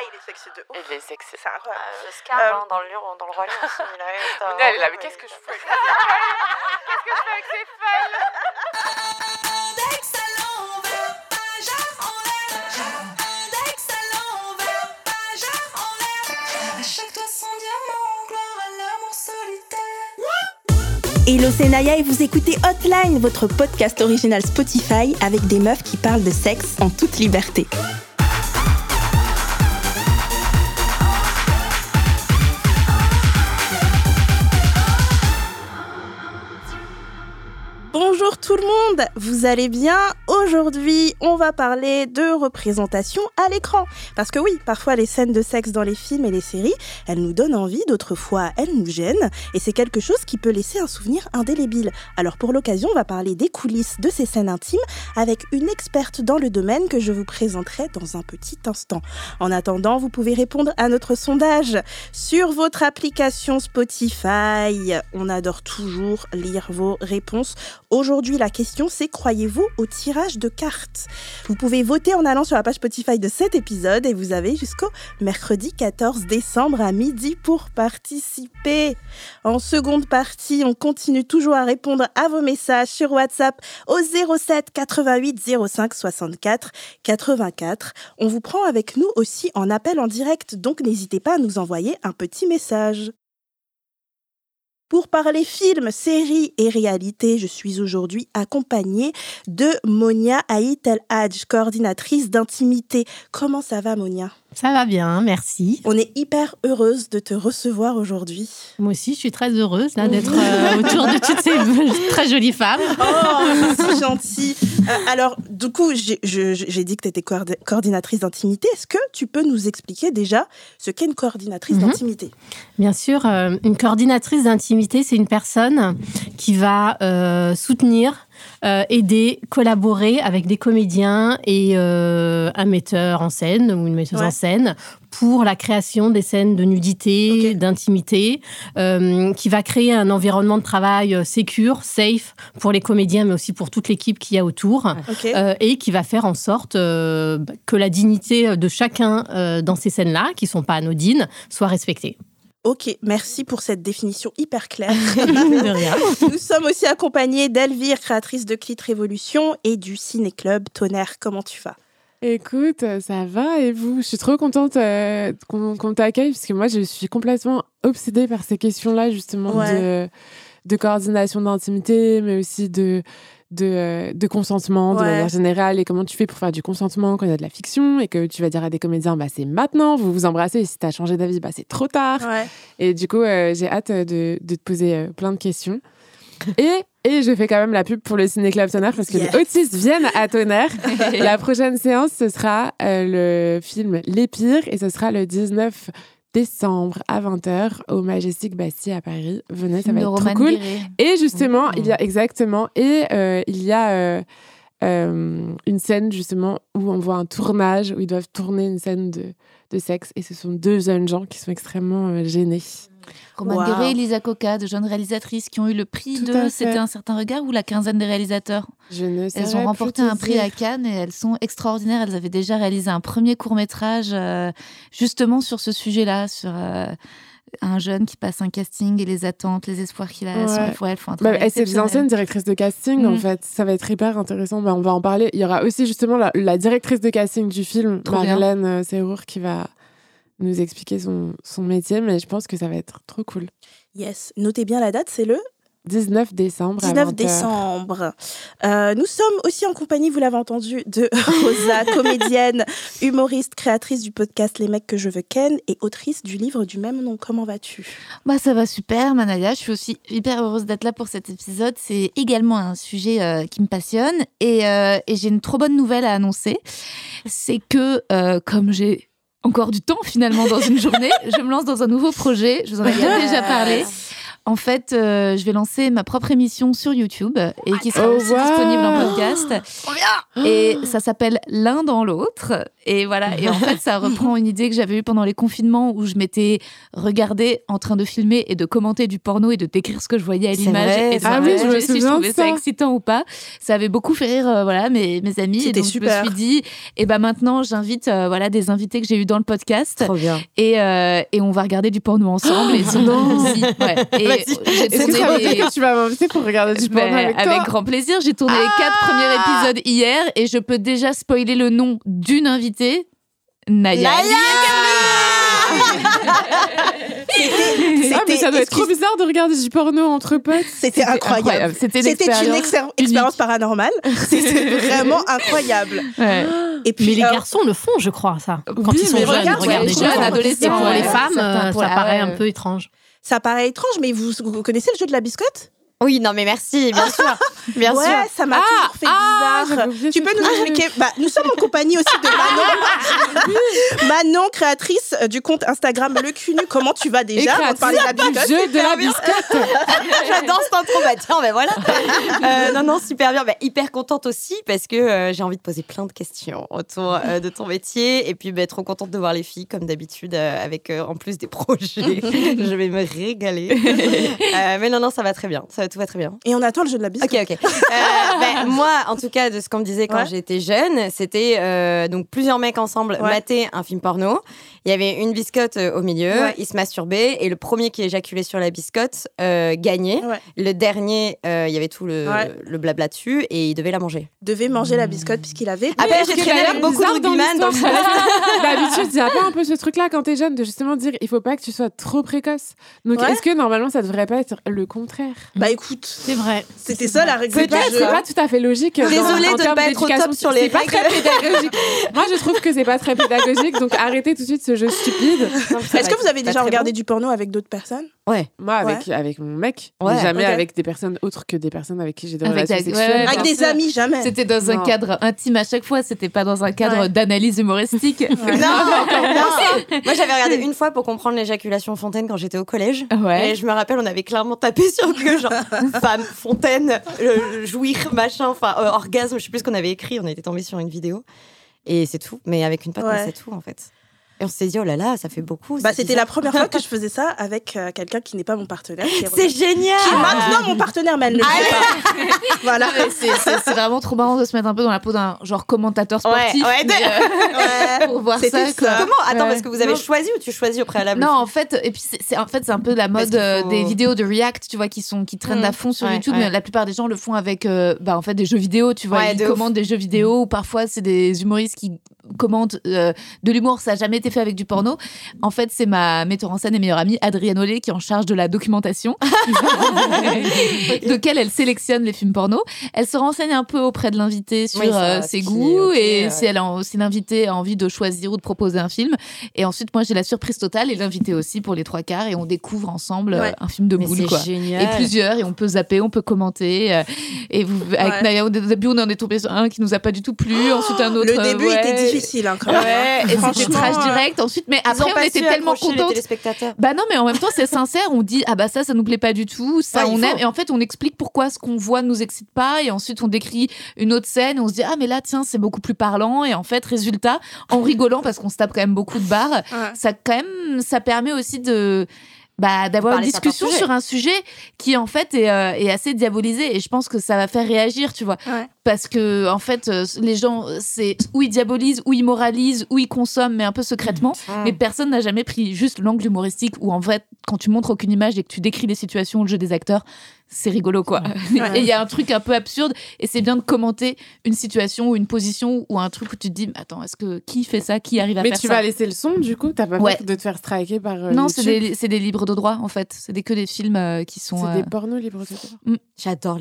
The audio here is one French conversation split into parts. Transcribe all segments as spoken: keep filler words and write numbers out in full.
il est sexy de ouf. Il est sexy. C'est incroyable. Euh, Scar, Euh, hein, dans le lion, dans le roi lion aussi. Il a- Monia, elle est là, mais qu'est-ce que je fais Qu'est-ce que je fais avec ces feuilles? Index à l'envers, page en l'air. Index à l'envers, page en l'air. À chaque toi son diamant, gloire à l'amour solitaire. Hello, c'est Naya et vous écoutez Hotline, votre podcast original Spotify avec des meufs qui parlent de sexe en toute liberté. Bonjour tout le monde, vous allez bien? Aujourd'hui, on va parler de représentation à l'écran. Parce que oui, parfois les scènes de sexe dans les films et les séries, elles nous donnent envie, d'autres fois elles nous gênent. Et c'est quelque chose qui peut laisser un souvenir indélébile. Alors pour l'occasion, on va parler des coulisses de ces scènes intimes avec une experte dans le domaine que je vous présenterai dans un petit instant. En attendant, vous pouvez répondre à notre sondage sur votre application Spotify. On adore toujours lire vos réponses. Aujourd'hui, la question, c'est croyez-vous au tirage de cartes? Vous pouvez voter en allant sur la page Spotify de cet épisode et vous avez jusqu'au mercredi quatorze décembre à midi pour participer. En seconde partie, on continue toujours à répondre à vos messages sur WhatsApp au zéro sept quatre-vingt-huit zéro cinq soixante-quatre quatre-vingt-quatre. On vous prend avec nous aussi en appel en direct, donc n'hésitez pas à nous envoyer un petit message. Pour parler films, séries et réalité, je suis aujourd'hui accompagnée de Monia Aït El Hadj, coordinatrice d'intimité. Comment ça va, Monia ? Ça va bien, merci. On est hyper heureuse de te recevoir aujourd'hui. Moi aussi, je suis très heureuse là, d'être euh, autour de toutes ces très jolies femmes. Oh, c'est gentil. Euh, alors, du coup, j'ai, je, j'ai dit que tu étais coord- coordinatrice d'intimité. Est-ce que tu peux nous expliquer déjà ce qu'est une coordinatrice mm-hmm. d'intimité ? Bien sûr, euh, une coordinatrice d'intimité, c'est une personne qui va euh, soutenir, Euh, aider, collaborer avec des comédiens et euh, un metteur en scène ou une metteuse ouais. en scène pour la création des scènes de nudité, okay. d'intimité, euh, qui va créer un environnement de travail sécure, safe pour les comédiens, mais aussi pour toute l'équipe qu'il y a autour, okay. euh, et qui va faire en sorte euh, que la dignité de chacun euh, dans ces scènes-là, qui ne sont pas anodines, soit respectée. Ok, merci pour cette définition hyper claire. De rien. Nous sommes aussi accompagnés d'Elvire, créatrice de Clit Révolution et du Ciné-Club Tonnerre. Comment tu vas ? Écoute, ça va et vous ? Je suis trop contente euh, qu'on, qu'on t'accueille parce que moi, je suis complètement obsédée par ces questions-là, justement, ouais. de, de coordination d'intimité, mais aussi de... De, de consentement, de ouais. manière générale, et comment tu fais pour faire du consentement quand il y a de la fiction, et que tu vas dire à des comédiens, bah, c'est maintenant, vous vous embrassez, et si t'as changé d'avis, bah, c'est trop tard. Ouais. Et du coup, euh, j'ai hâte de, de te poser euh, plein de questions. Et, et je fais quand même la pub pour le Ciné-Club Tonnerre, parce que yes. les autistes viennent à Tonnerre. La prochaine séance, ce sera euh, le film Les Pires, et ce sera le dix-neuf décembre à vingt heures au Majestic Bastille à Paris. Venez, ça va être trop cool. Guéret. Et justement, mmh. il y a exactement et euh, il y a euh, euh, une scène justement où on voit un tournage où ils doivent tourner une scène de de sexe et ce sont deux jeunes gens qui sont extrêmement euh, gênés. Romane wow. Guéret et Lisa Coca, de jeunes réalisatrices qui ont eu le prix Tout de C'était un certain regard ou la quinzaine des réalisateurs. Je ne sais pas. Elles ont remporté un prix à Cannes et elles sont extraordinaires. Elles avaient déjà réalisé un premier court-métrage euh, justement sur ce sujet-là, sur euh, un jeune qui passe un casting et les attentes, les espoirs qu'il a. Ouais. Elles font un travail bah, c'est des anciennes directrices de casting, mmh. en fait. Ça va être hyper intéressant. Bah, on va en parler. Il y aura aussi justement la, la directrice de casting du film, Trop Marilène euh, Serrour, qui va nous expliquer son, son métier, mais je pense que ça va être trop cool. Yes. Notez bien la date, c'est le dix-neuf décembre. dix-neuf décembre. Euh, nous sommes aussi en compagnie, vous l'avez entendu, de Rosa, comédienne, humoriste, créatrice du podcast Les mecs que je veux ken et autrice du livre du même nom. Comment vas-tu ? Bah, ça va super, Manaya. Je suis aussi hyper heureuse d'être là pour cet épisode. C'est également un sujet euh, qui me passionne. Et, euh, et j'ai une trop bonne nouvelle à annoncer. C'est que, euh, comme j'ai encore du temps finalement dans une journée, je me lance dans un nouveau projet. Je vous en ai déjà parlé. En fait, euh, je vais lancer ma propre émission sur YouTube et qui sera Oh, aussi wow. disponible en podcast. Et ça s'appelle L'un dans l'autre. Et voilà. Et en fait, ça reprend une idée que j'avais eue pendant les confinements où je m'étais regardée en train de filmer et de commenter du porno et de décrire ce que je voyais à C'est l'image. vrai, Et de ah savoir oui, je me si je souviens trouvais de ça ça. excitant ou pas. Ça avait beaucoup fait rire euh, voilà, mes, mes amis. C'était et donc, super. je me suis dit, et ben maintenant, j'invite euh, voilà, des invités que j'ai eus dans le podcast. Trop bien. Et, euh, et on va regarder du porno ensemble. et non. aussi, ouais. Et Vas-y. j'ai Est-ce que tourné ça veut les- dire que tu vas m'inviter pour regarder du porno Ben, avec toi? avec grand plaisir. J'ai tourné les quatre premiers épisodes hier et je peux déjà spoiler le nom d'une invitée, Naya. Naya Ah, mais ça doit être trop bizarre de regarder du porno entre potes. C'était incroyable. C'était une C'était une expérience exer- expérience paranormale. C'était vraiment incroyable. Ouais. Et puis, Mais les euh, garçons le font, je crois, ça. Quand Oui, ils sont mais jeunes, regarde, regarde ouais, les jeunes, jeunes, adolescents, Et pour ouais. les femmes, Certains euh, pour ça la- paraît ouais. un peu étrange. ça paraît étrange, mais vous, vous connaissez le jeu de la biscotte? Oui, non, mais merci, bien sûr. Bien Ouais, sûr. ça m'a Ah, toujours fait ah, bizarre. j'avais oublié Tu ce peux nous truc. expliquer bah, nous sommes en compagnie aussi de Manon. Manon, créatrice euh, du compte Instagram Le Cul Nu. Comment tu vas déjà avant de parler de la Du biscotte? jeu de la biscotte. J'adore cette intro, bah tiens, ben voilà. Euh, non, non, super bien. Bah, hyper contente aussi parce que euh, j'ai envie de poser plein de questions autour euh, de ton métier. Et puis, bah, trop contente de voir les filles, comme d'habitude, euh, avec euh, en plus des projets. Je vais me régaler. Euh, mais non, non, ça va très bien. Ça, tout va très bien. Et on attend le jeu de la biscotte. Ok, ok. Euh, ben, moi, en tout cas, de ce qu'on me disait quand Ouais. j'étais jeune, c'était euh, donc plusieurs mecs ensemble Ouais. mater un film porno. Il y avait une biscotte euh, au milieu, Ouais. ils se masturbaient et le premier qui éjaculait sur la biscotte euh, gagnait. Ouais. Le dernier, euh, il y avait tout le, Ouais. le blabla dessus et il devait la manger. Devait manger la biscotte puisqu'il avait. Après, est-ce j'ai que traîné d'ailleurs, avec beaucoup de bizarre dans rugbyman dans le l'histoire, sud-est. D'habitude, il n'y a pas un peu ce truc-là quand t'es jeune de justement dire il faut pas que tu sois trop précoce. Donc, Ouais. est-ce que normalement ça devrait pas être le contraire? Bah écoute, C'est vrai. c'était ça la règle du Peut-être, jeu. c'est pas tout à fait logique. dans- Désolée en de ne termes pas être au d'éducation. top sur les C'est pas règles. très pédagogique. Moi, je trouve que c'est pas très pédagogique, donc arrêtez tout de suite ce jeu stupide. Est-ce que vous avez Pas déjà très regardé du porno avec d'autres personnes? Ouais. Moi, avec, avec mon mec, Ouais, mais jamais ok. avec des personnes autres que des personnes avec qui j'ai des Avec relations des- sexuelles. ouais, Avec bien des sûr. amis, jamais. C'était dans un Non. cadre intime à chaque fois, c'était pas dans un cadre Ouais. d'analyse humoristique. Non, non. Moi, j'avais regardé une fois pour comprendre l'éjaculation fontaine quand j'étais au collège. Ouais. Et je me rappelle, on avait clairement tapé sur que genre femme, fontaine, euh, jouir, machin, enfin euh, orgasme, je sais plus ce qu'on avait écrit, on était tombé sur une vidéo. Et c'est tout, mais avec une patte, Ouais. c'est tout en fait. Et on s'est dit, oh là là, ça fait beaucoup. Bah, c'est c'était la bizarre. première fois que je faisais ça avec euh, quelqu'un qui n'est pas mon partenaire. qui est C'est génial! Qui est maintenant mon partenaire, mais elle ne le sait pas. Voilà. Ouais, c'est, c'est- c'est vraiment trop marrant de se mettre un peu dans la peau d'un genre commentateur sportif. Ouais, ouais, mais, euh, Ouais. pour voir C'était ça, quoi. ça. Comment? Attends, Ouais. parce que vous avez Non. choisi ou tu choisis au préalable? Non, en fait, et puis c'est, c'est- en fait, c'est un peu la Parce mode qu'il euh, faut- des vidéos de React, tu vois, qui sont qui traînent Mm. à fond sur Ouais, YouTube. ouais. Mais la plupart des gens le font avec, euh, bah, en fait, des jeux vidéo, tu vois. Ouais, Ils de ouf. commandent des jeux vidéo ou parfois c'est des humoristes qui commandent euh, de l'humour. Ça n'a jamais été fait avec du porno. En fait, c'est ma metteur en scène et meilleure amie Adrienne Ollet qui est en charge de la documentation, de quelle elle sélectionne les films porno. Elle se renseigne un peu auprès de l'invité sur Oui, ça, euh, ce ses qui est goûts ok, et ouais. si elle a, si l'invité a envie de choisir ou de proposer un film. Et ensuite, moi, j'ai la surprise totale et l'invité aussi pour les trois quarts et on découvre ensemble Ouais. euh, un film de Mais boule, c'est quoi. génial. Et plusieurs, et on peut zapper, on peut commenter. euh, et vous, avec Ouais. Naya, au début, on en est tombé sur un qui nous a pas du tout plu, ensuite un autre. Le début euh, était ouais. difficile, hein, quand même. Ouais, et c'était Franchement, trash euh, direct. Ensuite, mais Ils après, ont on pas était su tellement accrocher les contentes. téléspectateurs. Bah non, mais en même temps, c'est sincère. On dit, ah bah ça, ça nous plaît pas du tout. Ça, Ouais, il on faut. aime. Et en fait, on explique pourquoi ce qu'on voit ne nous excite pas. Et ensuite, on décrit une autre scène. Et on se dit, ah mais là, tiens, c'est beaucoup plus parlant. Et en fait, résultat, en rigolant, parce qu'on se tape quand même beaucoup de barres, Ouais. ça quand même, ça permet aussi de... Bah, d'avoir une Parler certains discussion sujets. sur un sujet qui en fait est, euh, est assez diabolisé et je pense que ça va faire réagir, tu vois, Ouais. parce que en fait euh, les gens c'est ou ils diabolisent ou ils moralisent ou ils consomment mais un peu secrètement, Mmh. mais personne n'a jamais pris juste l'angle humoristique où en fait quand tu montres aucune image et que tu décris les situations, le jeu des acteurs, c'est rigolo quoi. Et il y a un truc un peu absurde et c'est bien de commenter une situation ou une position ou un truc où tu te dis mais attends, est-ce que qui fait ça, qui arrive à Mais faire tu ça? vas laisser le son, du coup? T'as pas Ouais. peur de te faire striker par euh, Non, c'est YouTube? des, c'est des libres de droit en fait. C'est des, que des films euh, qui sont. C'est euh, des pornos libres de droit. J'adore l'idée.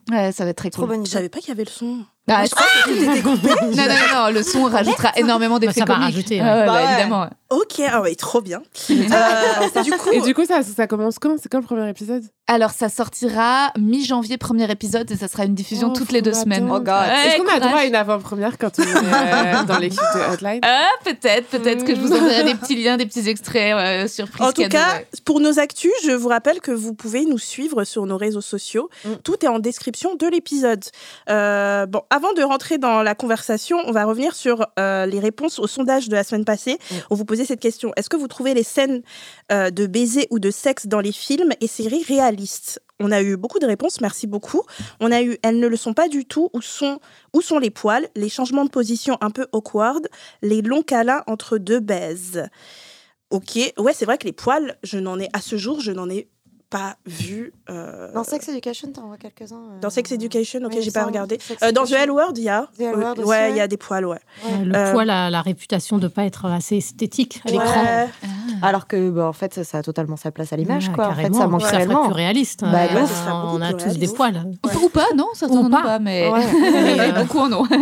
Ouais, ça va être très Trop cool. bonne Je idée. savais pas qu'il y avait le son. Ah, Je crois que tout était coupé. non, non, non, non, le son rajoutera énormément d'effets ça va comiques. rajouter, ouais. Ah ouais, Bah bah, ouais. évidemment. Ok, ah ouais, trop bien. Euh, du coup, Et du coup, ça, ça commence quand? C'est quand le premier épisode? Alors, ça sortira mi-janvier, premier épisode, et ça sera une diffusion Oh, toutes les deux faut semaines. m'attendre. Oh God. Ouais, Est-ce qu'on a courage. droit à une avant-première quand on est euh, dans l'équipe de Hotline? Ah, peut-être, peut-être que je vous enverrai des petits liens, des petits extraits, euh, surprises. en tout cadeaux, cas, ouais. pour nos actus, je vous rappelle que vous pouvez nous suivre sur nos réseaux sociaux. Mm. Tout est en description de l'épisode. Euh, bon, avant de rentrer dans la conversation, on va revenir sur euh, les réponses au sondage de la semaine passée. Mm. On vous posait cette question. Est-ce que vous trouvez les scènes euh, de baiser ou de sexe dans les films et séries réalistes? On a eu beaucoup de réponses, merci beaucoup. On a eu « elles ne le sont pas du tout » où sont, où sont les poils, les changements de position un peu awkward, les longs câlins entre deux baises. Ok, ouais, c'est vrai que les poils, je n'en ai, à ce jour, je n'en ai pas vu. euh, Dans Sex Education, t'en vois quelques-uns. euh, Dans Sex Education, ok, oui, il j'ai pas semble. regardé. Sex Euh, dans The Education. L Word, il y a. The L Word aussi, ouais, il ouais. y a des poils, ouais. Ouais, le Euh, poil a la réputation de pas être assez esthétique à l'écran. Ouais. Alors que, bah, en fait, ça, ça a totalement sa place à l'image, Ouais, quoi. En fait, carrément. ça manque Ça ferait réellement. plus réaliste. Bah, Euh, ouais, ce serait beaucoup on a plus tous réaliste. des poils. Ou pas, non, certains Ou n'en ont pas. pas, mais, Ouais. mais beaucoup en ont.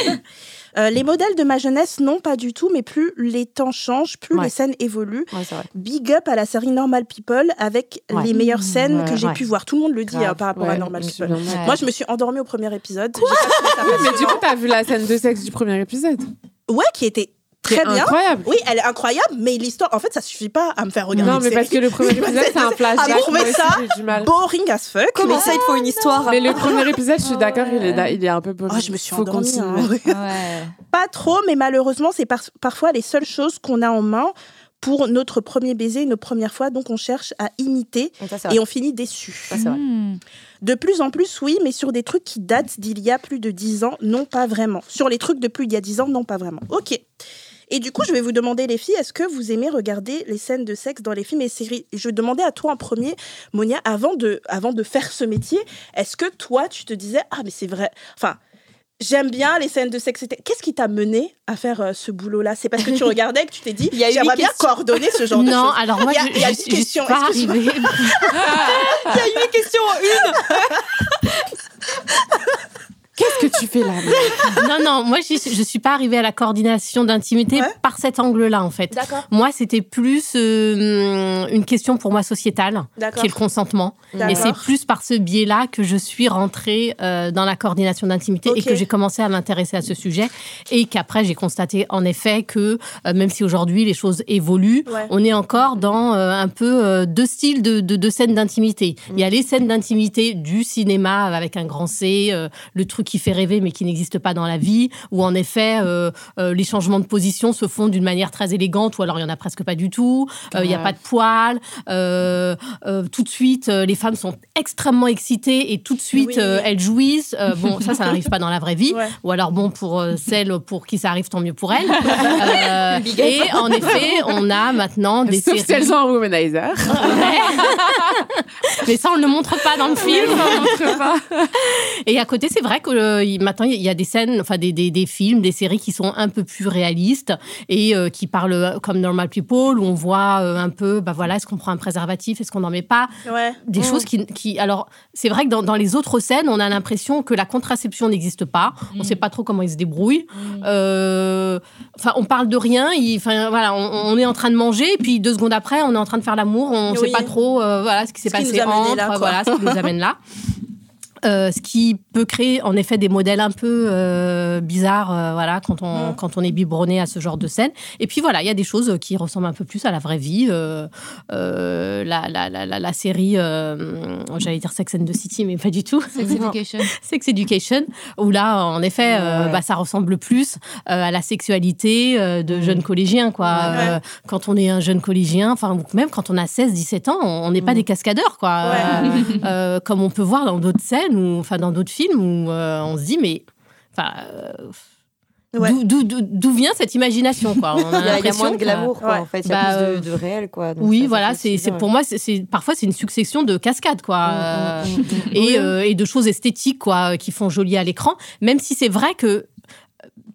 Euh, les modèles de ma jeunesse, non, pas du tout, mais plus les temps changent, plus Ouais. les scènes évoluent. Ouais, c'est vrai. Big up à la série Normal People avec Ouais. les meilleures scènes Ouais, que j'ai ouais. pu voir. Tout le monde le dit Grave. hein, par rapport à Ouais, Normal je me People. souviens. Ouais. Moi, je me suis endormie au premier épisode. J'ai pas trouvé ça Mais du passionnant. coup, t'as vu la scène de sexe du premier épisode? Ouais, qui était très C'est bien. incroyable. Oui, elle est incroyable, mais l'histoire, en fait, ça suffit pas à me faire regarder Non, une mais parce que série. le premier épisode, c'est un flashback. Ah, vous trouvez Moi aussi, ça j'ai du mal. boring as fuck. Comment mais- ça, il te faut une histoire? Mais le premier épisode, je suis d'accord, il est, da- il est un peu boring. Oh, je me suis Faut endormie. continuer. hein. Ouais. Pas trop, mais malheureusement, c'est par- parfois les seules choses qu'on a en main pour notre premier baiser, nos premières fois. Donc, on cherche à imiter Ça, c'est et vrai. on finit déçu. Ça, c'est vrai. Hmm. De plus en plus, oui, mais sur des trucs qui datent d'il y a plus de dix ans, non, pas vraiment. Sur les trucs de plus d'il y a dix ans, non, pas vraiment. Ok. Et du coup, je vais vous demander, les filles, est-ce que vous aimez regarder les scènes de sexe dans les films et séries? Je vais demander à toi en premier, Monia, avant de, avant de faire ce métier, est-ce que toi, tu te disais, ah, mais c'est vrai, enfin, j'aime bien les scènes de sexe. Qu'est-ce qui t'a mené à faire euh, ce boulot-là? C'est parce que tu regardais que tu t'es dit, Il y a eu j'aimerais huit bien questions. coordonner ce genre de Non, choses. alors moi, Il y a- je, il y a je, une suis- je question, suis pas excuse-moi. arrivée. Il y a huit questions en une. Qu'est-ce que tu fais là? Non, non, moi, je, je suis pas arrivée à la coordination d'intimité Ouais. par cet angle-là, en fait. D'accord. Moi, c'était plus euh, une question pour moi sociétale, D'accord. qui est le consentement. Et D'accord. c'est plus par ce biais-là que je suis rentrée euh, dans la coordination d'intimité et Ok. que j'ai commencé à m'intéresser à ce sujet. Et qu'après, j'ai constaté en effet que euh, même si aujourd'hui les choses évoluent, Ouais. on est encore dans euh, un peu euh, deux styles de, de, de scènes d'intimité. Il y a les scènes d'intimité du cinéma avec un grand C, euh, le truc qui fait rêver mais qui n'existe pas dans la vie, où en effet euh, euh, les changements de position se font d'une manière très élégante, ou alors il y en a presque pas du tout. Euh, Il y a Ouais. pas de poils. Euh, euh, tout de suite, euh, les femmes sont extrêmement excitées et tout de suite Oui. euh, elles jouissent. Euh, bon, ça, ça n'arrive pas dans la vraie vie. Ouais. Ou alors bon, pour euh, celles pour qui ça arrive, tant mieux pour elles. Euh, et en effet, on a maintenant des Sauf si séries. elles sont un womanizer. Mais ça, on ne le montre pas dans le film. montre pas. Et à côté, c'est vrai que euh, il- maintenant, il y a des scènes, enfin des, des, des films, des séries qui sont un peu plus réalistes et euh, qui parlent euh, comme Normal People, où on voit euh, un peu, bah voilà, est-ce qu'on prend un préservatif, est-ce qu'on n'en met pas? Ouais. Des Mm. choses qui, qui... Alors, c'est vrai que dans, dans les autres scènes, on a l'impression que la contraception n'existe pas. On ne sait pas trop comment ils se débrouillent. Euh, Enfin, on parle de rien. il- Enfin, voilà, on, on est en train de manger, et puis deux secondes après, on est en train de faire l'amour. On ne Oui. sait pas trop euh, voilà, ce qui s'est Ce qui passé nous a mené entre, là, quoi. voilà, ce qui nous amène là. Euh, ce qui peut créer en effet des modèles un peu euh, bizarres, euh, voilà, quand on Mm. quand on est biberonné à ce genre de scène. Et puis voilà, il y a des choses qui ressemblent un peu plus à la vraie vie. Euh, euh, la, la, la, la, la série, euh, j'allais dire Sex and the City, mais pas du tout. Sex Education. Sex Education, où là, en effet, euh, Ouais. bah, ça ressemble plus euh, à la sexualité euh, de jeunes collégiens, quoi. Ouais. Euh, quand on est un jeune collégien, enfin, même quand on a seize dix-sept ans, on n'est pas des cascadeurs, quoi. Ouais. Euh, euh, comme on peut voir dans d'autres scènes, ou enfin dans d'autres films, où euh, on se dit, mais... Enfin, euh, Ouais. d'où- d'où- d'où d'où vient cette imagination, quoi. On a Il y a, il y a l'impression moins de que- glamour, quoi, Ouais. en fait. Il y a Bah, plus euh, de, de réel, quoi. Donc Oui, ça, ça voilà, fait c'est aussi c'est- bien, pour ouais. moi, c'est- c'est parfois c'est une succession de cascades, quoi, Mm, euh, mm, mm, mm. et, euh, et de choses esthétiques, quoi, qui font joli à l'écran. Même si c'est vrai que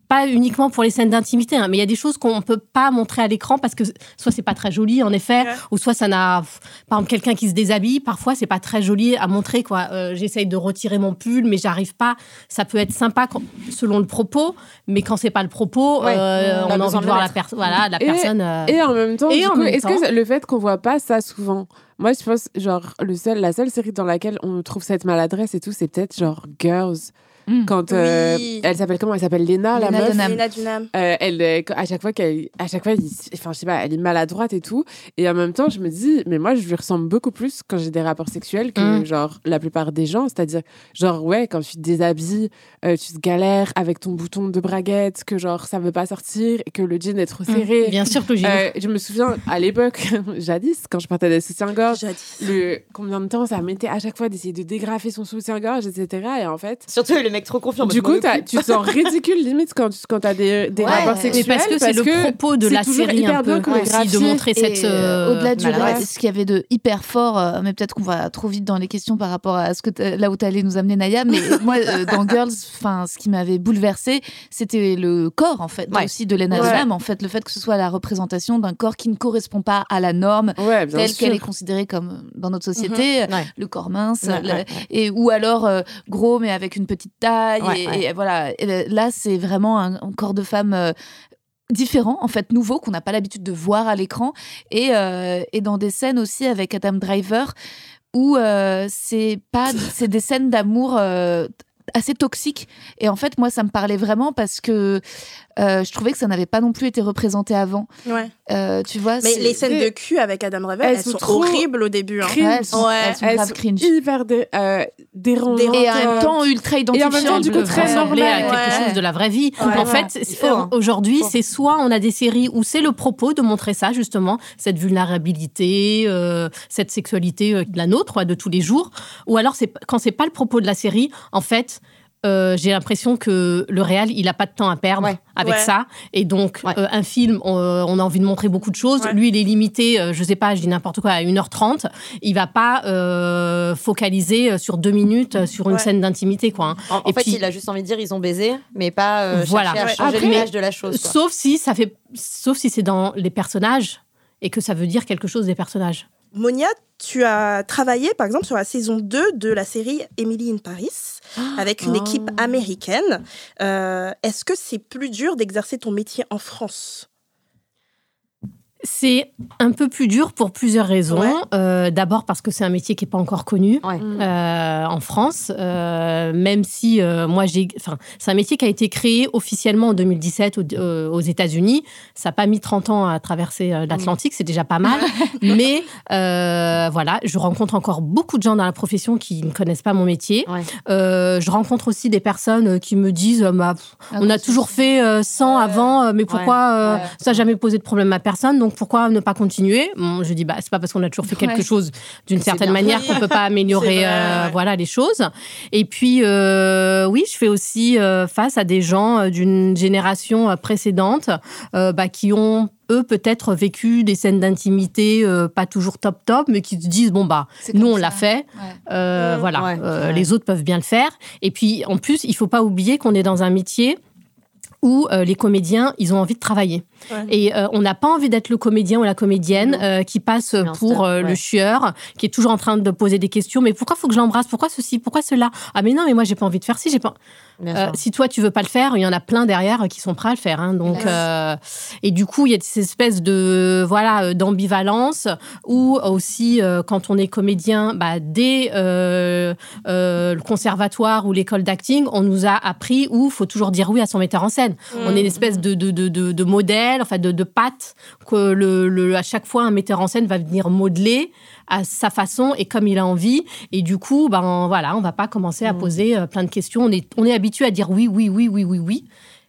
pas uniquement pour les scènes d'intimité, hein, mais il y a des choses qu'on peut pas montrer à l'écran parce que soit c'est pas très joli en effet, ouais. ou soit ça n'a, par exemple quelqu'un qui se déshabille, parfois c'est pas très joli à montrer quoi. Euh, j'essaye de retirer mon pull, mais j'arrive pas. Ça peut être sympa quand, selon le propos, mais quand c'est pas le propos, ouais. euh, on, on a envie de voir la, per- voilà, la et, personne. Euh... Et en même temps, et du en coup, même est-ce temps... que le fait qu'on voit pas ça souvent, moi je pense genre le seul, la seule série dans laquelle on trouve cette maladresse et tout, c'est peut-être genre Girls. Mmh. Quand euh, oui. elle s'appelle comment elle s'appelle Lena, Lena la meuf Dunham. Lena Dunham. Euh, elle à chaque fois qu'elle à chaque fois elle, enfin je sais pas elle est maladroite et tout et en même temps je me dis mais moi je lui ressemble beaucoup plus quand j'ai des rapports sexuels que mmh. genre la plupart des gens, c'est-à-dire genre ouais quand tu te déshabilles euh, tu te galères avec ton bouton de braguette que genre ça veut pas sortir et que le jean est trop serré. Mmh. Bien sûr que j'ai euh, je me souviens à l'époque jadis quand je portais des soutiens-gorge jadis. le combien de temps ça mettait à chaque fois d'essayer de dégrafer son soutien-gorge etc et en fait surtout les mecs trop confiants du coup tu te sens ridicule limite quand, quand t'as des, des ouais, rapports sexuels. Mais parce que c'est parce le que propos de la série un peu aussi de montrer cette euh, au-delà du maladresse. reste, ce qu'il y avait de hyper fort, euh, mais peut-être qu'on va trop vite dans les questions par rapport à ce que là où t'allais nous amener Naya, mais moi euh, dans Girls, enfin ce qui m'avait bouleversée, c'était le corps en fait, ouais. aussi de Lena Dunham, ouais. en fait le fait que ce soit la représentation d'un corps qui ne correspond pas à la norme ouais, telle sûr. qu'elle est considérée comme dans notre société, mm-hmm. ouais. le corps mince, ouais, le, ouais, ouais. et ou alors euh, gros mais avec une petite taille, ouais, et, ouais. et voilà. Et là, c'est vraiment un, un corps de femme euh, différent, en fait, nouveau, qu'on n'a pas l'habitude de voir à l'écran. Et, euh, et dans des scènes aussi avec Adam Driver, où euh, c'est, pas, c'est des scènes d'amour euh, assez toxiques. Et en fait, moi, ça me parlait vraiment parce que euh, je trouvais que ça n'avait pas non plus été représenté avant. Ouais. Euh, tu vois, mais c'est... les scènes de cul avec Adam Driver, elles, elles sont, sont horribles au début. Hein. Ouais, elles sont, ouais. elles sont elles grave sont cringe. Hyper dé, euh, dérangeantes. Et en même temps ultra identifiantes. Et en même temps, du coup, très ressembler à quelque ouais. chose de la vraie vie. Ouais. En fait, faut, hein. aujourd'hui, faut. c'est soit on a des séries où c'est le propos de montrer ça, justement, cette vulnérabilité, euh, cette sexualité euh, de la nôtre, de tous les jours, ou alors c'est, quand c'est pas le propos de la série, en fait... Euh, j'ai l'impression que le réal, il n'a pas de temps à perdre ouais. avec ouais. ça. Et donc, ouais. euh, un film, on, on a envie de montrer beaucoup de choses. Ouais. Lui, il est limité, euh, je ne sais pas, je dis n'importe quoi, à une heure trente. Il ne va pas euh, focaliser sur deux minutes sur une ouais. scène d'intimité. Quoi, hein. En, en et fait, puis, il a juste envie de dire ils ont baisé, mais pas euh, voilà. chercher à changer Après, l'image de la chose. Quoi. Sauf si, ça fait, sauf si c'est dans les personnages et que ça veut dire quelque chose des personnages. Monia, tu as travaillé, par exemple, sur la saison deux de la série Emily in Paris, avec une oh. équipe américaine. Euh, est-ce que c'est plus dur d'exercer ton métier en France ? C'est un peu plus dur pour plusieurs raisons. Ouais. Euh, d'abord parce que c'est un métier qui n'est pas encore connu ouais. euh, en France, euh, même si euh, moi j'ai... Enfin, c'est un métier qui a été créé officiellement en deux mille dix-sept aux, euh, aux États-Unis. Ça n'a pas mis trente ans à traverser euh, l'Atlantique, c'est déjà pas mal. Mais euh, voilà, je rencontre encore beaucoup de gens dans la profession qui ne connaissent pas mon métier. Ouais. Euh, je rencontre aussi des personnes qui me disent bah, ah, on a toujours fait euh, cent ouais. avant, mais pourquoi ouais. Euh, ouais. ça n'a jamais posé de problème à personne, donc pourquoi ne pas continuer ? Bon, je dis, bah, c'est pas parce qu'on a toujours fait quelque ouais. chose d'une certaine manière qu'on peut pas améliorer euh, ouais. voilà, les choses. Et puis, euh, oui, je fais aussi euh, face à des gens euh, d'une génération précédente euh, bah, qui ont eux, peut-être vécu des scènes d'intimité euh, pas toujours top-top, mais qui se disent, bon, bah, nous, on ça. l'a fait. Ouais. Euh, mmh. Voilà, ouais. Euh, ouais. les autres peuvent bien le faire. Et puis, en plus, il faut pas oublier qu'on est dans un métier où euh, les comédiens, ils ont envie de travailler. Ouais. Et euh, on n'a pas envie d'être le comédien ou la comédienne euh, qui passe Bien pour euh, ouais. le chieur, qui est toujours en train de poser des questions. Mais pourquoi faut que je l'embrasse ? Pourquoi ceci ? Pourquoi cela ? Ah mais non, mais moi, j'ai pas envie de faire ci. J'ai pas... Euh, si toi, tu veux pas le faire, il y en a plein derrière qui sont prêts à le faire. Hein, donc, euh, et du coup, il y a cette espèce de, voilà, d'ambivalence où aussi, euh, quand on est comédien, bah, dès euh, euh, le conservatoire ou l'école d'acting, on nous a appris où il faut toujours dire oui à son metteur en scène. Mmh. On est une espèce de, de, de, de, de modèle, enfin de, de patte, que le, le, à chaque fois, un metteur en scène va venir modeler à sa façon et comme il a envie. Et du coup, ben, voilà, on ne va pas commencer à poser euh, plein de questions. On est, on est habitué à dire oui, oui, oui, oui, oui, oui.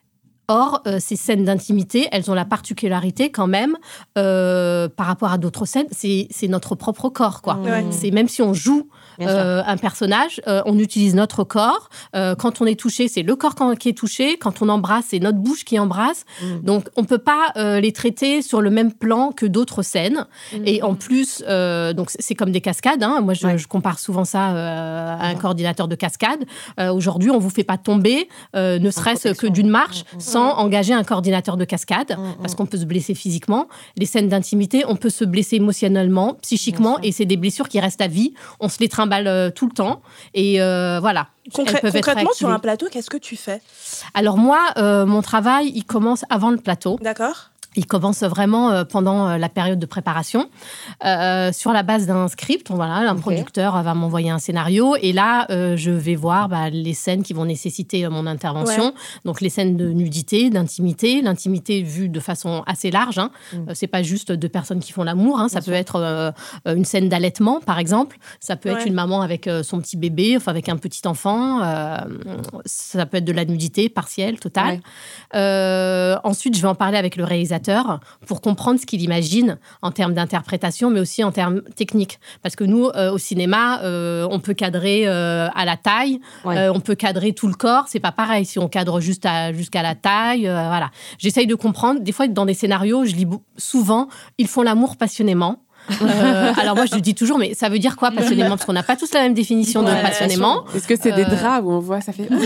Or, euh, ces scènes d'intimité, elles ont la particularité quand même, euh, par rapport à d'autres scènes, c'est, c'est notre propre corps, quoi. Ouais. C'est même si on joue euh, un personnage, euh, on utilise notre corps. Euh, quand on est touché, c'est le corps qui est touché. Quand on embrasse, c'est notre bouche qui embrasse. Mm. Donc, on ne peut pas euh, les traiter sur le même plan que d'autres scènes. Mm. Et en plus, euh, donc c'est comme des cascades. Hein. Moi, je, ouais. je compare souvent ça euh, à un coordinateur de cascade. Euh, aujourd'hui, on ne vous fait pas tomber, euh, ne serait-ce que d'une marche, mm. sans sans engager un coordinateur de cascade, mmh. parce qu'on peut se blesser physiquement. Les scènes d'intimité, on peut se blesser émotionnellement, psychiquement, et c'est des blessures qui restent à vie. On se les trimballe euh, tout le temps. Et euh, voilà. Concré- concrètement, sur un plateau, qu'est-ce que tu fais ? Alors moi, euh, mon travail, il commence avant le plateau. D'accord. Il commence vraiment euh, pendant euh, la période de préparation, euh, sur la base d'un script. Voilà, un okay. producteur va m'envoyer un scénario et là, euh, je vais voir bah, les scènes qui vont nécessiter euh, mon intervention. Ouais. Donc, les scènes de nudité, d'intimité. L'intimité vue de façon assez large. Hein. Mm. Euh, c'est pas juste deux personnes qui font l'amour. Hein. Ça Bien peut sûr. être euh, une scène d'allaitement, par exemple. Ça peut ouais. être une maman avec euh, son petit bébé, enfin avec un petit enfant. Euh, ça peut être de la nudité partielle, totale. Ouais. Euh, ensuite, je vais en parler avec le réalisateur pour comprendre ce qu'il imagine en termes d'interprétation, mais aussi en termes techniques. Parce que nous, euh, au cinéma, euh, on peut cadrer euh, à la taille, ouais. euh, on peut cadrer tout le corps. C'est pas pareil si on cadre juste à, jusqu'à la taille. Euh, voilà. J'essaye de comprendre. Des fois, dans des scénarios, je lis souvent « Ils font l'amour passionnément ». Euh, alors moi je dis toujours mais ça veut dire quoi passionnément, parce qu'on n'a pas tous la même définition ouais, de passionnément. Est-ce que c'est euh... des draps où on voit ça fait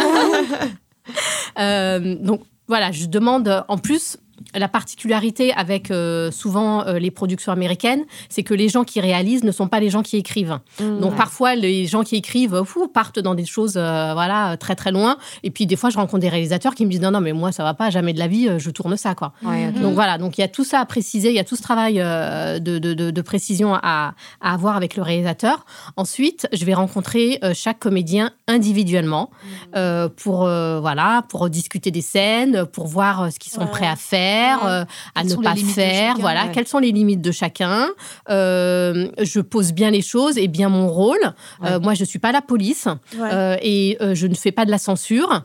euh, donc voilà, je demande en plus. La particularité avec euh, souvent euh, les productions américaines, c'est que les gens qui réalisent ne sont pas les gens qui écrivent. Mmh, Donc ouais. parfois, les gens qui écrivent fou, partent dans des choses euh, voilà, très très loin. Et puis des fois, je rencontre des réalisateurs qui me disent non, non, mais moi, ça va pas, jamais de la vie, je tourne ça. Quoi. Ouais, okay. Donc voilà, donc il y a tout ça à préciser, il y a tout ce travail euh, de, de, de, de précision à, à avoir avec le réalisateur. Ensuite, je vais rencontrer euh, chaque comédien individuellement mmh. euh, pour, euh, voilà, pour discuter des scènes, pour voir euh, ce qu'ils sont ouais. prêts à faire. Euh, à quelles ne pas faire, chacun, voilà, ouais. quelles sont les limites de chacun. Euh, je pose bien les choses et bien mon rôle. Ouais. Euh, moi, je ne suis pas la police ouais. euh, et euh, je ne fais pas de la censure.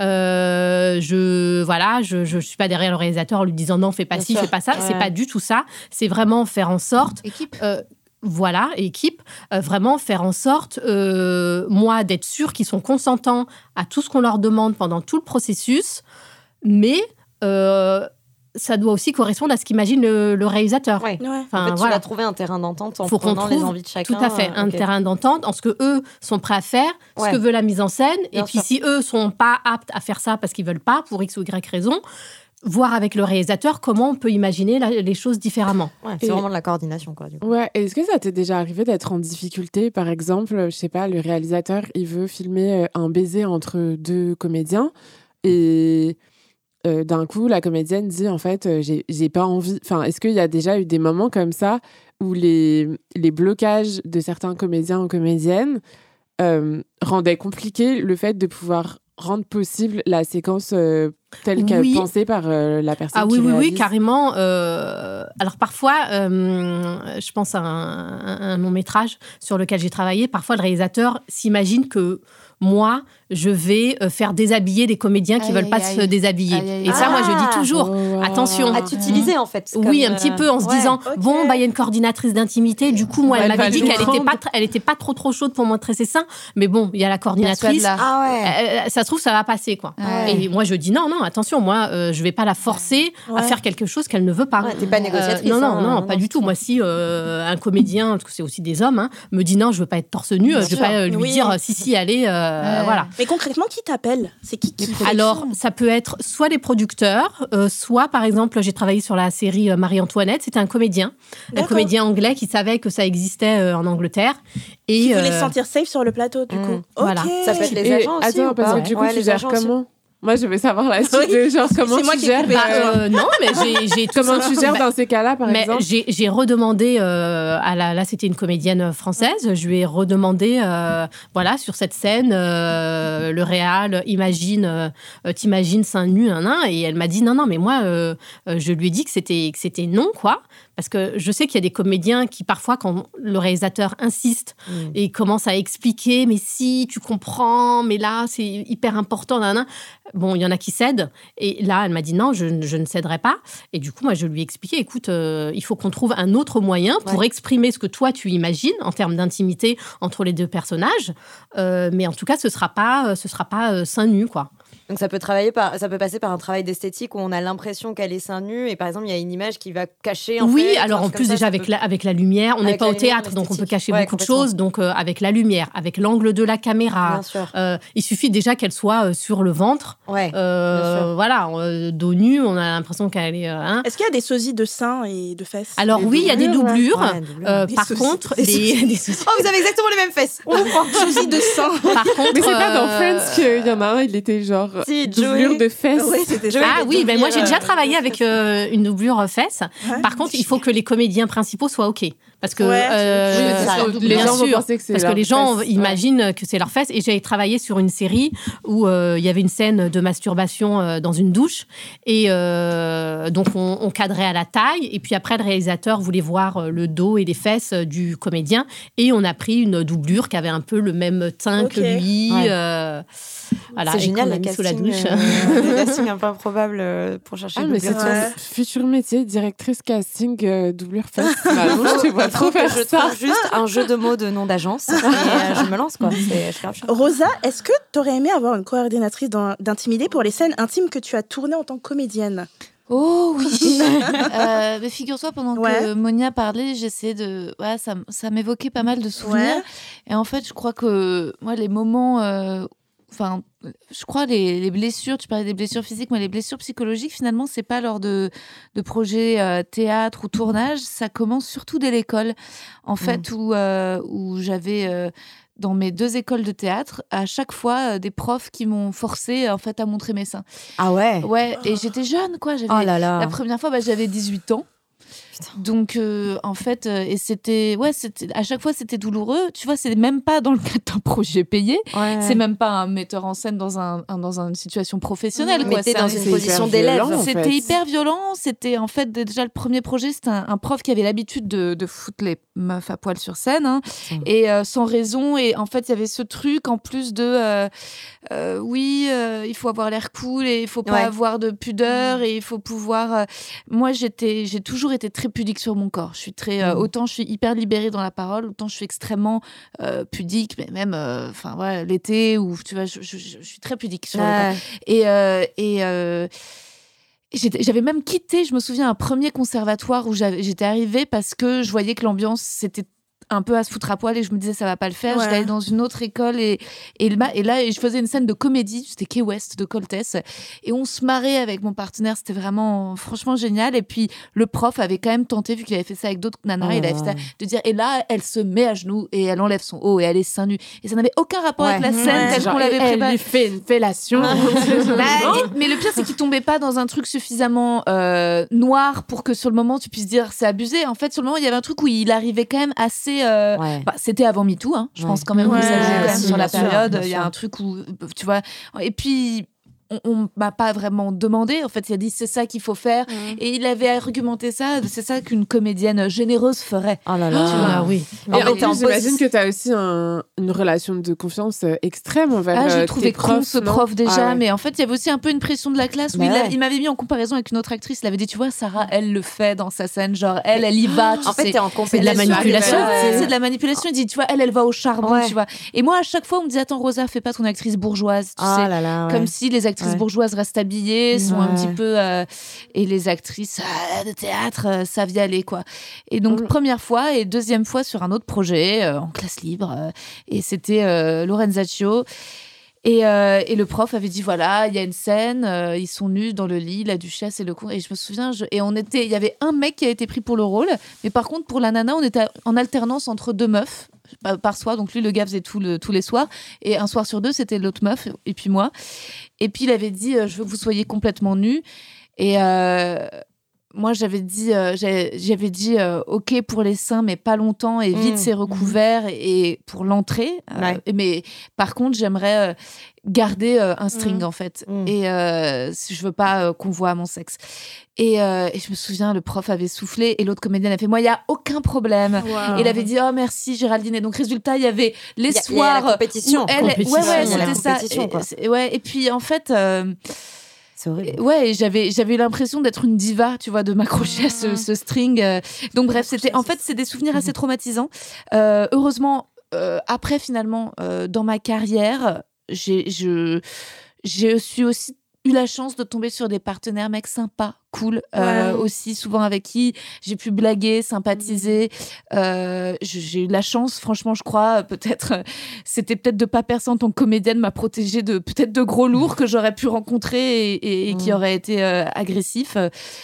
Euh, je voilà, je je suis pas derrière le réalisateur en lui disant non, fais pas bien ci, sûr. fais pas ça. Ouais. C'est pas du tout ça. C'est vraiment faire en sorte. Équipe. Euh, Voilà, équipe, euh, vraiment faire en sorte, euh, moi, d'être sûre qu'ils sont consentants à tout ce qu'on leur demande pendant tout le processus, mais euh, ça doit aussi correspondre à ce qu'imagine le, le réalisateur. Ouais. Ouais. Enfin, en fait, voilà. Tu vas trouver un terrain d'entente en Faut prenant les envies de chacun. Tout à fait, un okay. terrain d'entente en ce que eux sont prêts à faire, ouais. ce que veut la mise en scène, Bien et sûr. Puis si eux sont pas aptes à faire ça parce qu'ils veulent pas, pour X ou Y raison, voir avec le réalisateur comment on peut imaginer la, les choses différemment. Ouais, c'est et... vraiment de la coordination, quoi. Du coup. Ouais. Est-ce que ça t'est déjà arrivé d'être en difficulté, par exemple, je sais pas, le réalisateur, il veut filmer un baiser entre deux comédiens et euh, d'un coup, la comédienne dit en fait, euh, j'ai, j'ai pas envie. Enfin, est-ce qu'il y a déjà eu des moments comme ça où les, les blocages de certains comédiens ou comédiennes euh, rendaient compliqué le fait de pouvoir rendre possible la séquence euh, telle qu'elle oui. pensée par euh, la personne ah, qui oui, oui, réalise. oui, carrément. Euh, alors parfois, euh, je pense à un, un long-métrage sur lequel j'ai travaillé, parfois le réalisateur s'imagine que moi, je vais faire déshabiller des comédiens qui ne veulent pas aïe, se aïe. déshabiller. Aïe, aïe. Et ça, ah, moi, je dis toujours, oh, attention. À t'utiliser, en fait. Oui, comme, un petit peu, en se ouais, disant, okay. bon, il bah, y a une coordinatrice d'intimité. Du coup, moi, ouais, elle m'avait dit qu'elle n'était pas, elle était pas trop, trop chaude pour montrer ses seins. Mais bon, il y a la coordinatrice. Ah ouais. Euh, ça se trouve, ça va passer, quoi. Ouais. Et moi, je dis, non, non, attention, moi, euh, je ne vais pas la forcer ouais. à faire quelque chose qu'elle ne veut pas. Ouais, t'es pas négociatrice. Euh, non, non, hein, non, non, pas non, du tout. Moi, si euh, un comédien, parce que c'est aussi des hommes, hein, me dit, non, je ne veux pas être torse nu, je ne vais pas lui dire, si, si, allez, voilà. Mais concrètement, qui t'appelle ? C'est qui qui Alors, ça peut être soit les producteurs, euh, soit, par exemple, j'ai travaillé sur la série Marie-Antoinette. C'était un comédien, D'accord. un comédien anglais qui savait que ça existait euh, en Angleterre. Et qui voulait euh... se sentir safe sur le plateau, du mmh. coup. Voilà. Okay. Ça peut être les agents et, aussi. Attends, ou parce pas que du coup, ouais, tu gères comment aussi. Moi, je veux savoir la suite. Oui. Genre, comment c'est tu gères bah, euh, Non, mais j'ai, j'ai tout Comment ça. tu gères dans ces cas-là, par mais exemple j'ai, j'ai redemandé euh, à la, là, c'était une comédienne française. Je lui ai redemandé, euh, voilà, sur cette scène, euh, le réal imagine, euh, t'imagines seins nus, un un, et elle m'a dit non, non, mais moi, euh, je lui ai dit que c'était, que c'était non, quoi. Parce que je sais qu'il y a des comédiens qui, parfois, quand le réalisateur insiste mmh. et commence à expliquer, mais si, tu comprends, mais là, c'est hyper important, nan, nan. Bon, il y en a qui cèdent. Et là, elle m'a dit non, je, je ne céderai pas. Et du coup, moi, je lui ai expliqué, écoute, euh, il faut qu'on trouve un autre moyen pour ouais. exprimer ce que toi, tu imagines en termes d'intimité entre les deux personnages. Euh, mais en tout cas, ce ne sera pas, ce sera pas euh, seins nus, quoi. Donc ça peut travailler par, ça peut passer par un travail d'esthétique où on a l'impression qu'elle est seins nus et par exemple il y a une image qui va cacher. En oui, fait, alors en plus déjà ça avec peut... la avec la lumière, on n'est pas au lumière, théâtre donc on peut cacher ouais, beaucoup de choses. Donc euh, avec la lumière, avec l'angle de la caméra, euh, il suffit déjà qu'elle soit euh, sur le ventre. Ouais. Euh, voilà, euh, dos nu, on a l'impression qu'elle est. Euh, hein. Est-ce qu'il y a des sosies de seins et de fesses? Alors des oui, il y a des doublures. Ouais, doublures. Euh, Des par sosies. contre, Des les, des sosies. Oh, vous avez exactement les mêmes fesses. Sosies de seins. Par contre, Mais c'est pas dans euh, Friends qu'il y en a un, il était genre Si, doublure Joey. de fesses. Ouais, c'était ça. Ah oui, ben moi j'ai déjà euh, travaillé avec euh, une doublure fesses. Ouais. Par contre, il faut que les comédiens principaux soient OK. Parce que, Ouais, euh, oui, ça, les bien gens vont sûr, penser que c'est parce que leurs les gens fesses, imaginent que c'est leurs fesses. Et j'ai travaillé sur une série où euh, il y avait une scène de masturbation euh, dans une douche. Et euh, donc, on, on cadrait à la taille. Et puis après, le réalisateur voulait voir euh, le dos et les fesses euh, du comédien. Et on a pris une doublure qui avait un peu le même teint Ok. que lui. Ouais. Euh, voilà, C'est et génial qu'on a les mis sous la castings, douche. euh, les castings un peu improbables euh, pour chercher Ah, le mais c'est doublure. ton Ouais. futur métier, directrice casting, euh, doublure fesses. Bah, non, je te vois Il trop faut que faire je ça. trouve juste un jeu de mots de nom d'agence et euh, je me lance quoi. C'est, je suis grave chaude. Rosa, est-ce que tu aurais aimé avoir une coordinatrice dans- d'intimité pour les scènes intimes que tu as tournées en tant que comédienne? Oh oui. euh, mais figure-toi, pendant que Ouais. Monia parlait, j'essayais de. Ouais, ça, m- ça m'évoquait pas mal de souvenirs. Ouais. Et en fait, je crois que moi, les moments. euh, Enfin, je crois les, les blessures, tu parlais des blessures physiques, mais les blessures psychologiques, finalement, c'est pas lors de, de projets euh, théâtre ou tournage, ça commence surtout dès l'école. En fait, où, euh, où j'avais. euh, dans mes deux écoles de théâtre, à chaque fois, euh, des profs qui m'ont forcé en fait, à montrer mes seins. Ah ouais. Ouais, et j'étais jeune, quoi. J'avais, Oh là là. la première fois, bah, j'avais dix-huit ans. Putain. Donc, euh, en fait, euh, et c'était, ouais, c'était, à chaque fois, c'était douloureux. Tu vois, c'est même pas dans le cadre d'un projet payé. Ouais. C'est même pas un metteur en scène dans, un, un- dans une situation professionnelle. Mais quoi. t'es C'est dans un- une c'est position hyper d'élève. violent, en C'était fait. hyper violent. C'était en fait déjà le premier projet. C'était un, un prof qui avait l'habitude de, de foutre les meufs à poil sur scène, hein, Putain. et euh, sans raison. Et en fait, il y avait ce truc en plus de, euh, euh, oui, euh, il faut avoir l'air cool et il faut pas Ouais. avoir de pudeur et il faut pouvoir. euh, Moi, j'étais, j'ai toujours été très pudique sur mon corps. Je suis très, euh, Mm. autant je suis hyper libérée dans la parole, autant je suis extrêmement euh, pudique, mais même, euh, enfin, ouais, l'été où tu vois, je, je- je- je suis très pudique sur le corps. Ouais. Et, euh, et euh, j'étais- j'avais même quitté, je me souviens, un premier conservatoire où j'avais- j'étais arrivée parce que je voyais que l'ambiance, c'était un peu à se foutre à poil et je me disais ça va pas le faire. Ouais. J'étais allée dans une autre école et, et, le ma- et là je faisais une scène de comédie, c'était Key West de Coltès et on se marrait avec mon partenaire, c'était vraiment franchement génial. Et puis le prof avait quand même tenté, vu qu'il avait fait ça avec d'autres nanas, Oh il là avait fait là. ça, de dire et là elle se met à genoux et elle enlève son haut et elle est seins nus et ça n'avait aucun rapport Ouais. avec la scène Ouais. telle Genre, qu'on l'avait elle préparée. lui fait une fellation. Bah, et- mais le pire, c'est qu'il tombait pas dans un truc suffisamment euh, noir pour que sur le moment tu puisses dire c'est abusé. En fait, sur le moment, il y avait un truc où il arrivait quand même assez. euh, Ouais. bah, c'était avant MeToo, hein. Je Ouais. pense quand même Ouais, que ça joue quand même si, sur la bien sûr, période. bien Il y a sûr. un truc où, tu vois. Et puis. On, on m'a pas vraiment demandé. En fait, il a dit c'est ça qu'il faut faire. Et il avait argumenté ça. C'est ça qu'une comédienne généreuse ferait. Oh là Tu vois, là. Ah oui. Et En en fait, t'es en plus, j'imagine posi- que tu as aussi un- une relation de confiance euh, extrême envers Ah, euh, j'ai tes trouvé con profs, ce non prof déjà, Ah ouais. mais en fait, il y avait aussi un peu une pression de la classe où Bah il, a- ouais. il m'avait mis en comparaison avec une autre actrice. Il avait dit, tu vois, Sarah, elle le fait dans sa scène, genre, elle, elle y va. Tu En fait, sais. t'es en C'est de la compétition. manipulation. Ouais, c'est de la manipulation. Il dit, tu vois, elle, elle va au charbon, Ouais. tu vois. Et moi, à chaque fois, on me disait, attends, Rosa, fais pas ton actrice bourgeoise, tu Ah sais. là là. Ouais. Comme si les actrices Ouais. bourgeoises restent habillées, sont un Ouais. petit peu. euh, et les actrices euh, de théâtre euh, savent y aller, quoi. Et donc, Mm. première fois et deuxième fois sur un autre projet, euh, en classe libre. euh, et c'était euh, Lorenzaccio. Et, euh, et le prof avait dit voilà, il y a une scène, euh, ils sont nus dans le lit, la duchesse et le comte. Et je me souviens, je- et on était, il y avait un mec qui a été pris pour le rôle, mais par contre pour la nana, on était en alternance entre deux meufs par- par soir. Donc lui, le gars faisait tout le, tous les soirs, et un soir sur deux, c'était l'autre meuf et puis moi. Et puis il avait dit euh, je veux que vous soyez complètement nus. Et euh, moi, j'avais dit, euh, j'avais j'avais dit euh, ok pour les seins, mais pas longtemps et vite Mmh. c'est recouvert et pour l'entrée. Euh, Ouais. Mais par contre, j'aimerais euh, garder euh, un string Mmh. en fait. Mmh. Et euh, si je veux pas euh, qu'on voit mon sexe. Et, euh, et je me souviens, le prof avait soufflé et l'autre comédienne a fait moi, il y a aucun problème. Wow. Et il avait dit oh merci Géraldine. Et donc résultat, il y avait les Il y a- il y a soirs la compétition. où elle, Compétition. ouais ouais, Il y a la c'était ça. compétition, Et, quoi. c'est- ouais. Et puis en fait. euh, C'est horrible. Ouais, et j'avais j'avais l'impression d'être une diva, tu vois, de m'accrocher à ce, ce string. euh. Donc bref, c'était en fait c'est des souvenirs assez traumatisants. Euh, heureusement, euh, après finalement euh, dans ma carrière, j'ai je j'ai aussi, aussi eu la chance de tomber sur des partenaires mecs sympas, cool, euh, Ouais. aussi souvent avec qui j'ai pu blaguer, sympathiser. Euh, je- j'ai eu de la chance, franchement, je crois, peut-être, euh, c'était peut-être de pas percer en tant que comédienne, m'a protégée de peut-être de gros lourds que j'aurais pu rencontrer et, et- et qui Mm. auraient été euh, agressifs.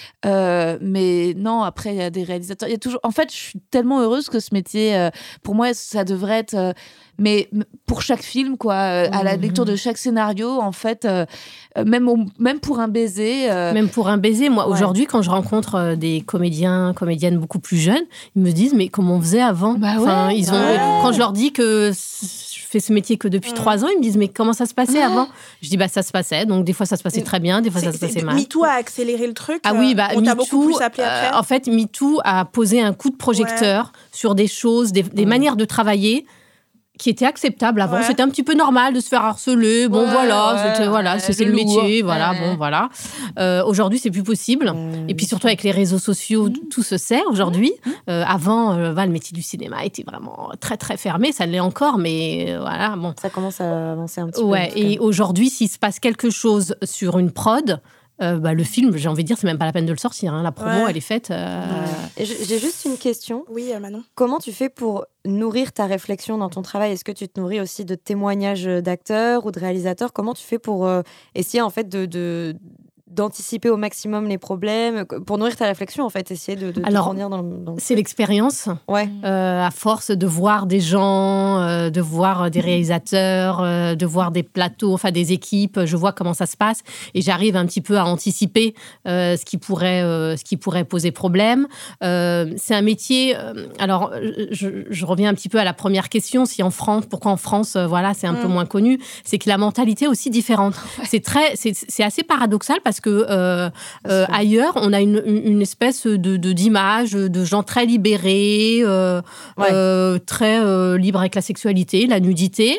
Euh, mais non, après, il y a des réalisateurs. Il y a toujours. En fait, je suis tellement heureuse que ce métier, euh, pour moi, ça devrait être. euh, mais m- pour chaque film, quoi, euh, à la Mhm. lecture de chaque scénario, en fait, euh, euh, même, au- même pour un baiser. euh, Même pour un baiser, moi, Ouais. aujourd'hui, quand je rencontre euh, des comédiens, comédiennes beaucoup plus jeunes, ils me disent, mais comment on faisait avant Bah Enfin, ouais. ils ont, Ouais. Quand je leur dis que c- je fais ce métier que depuis Mm. trois ans, ils me disent, mais comment ça se passait avant Je dis, bah, ça se passait. Donc, des fois, ça se passait très bien, des fois, ça se C'est- passait c'est- mal. MeToo a accéléré le truc. Ah oui, bah, on t'a beaucoup MeToo, plus appelé euh, après. en fait, MeToo a posé un coup de projecteur sur des choses, des, des manières de travailler qui étaient acceptables avant. Ouais. C'était un petit peu normal de se faire harceler. Bon, Ouais, voilà, ouais, c'était, voilà, ouais, c'est, c'est le le lourd. métier, voilà, Ouais. bon, voilà. Euh, aujourd'hui, c'est plus possible. Euh, Et puis surtout avec les réseaux sociaux, Mmh. tout se sert aujourd'hui. Euh, avant, euh, voilà, le métier du cinéma était vraiment très très fermé. Ça l'est encore, mais euh, voilà, bon. Ça commence à avancer un petit peu. en Ouais. tout Et cas. aujourd'hui, s'il se passe quelque chose sur une prod, euh, bah, le film, j'ai envie de dire, c'est même pas la peine de le sortir. Hein. La promo, Ouais. elle est faite. euh, Et j'ai j'ai juste une question. Oui, euh, Manon. Comment tu fais pour nourrir ta réflexion dans ton travail? Est-ce que tu te nourris aussi de témoignages d'acteurs ou de réalisateurs? Comment tu fais pour euh, essayer en fait de, de- d'anticiper au maximum les problèmes, pour nourrir ta réflexion en fait, essayer de, de te Alors, grandir dans le... Dans le... C'est l'expérience. Ouais. Euh, à force de voir des gens, euh, de voir des réalisateurs, euh, de voir des plateaux, enfin des équipes, je vois comment ça se passe et j'arrive un petit peu à anticiper euh, ce qui pourrait, euh, ce qui pourrait poser problème. Euh, c'est un métier. euh, alors, je, je reviens un petit peu à la première question. Si en France, pourquoi en France, euh, voilà, c'est un Mm. peu moins connu, c'est que la mentalité est aussi différente. C'est très, c'est, c'est assez paradoxal parce que euh, euh, ailleurs, on a une, une espèce de, de d'image de gens très libérés, euh, Ouais. euh, très euh, libres avec la sexualité, la nudité.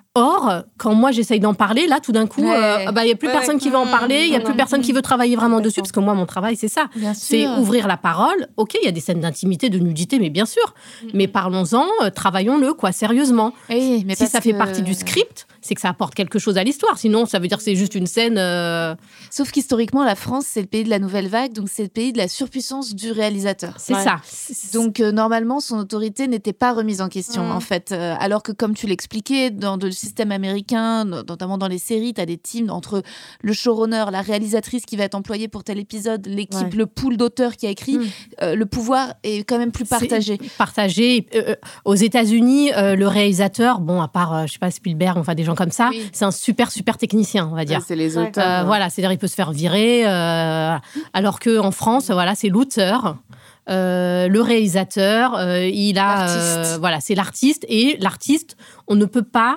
Or, quand moi j'essaye d'en parler, là, tout d'un coup, il Ouais. euh, bah, n'y a plus Ouais, personne ouais. qui veut en parler, il n'y a Non, plus non. personne qui veut travailler vraiment Complètement. dessus, parce que moi, mon travail, c'est ça. Bien C'est sûr. ouvrir la parole. Ok, il y a des scènes d'intimité, de nudité, mais bien sûr. Mais parlons-en, euh, travaillons-le, quoi, sérieusement. Oui, mais Si parce ça fait que- partie du script, c'est que ça apporte quelque chose à l'histoire. Sinon, ça veut dire que c'est juste une scène. euh, Sauf qu'historiquement, la France, c'est le pays de la nouvelle vague, donc c'est le pays de la surpuissance du réalisateur. C'est Ouais. ça. Donc euh, normalement, son autorité n'était pas remise en question, Mm. en fait. Euh, alors que comme tu l'expliquais, dans le système américain, no- notamment dans les séries, tu as des teams entre le showrunner, la réalisatrice qui va être employée pour tel épisode, l'équipe, Ouais. le pool d'auteurs qui a écrit. Mm. Euh, le pouvoir est quand même plus partagé. C'est partagé. Euh, euh, aux États-Unis, euh, le réalisateur, bon, à part, euh, je sais pas, Spielberg, enfin des gens comme ça, Oui. c'est un super, super technicien, on va dire. Ouais, c'est les Ouais. auteurs. Euh, ouais. voilà, c'est-à-dire il peut se faire virer, euh, alors que en France, voilà, c'est l'auteur. Euh, le réalisateur, euh, il a, L'artiste. euh, voilà, c'est l'artiste et l'artiste, on ne peut pas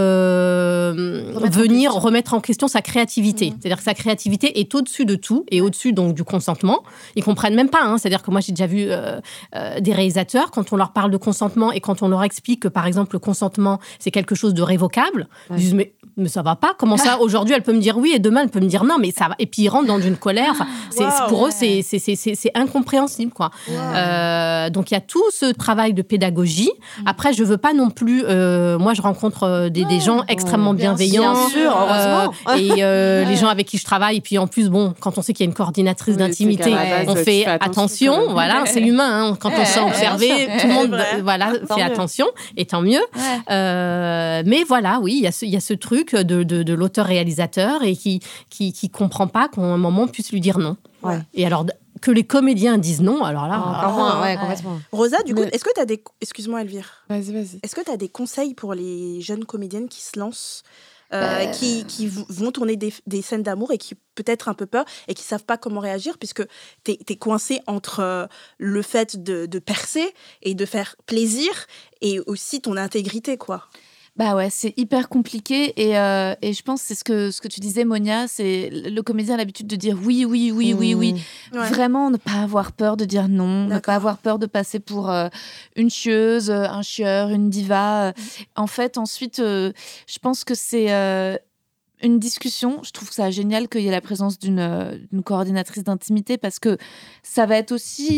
euh, Remettre en venir question. remettre en question sa créativité. C'est-à-dire que sa créativité est au-dessus de tout et au-dessus donc du consentement. Ils comprennent même pas. Hein. C'est-à-dire que moi j'ai déjà vu euh, euh, des réalisateurs quand on leur parle de consentement et quand on leur explique que par exemple le consentement c'est quelque chose de révocable, Ouais. ils disent mais mais ça va pas. Comment ça aujourd'hui elle peut me dire oui et demain elle peut me dire non mais ça va. Et puis ils rentrent dans une colère. Enfin, c'est, Wow. pour eux c'est c'est c'est c'est c'est incompréhensible quoi. Euh, donc il y a tout ce travail de pédagogie. Après, je veux pas non plus. euh, moi, je rencontre euh, des, des gens extrêmement bien bienveillants. Bien sûr, heureusement. euh, et euh, les gens avec qui je travaille. Et puis en plus, bon, quand on sait qu'il y a une coordinatrice Oui, d'intimité, c'est qu'à la base, on tu fait fais attention, attention. quand même. Voilà, c'est humain. Hein, quand on se sent Ouais, observé, bien sûr. tout le monde, C'est vrai. euh, voilà, Tant fait mieux. attention. Et tant mieux. Ouais. Euh, mais voilà, oui, il y a ce, il y a ce truc de, de, de l'auteur-réalisateur et qui, qui qui comprend pas qu'à un moment on puisse lui dire non. Ouais. Et alors que les comédiens disent non, alors là. Encore moins, ouais, ouais. complètement. Rosa, du coup, Mais- est-ce que tu as des. Excuse-moi, Elvire. Vas-y, vas-y. Est-ce que tu as des conseils pour les jeunes comédiennes qui se lancent, euh, Euh. qui, qui v- vont tourner des, des scènes d'amour et qui peut-être un peu peur et qui savent pas comment réagir puisque tu es coincé entre euh, le fait de, de percer et de faire plaisir et aussi ton intégrité, quoi. Bah ouais, c'est hyper compliqué et, euh, et je pense que c'est ce que, ce que tu disais, Monia, c'est le comédien a l'habitude de dire oui, oui, oui, oui, oui. Mmh. Ouais. Vraiment, ne pas avoir peur de dire non, ne D'accord. pas avoir peur de passer pour euh, une chieuse, euh, un chieur, une diva. Euh, En fait, ensuite, euh, je pense que c'est euh, une discussion. Je trouve ça génial qu'il y ait la présence d'une euh, d'une coordinatrice d'intimité parce que ça va être aussi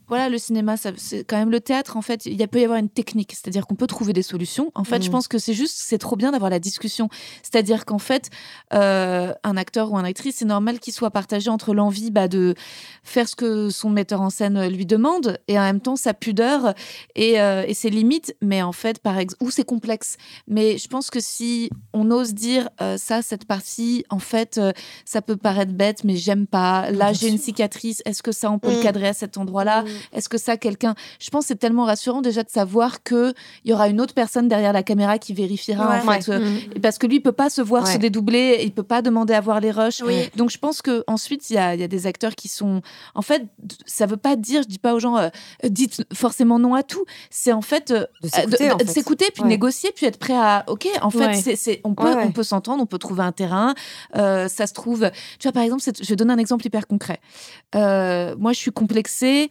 voilà, le cinéma, ça, c'est quand même le théâtre. En fait, il y a, peut y avoir une technique, c'est-à-dire qu'on peut trouver des solutions. En fait, mmh. je pense que c'est juste, c'est trop bien d'avoir la discussion. C'est-à-dire qu'en fait, euh, un acteur ou une actrice, c'est normal qu'il soit partagé entre l'envie bah, de faire ce que son metteur en scène lui demande et en même temps sa pudeur et, euh, et ses limites. Mais en fait, par exemple, ou c'est complexe. Mais je pense que si on ose dire euh, ça, cette partie, en fait, euh, ça peut paraître bête, mais j'aime pas. Là, j'ai une cicatrice. Est-ce que ça, on peut mmh. le cadrer à cet endroit-là ? mmh. Est-ce que ça, quelqu'un... Je pense que c'est tellement rassurant déjà de savoir qu'il y aura une autre personne derrière la caméra qui vérifiera, ouais, en fait. Ouais. Mmh. Parce que lui, il peut pas se voir ouais. se dédoubler, il peut pas demander à voir les rushs. Oui. Donc, je pense qu'ensuite, il y a, y a des acteurs qui sont... En fait, ça veut pas dire, je dis pas aux gens, euh, dites forcément non à tout. C'est en fait... Euh, de s'écouter, de, en fait. de s'écouter, puis ouais. de négocier, puis être prêt à... OK, en fait, ouais. c'est, c'est, on, peut, ouais, ouais. on peut s'entendre, on peut trouver un terrain. Euh, ça se trouve... Tu vois, par exemple, c'est, je vais donner un exemple hyper concret. Euh, moi, je suis complexée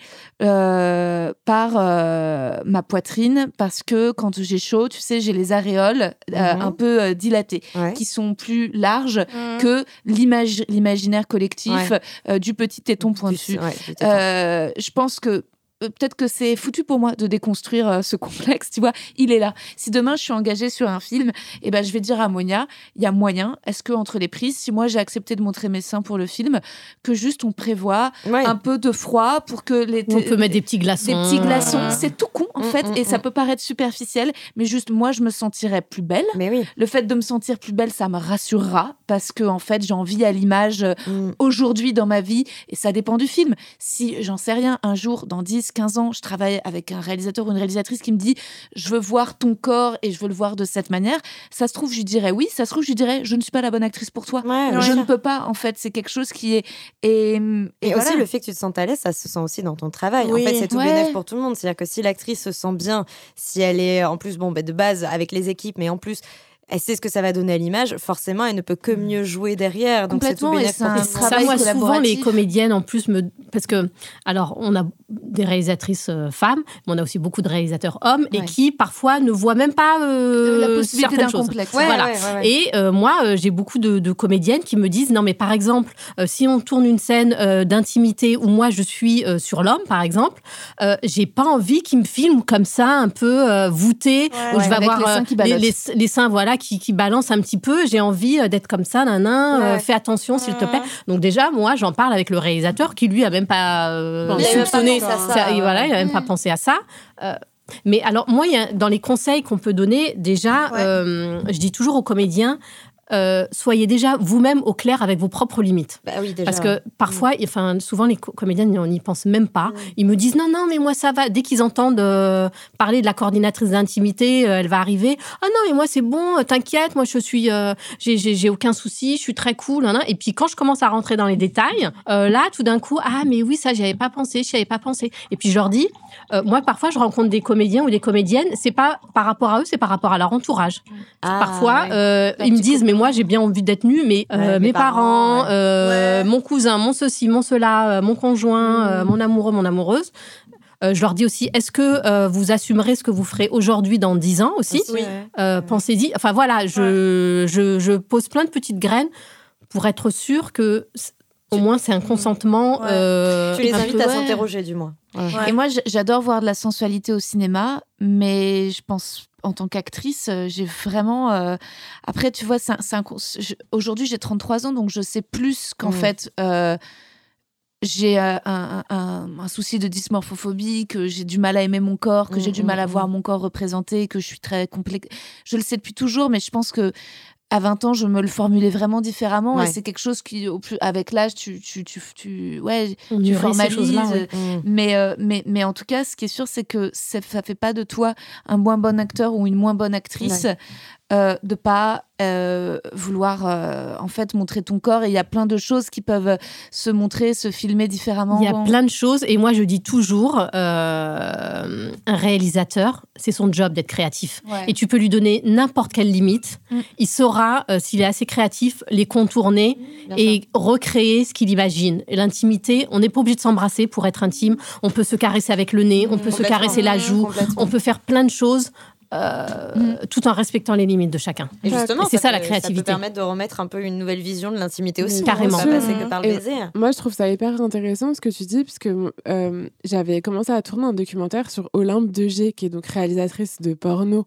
euh, par euh, ma poitrine parce que quand j'ai chaud, tu sais, j'ai les aréoles euh, mm-hmm. un peu euh, dilatées, ouais. qui sont plus larges mm. que l'image, l'imaginaire collectif ouais. euh, du petit téton pointu. Ouais, euh, je pense que peut-être que c'est foutu pour moi de déconstruire euh, ce complexe, tu vois, il est là. Si demain je suis engagée sur un film, eh ben, je vais dire à Monia, il y a moyen, est-ce qu'entre les prises, si moi j'ai accepté de montrer mes seins pour le film, que juste on prévoit ouais. un peu de froid pour que les... On peut mettre des petits glaçons. Des petits glaçons, euh... c'est tout con en mmh, fait, mmh, et mmh. ça peut paraître superficiel, mais juste moi je me sentirais plus belle. Mais oui. Le fait de me sentir plus belle, ça me rassurera, parce que en fait j'ai envie à l'image mmh. aujourd'hui dans ma vie, et ça dépend du film. Si, j'en sais rien, un jour, dans dix, quinze ans, je travaille avec un réalisateur ou une réalisatrice qui me dit « je veux voir ton corps et je veux le voir de cette manière », ça se trouve, je lui dirais oui, ça se trouve, je lui dirais « je ne suis pas la bonne actrice pour toi ouais, ». Je ouais. ne peux pas, en fait, c'est quelque chose qui est... Et, et, et voilà. aussi, le fait que tu te sentes à l'aise, ça se sent aussi dans ton travail. Oui. En fait, c'est tout ouais. bénéf pour tout le monde. C'est-à-dire que si l'actrice se sent bien, si elle est, en plus, bon, bah, de base, avec les équipes, mais en plus... elle sait ce que ça va donner à l'image, forcément, elle ne peut que mieux jouer derrière. Donc, c'est tout bénéf pour tout le monde. Ça, moi, souvent, les comédiennes, en plus, me... parce que, alors, on a des réalisatrices euh, femmes, mais on a aussi beaucoup de réalisateurs hommes, ouais. et qui, parfois, ne voient même pas euh, la possibilité d'un complexe. Ouais, voilà. Ouais, ouais, ouais. Et euh, moi, euh, j'ai beaucoup de, de comédiennes qui me disent, non, mais par exemple, euh, si on tourne une scène euh, d'intimité où moi, je suis euh, sur l'homme, par exemple, euh, j'ai pas envie qu'ils me filment comme ça, un peu euh, voûté, ouais, où ouais, je vais avoir les seins, euh, les, les, les seins voilà, qui, qui balancent un petit peu. J'ai envie euh, d'être comme ça, nanan, ouais. euh, fais attention, s'il te plaît. Donc déjà, moi, j'en parle avec le réalisateur qui, lui, a même pas euh, bon, soupçonné. Ça, ça, et voilà, il n'a même pas pensé à ça. Euh, mais alors, moi, y a, dans les conseils qu'on peut donner, déjà, ouais. euh, je dis toujours aux comédiens, Euh, soyez déjà vous-même au clair avec vos propres limites. Bah oui, déjà. Parce que parfois, mmh. enfin, souvent les co- comédiennes, on n'y pense même pas. Mmh. Ils me disent non, non, mais moi ça va. Dès qu'ils entendent euh, parler de la coordinatrice d'intimité, euh, elle va arriver. Ah non, mais moi c'est bon, t'inquiète, moi je suis, euh, j'ai, j'ai, j'ai aucun souci, je suis très cool. Hein, hein. Et puis quand je commence à rentrer dans les détails, euh, là, tout d'un coup, ah mais oui, ça j'y avais pas pensé, j'y avais pas pensé. Et puis je leur dis, euh, moi parfois je rencontre des comédiens ou des comédiennes, c'est pas par rapport à eux, c'est par rapport à leur entourage. Ah, parfois, ouais. euh, ils me disent, mais moi j'ai bien envie d'être nue, mais euh, ouais, mes, mes parents, parents ouais. Euh, ouais. mon cousin, mon ceci, mon cela, euh, mon conjoint, mmh. euh, mon amoureux, mon amoureuse. Euh, je leur dis aussi, est-ce que euh, vous assumerez ce que vous ferez aujourd'hui dans dix ans aussi oui. euh, Pensez-y. Enfin voilà, je, ouais. je, je pose plein de petites graines pour être sûre que au moins c'est un consentement. Ouais. Euh, tu les invites à ouais. s'interroger du moins. Ouais. Ouais. Et moi, j'adore voir de la sensualité au cinéma, mais je pense, en tant qu'actrice, j'ai vraiment... Euh... Après, tu vois, c'est un, c'est un... Je... aujourd'hui, j'ai trente-trois ans, donc je sais plus qu'en mmh. fait... Euh... j'ai euh, un, un, un souci de dysmorphophobie, que j'ai du mal à aimer mon corps, que mmh, j'ai du mal à mmh. voir mon corps représenté, que je suis très complexe. Je le sais depuis toujours, mais je pense que à vingt ans, je me le formulais vraiment différemment. Ouais. Et c'est quelque chose qui, au plus, avec l'âge, tu, tu, tu, tu, ouais, tu formalises. Ouais. Mais, euh, mais, mais en tout cas, ce qui est sûr, c'est que ça ne fait pas de toi un moins bon acteur ou une moins bonne actrice. Ouais. Euh, de pas euh, vouloir euh, en fait montrer ton corps, et il y a plein de choses qui peuvent se montrer, se filmer différemment. Il y a plein de choses, et moi je dis toujours euh, un réalisateur, c'est son job d'être créatif, ouais. et tu peux lui donner n'importe quelle limite, mm. il saura euh, s'il est assez créatif les contourner mm, et sûr. recréer ce qu'il imagine. Et l'intimité, on n'est pas obligé de s'embrasser pour être intime, on peut se caresser avec le nez, on peut se caresser la joue, on peut faire plein de choses. euh, Mm. tout en respectant les limites de chacun. Et justement, Et c'est ça, la peut- créativité. Ça peut permettre de remettre un peu une nouvelle vision de l'intimité aussi. Mais Carrément. Ça va passer sûr. que par le Et- baiser. Moi, je trouve ça hyper intéressant ce que tu dis, puisque euh, j'avais commencé à tourner un documentaire sur Olympe de G, qui est donc réalisatrice de porno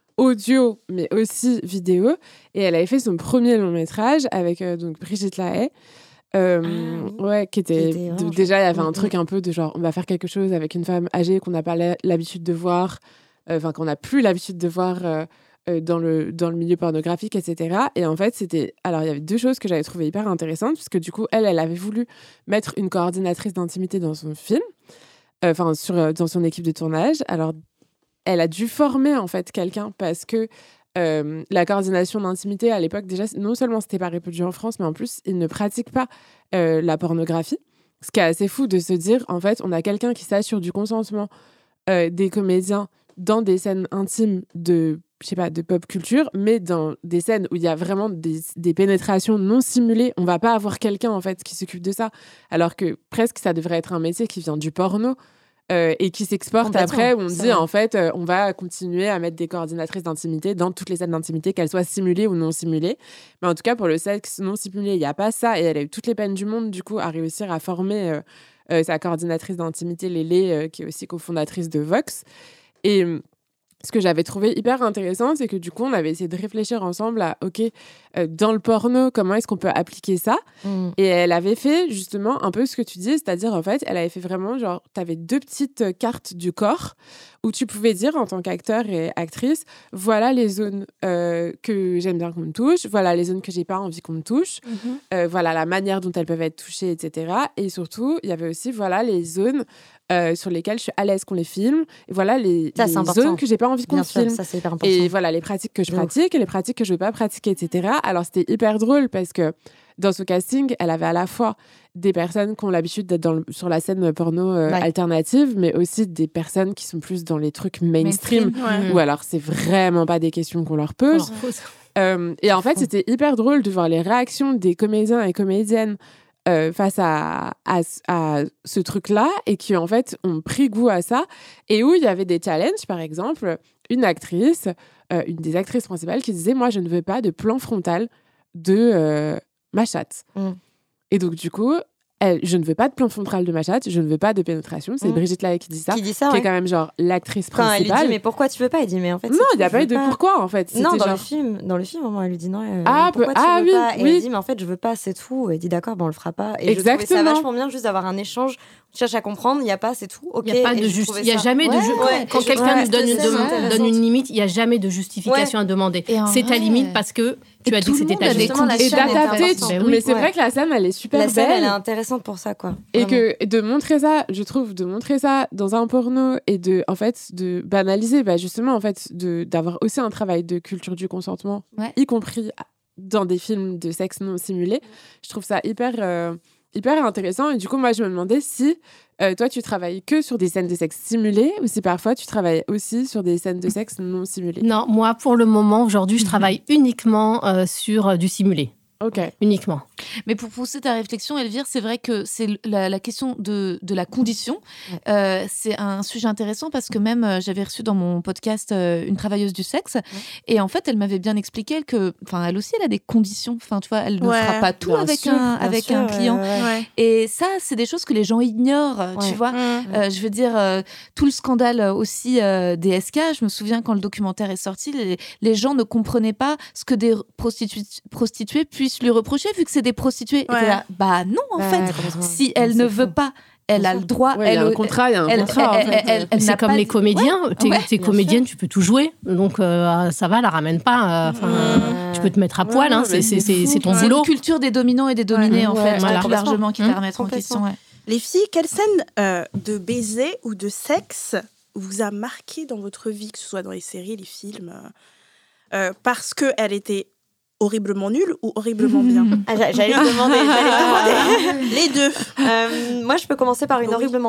audio, mais aussi vidéo. Et elle avait fait son premier long métrage avec euh, donc Brigitte Lahaye. Euh, Ah oui. ouais, qui était, Qui était de- vraiment déjà il y avait chouette. un Mm, truc un peu de genre on va faire quelque chose avec une femme âgée qu'on n'a pas la- l'habitude de voir, euh, enfin qu'on n'a plus l'habitude de voir euh, euh, dans le dans le milieu pornographique, et cetera. Et en fait c'était, alors il y avait deux choses que j'avais trouvées hyper intéressantes, puisque du coup elle elle avait voulu mettre une coordinatrice d'intimité dans son film, euh, enfin sur euh, dans son équipe de tournage. Alors elle a dû former en fait quelqu'un, parce que euh, la coordination d'intimité à l'époque, déjà, non seulement c'était pas répandu en France, mais en plus, ils ne pratiquent pas euh, la pornographie. Ce qui est assez fou de se dire, en fait, on a quelqu'un qui s'assure du consentement euh, des comédiens dans des scènes intimes de, je sais pas, de pop culture, mais dans des scènes où il y a vraiment des, des pénétrations non simulées. On va pas avoir quelqu'un, en fait, qui s'occupe de ça. Alors que presque, ça devrait être un métier qui vient du porno. Euh, et qui s'exporte Complètement, après, où on c'est dit vrai. en fait, euh, on va continuer à mettre des coordinatrices d'intimité dans toutes les scènes d'intimité, qu'elles soient simulées ou non simulées. Mais en tout cas, pour le sexe non simulé, il n'y a pas ça. Et elle a eu toutes les peines du monde, du coup, à réussir à former euh, euh, sa coordinatrice d'intimité, Lélé, euh, qui est aussi cofondatrice de Vox. Et euh, ce que j'avais trouvé hyper intéressant, c'est que du coup, on avait essayé de réfléchir ensemble à, OK, euh, dans le porno, comment est-ce qu'on peut appliquer ça ? Mm. Et elle avait fait justement un peu ce que tu dis, c'est-à-dire en fait, elle avait fait vraiment genre, tu avais deux petites euh, cartes du corps où tu pouvais dire en tant qu'acteur et actrice, voilà les zones euh, que j'aime bien qu'on me touche, voilà les zones que j'ai pas envie qu'on me touche, euh, voilà la manière dont elles peuvent être touchées, et cetera. Et surtout, il y avait aussi voilà les zones euh, sur lesquelles je suis à l'aise qu'on les filme, et voilà les, Ça, les c'est important. zones que j'ai pas envie qu'on Bien sûr, filme. ça c'est hyper important. Et voilà, les pratiques que je De ouf. pratique et les pratiques que je veux pas pratiquer, et cetera. Alors, c'était hyper drôle parce que dans ce casting, elle avait à la fois des personnes qui ont l'habitude d'être dans le- sur la scène porno euh, Ouais. alternative, mais aussi des personnes qui sont plus dans les trucs mainstream, Ouais. ou alors c'est vraiment pas des questions qu'on leur pose. Alors, faut- Euh, et en fait, fou. c'était hyper drôle de voir les réactions des comédiens et comédiennes euh, face à, à, à ce truc-là, et qui en fait ont pris goût à ça, et où il y avait des challenges. Par exemple, une actrice, euh, une des actrices principales, qui disait « Moi, je ne veux pas de plan frontal de euh, ma chatte. Mm. Et donc, du coup, elle, je ne veux pas de plan frontal de ma chatte, je ne veux pas de pénétration. C'est Mm. Brigitte Lahaye qui dit ça, Qui dit ça, qui ouais. est quand même genre l'actrice Quand elle lui principale. dit mais pourquoi tu veux pas, il dit mais en fait non, c'est il n'y a tout, pas je eu de veux pourquoi, en fait. Non, C'était dans le genre- film, dans le film, moment, elle lui dit non. euh, Ah, pourquoi peu- tu ah veux oui, pas Et oui. elle dit mais en fait je veux pas, c'est tout. Et il dit d'accord, ben on le fera pas. Et je Exactement. trouvais ça vachement bien juste d'avoir un échange. Tu cherches à comprendre, il y a pas, c'est tout. Ok. Il n'y a pas Et de je juste, trouvais il y a ça- jamais de Ouais, ju- ouais, quand et je quelqu'un trouvais nous donne ça une, très demande- intéressant. donne une limite, il n'y a jamais de justification à demander. Et en C'est ta vrai- limite parce que tu Et as dit tout que le c'était monde ta a des limite. Justement, la Et scène est d'adapter, importante. Ben oui. mais c'est Ouais. vrai que la scène, elle est super La scène, belle. elle est intéressante pour ça, quoi. Et Vraiment. que de montrer ça, je trouve, de montrer ça dans un porno et de, en fait, de banaliser, bah justement, en fait, de d'avoir aussi un travail de culture du consentement, Ouais. y compris dans des films de sexe non simulé. Je trouve ça hyper, euh, hyper intéressant. Et du coup, moi, je me demandais si euh, toi, tu travailles que sur des scènes de sexe simulées ou si parfois tu travailles aussi sur des scènes de sexe non simulées. Non, moi, pour le moment, aujourd'hui, je travaille uniquement euh, sur euh, du simulé. Ok. Uniquement. Mais pour pousser ta réflexion, Elvire, c'est vrai que c'est la, la question de, de la condition. Euh, c'est un sujet intéressant parce que même euh, j'avais reçu dans mon podcast euh, une travailleuse du sexe et en fait, elle m'avait bien expliqué que, enfin, elle aussi, elle a des conditions. Enfin, tu vois, elle ne Ouais, fera pas tout bien avec sûr, un Bien avec sûr, un ouais, client. ouais, ouais. Ouais. Et ça, c'est des choses que les gens ignorent, Ouais. tu vois. Mm. Euh, je veux dire, euh, tout le scandale euh, aussi euh, des S K, je me souviens quand le documentaire est sorti, les, les gens ne comprenaient pas ce que des prostitu- prostituées puissent lui reprocher, vu que c'est des prostituées. Et Ouais. t'es là, bah non, en Ouais, fait, complètement. si elle C'est ne fou. veut pas, elle Bien a sûr. le droit. Ouais, il y elle, a un contrat, il y a un elle- contrat. en elle- fait. elle- elle C'est n'a comme pas les dit- comédiens. T'es ouais, t'es bien comédienne, tu peux tout jouer. Donc, euh, ça va, la ramène pas. euh, enfin, Ouais. Tu peux te mettre à poil. hein, Ouais, c'est mais c'est- c'est c'est- fou, c'est ton C'est boulot. une culture des dominants et des dominés, Ouais, en ouais, fait, voilà. plus largement, qui Mmh, t'a remettre en complètement. question. Ouais. Les filles, quelle scène euh, de baiser ou de sexe vous a marqué dans votre vie, que ce soit dans les séries, les films, euh, euh, parce qu'elle était horriblement nulle ou horriblement bien? Ah, j'a- j'allais te demander, j'allais te demander. Les deux. Euh, moi, je peux commencer par une Oui. horriblement bien.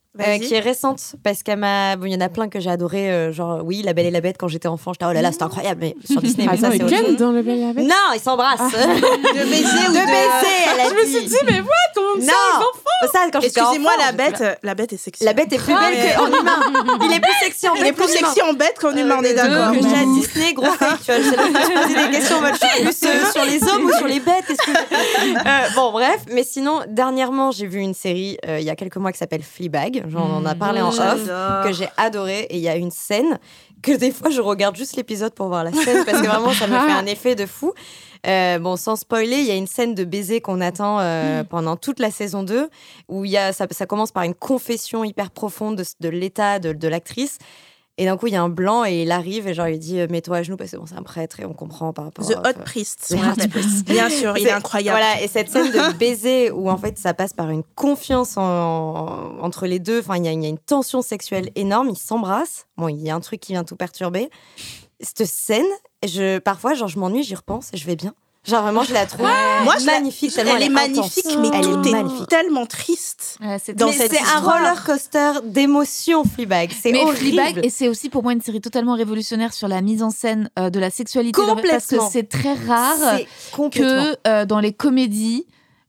Euh, qui est récente parce qu'elle m'a. Bon, il y en a plein que j'ai adoré. Euh, genre, oui, La Belle et la Bête quand j'étais enfant. J'étais oh là là, c'était incroyable. Mais sur Disney, mais Attends, ça, c'est autre Ken chose. dans Le Belle et la Bête. Non, ils s'embrassent. Ah. De baiser ou de baiser, elle a Je me dit. suis dit, mais what, on Non. ça, les enfants. Ça, quand j'étais Excusez-moi, enfant, la j'étais bête, là. la bête est sexy. La bête est plus belle Ouais. qu'en humain. Il est plus sexy en Il est bête plus qu'en humain. sexy en bête qu'en humain, on est d'accord. Déjà à Disney, gros fake, tu vois. C'est là que je me posais des questions en mode, je suis plus euh, sur les hommes ou sur les bêtes. Est-ce que... euh, bon, bref. Mais sinon, dernièrement, j'ai vu une série euh, il y a quelques mois qui s'appelle Fleabag. J'en en a parlé en off, que j'ai adoré. Et il y a une scène que des fois, je regarde juste l'épisode pour voir la scène parce que vraiment, ça me fait un effet de fou. Euh, bon, sans spoiler, il y a une scène de baiser qu'on attend euh, pendant toute la saison deux où il y a, ça, ça commence par une confession hyper profonde de, de l'état de, de l'actrice. Et d'un coup, il y a un blanc et il arrive et genre il dit mets-toi à genoux parce que bon, c'est un prêtre et on comprend par rapport The à... Hot Priest. The Hot Priest. Bien sûr, il est C'est- incroyable. Voilà, et cette scène de baiser où en fait ça passe par une confiance en- en- entre les deux, enfin il y, a- il y a une tension sexuelle énorme, ils s'embrassent. Bon, il y a un truc qui vient tout perturber. Cette scène, je, parfois, genre je m'ennuie, j'y repense et je vais bien. Genre vraiment, je la trouve Moi, je la- magnifique. tellement Elle est magnifique, intense. mais Elle tout est est magnifique. tellement triste. Ouais, c'est Dans Mais cette c'est un histoire. roller coaster d'émotions, Fleabag. C'est Mais horrible. Fleabag, et c'est aussi pour moi une série totalement révolutionnaire sur la mise en scène euh, de la sexualité. Parce que Complètement. c'est très rare C'est complètement. que euh, dans les comédies,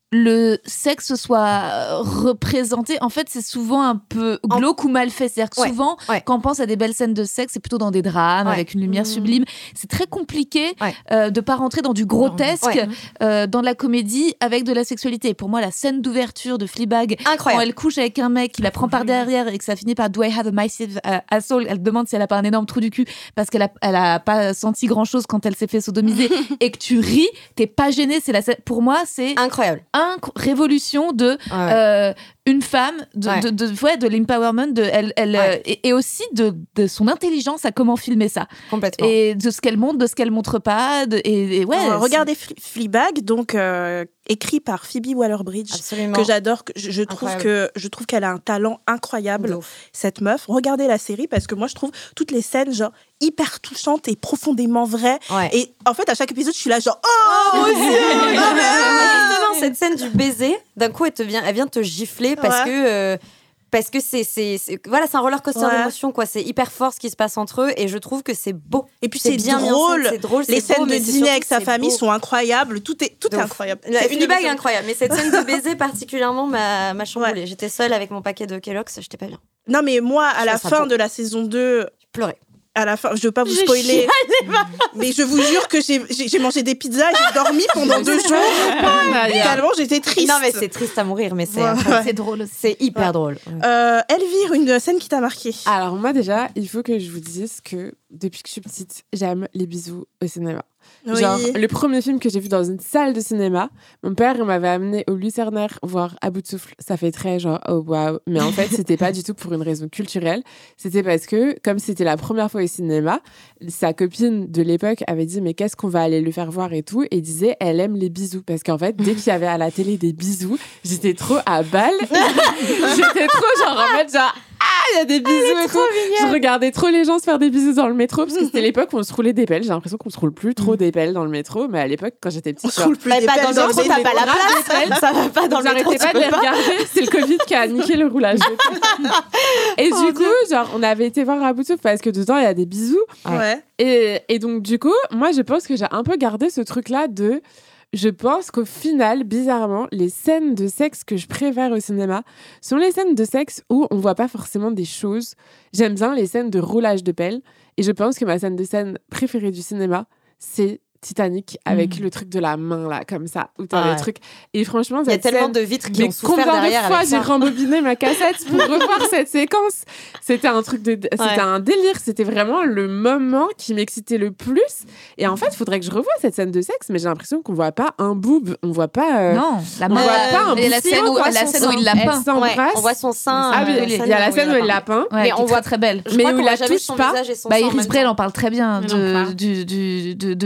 le sexe soit euh, représenté. En fait, c'est souvent un peu glauque ou mal fait. C'est-à-dire que Ouais, souvent, ouais. quand on pense à des belles scènes de sexe, c'est plutôt dans des drames, Ouais. avec une lumière Mmh. sublime. C'est très compliqué Ouais. euh, de pas rentrer dans du grotesque Ouais. euh, dans de la comédie avec de la sexualité. Et pour moi, la scène d'ouverture de Fleabag, quand Incroyable. elle couche avec un mec, qui la prend par derrière et que ça finit par Do I have a massive uh, asshole, elle demande si elle a pas un énorme trou du cul parce qu'elle a, elle a pas senti grand chose quand elle s'est fait sodomiser et que tu ris, t'es pas gêné. C'est la scène- pour moi, c'est Incroyable. une révolution de Ouais, ouais. euh, une femme, de, Ouais. de, de, ouais, de l'empowerment, de, elle, elle, Ouais. euh, et, et aussi de, de son intelligence à comment filmer ça. Complètement. Et de ce qu'elle montre, de ce qu'elle montre pas. De, et, et ouais, Euh, c'est- regardez Fle- Fleabag, donc euh, écrit par Phoebe Waller-Bridge, Absolument. que j'adore. que Je, je trouve Incroyable. que je trouve qu'elle a un talent incroyable, De ouf. cette meuf. Regardez la série parce que moi je trouve toutes les scènes genre hyper touchantes et profondément vraies. Ouais. Et en fait à chaque épisode je suis là genre oh mon Dieu, ah, Justement, cette scène du baiser, d'un coup, elle, te vient, elle vient te gifler parce Ouais. que. euh, parce que c'est, c'est, c'est- voilà, c'est un roller coaster Ouais. d'émotions, quoi. C'est hyper fort ce qui se passe entre eux et je trouve que c'est beau. Et puis c'est bien mis en scène, drôle. c'est drôle, Les c'est beau, scènes de mais c'est dîner surtout avec sa c'est famille beau. sont incroyables. Tout est tout De est ouf. incroyable. La C'est une Fleabag est émission. incroyable, mais cette scène de baiser particulièrement m'a, m'a chamboulée. J'étais seule avec mon paquet de Kellogg's, j'étais pas bien. Non mais moi à Je la trouve ça fin beau. de la saison deux, Je pleurais. à la fin, je veux pas vous Je spoiler, mais je vous jure que j'ai, j'ai, j'ai mangé des pizzas, et j'ai dormi pendant deux jours. Tellement j'étais triste. Non, mais c'est triste à mourir, mais c'est, Ouais. incroyable. c'est drôle aussi. c'est hyper Ouais. drôle. Euh, Elvire, une scène qui t'a marqué. Alors moi déjà, il faut que je vous dise que depuis que je suis petite, j'aime les bisous au cinéma. Oui. Genre, le premier film que j'ai vu dans une salle de cinéma, mon père il m'avait amené au Lucernaire voir À bout de souffle. Ça fait très genre, oh waouh. Mais en fait, c'était pas du tout pour une raison culturelle. C'était parce que, comme c'était la première fois au cinéma, sa copine de l'époque avait dit, mais qu'est-ce qu'on va aller lui faire voir et tout. Et disait, elle aime les bisous. Parce qu'en fait, dès qu'il y avait à la télé des bisous, j'étais trop à balle. J'étais trop genre en mode genre, ah, il y a des bisous et tout. Je regardais trop les gens se faire des bisous dans le métro parce que c'était l'époque où on se roulait des pelles. J'ai l'impression qu'on se roule plus trop des pelles dans le métro, mais à l'époque, quand j'étais petite, On se genre, roule plus Bah, des pas pelles dans le métro, le t'as pas la métro. place. Ça va pas dans le métro, j'arrêtais tu pas de peux les pas. regarder. C'est le Covid qui a niqué le roulage de pelles. Et du coup, genre, on avait été voir À bout de souffle parce que dedans, il y a des bisous. Ouais. Et, et donc, du coup, moi, je pense que j'ai un peu gardé ce truc-là de... Je pense qu'au final, bizarrement, les scènes de sexe que je préfère au cinéma sont les scènes de sexe où on voit pas forcément des choses. J'aime bien les scènes de roulage de pelle. Et je pense que ma scène de scène préférée du cinéma, c'est Titanic avec Mm. le truc de la main, là, comme ça, où t'as Ah le ouais. truc. Et franchement, Il y a cette tellement scène... de vitres qui Mais ont souffert combien de derrière fois avec j'ai ça. rembobiné ma cassette pour revoir cette séquence. C'était un truc de, c'était Ouais. un délire. C'était vraiment le moment qui m'excitait le plus. Et en fait, il faudrait que je revoie cette scène de sexe, mais j'ai l'impression qu'on voit pas un boob, on voit pas. euh, Non, la on main. voit pas un Et la bout de scène où, on voit la son scène où sein. il l'a Elle peint. Ouais, s'embrasse. on voit son sein. Ah oui, euh, il y a la scène où elle l'a peint. Ouais, Mais qui on est voit- très très belle. Je Mais crois où qu'on il la voit jamais touche son pas. visage et son Bah, sang en Iris même Brel temps. en parle très bien Elle en de, parle. du, du, de, de, de fait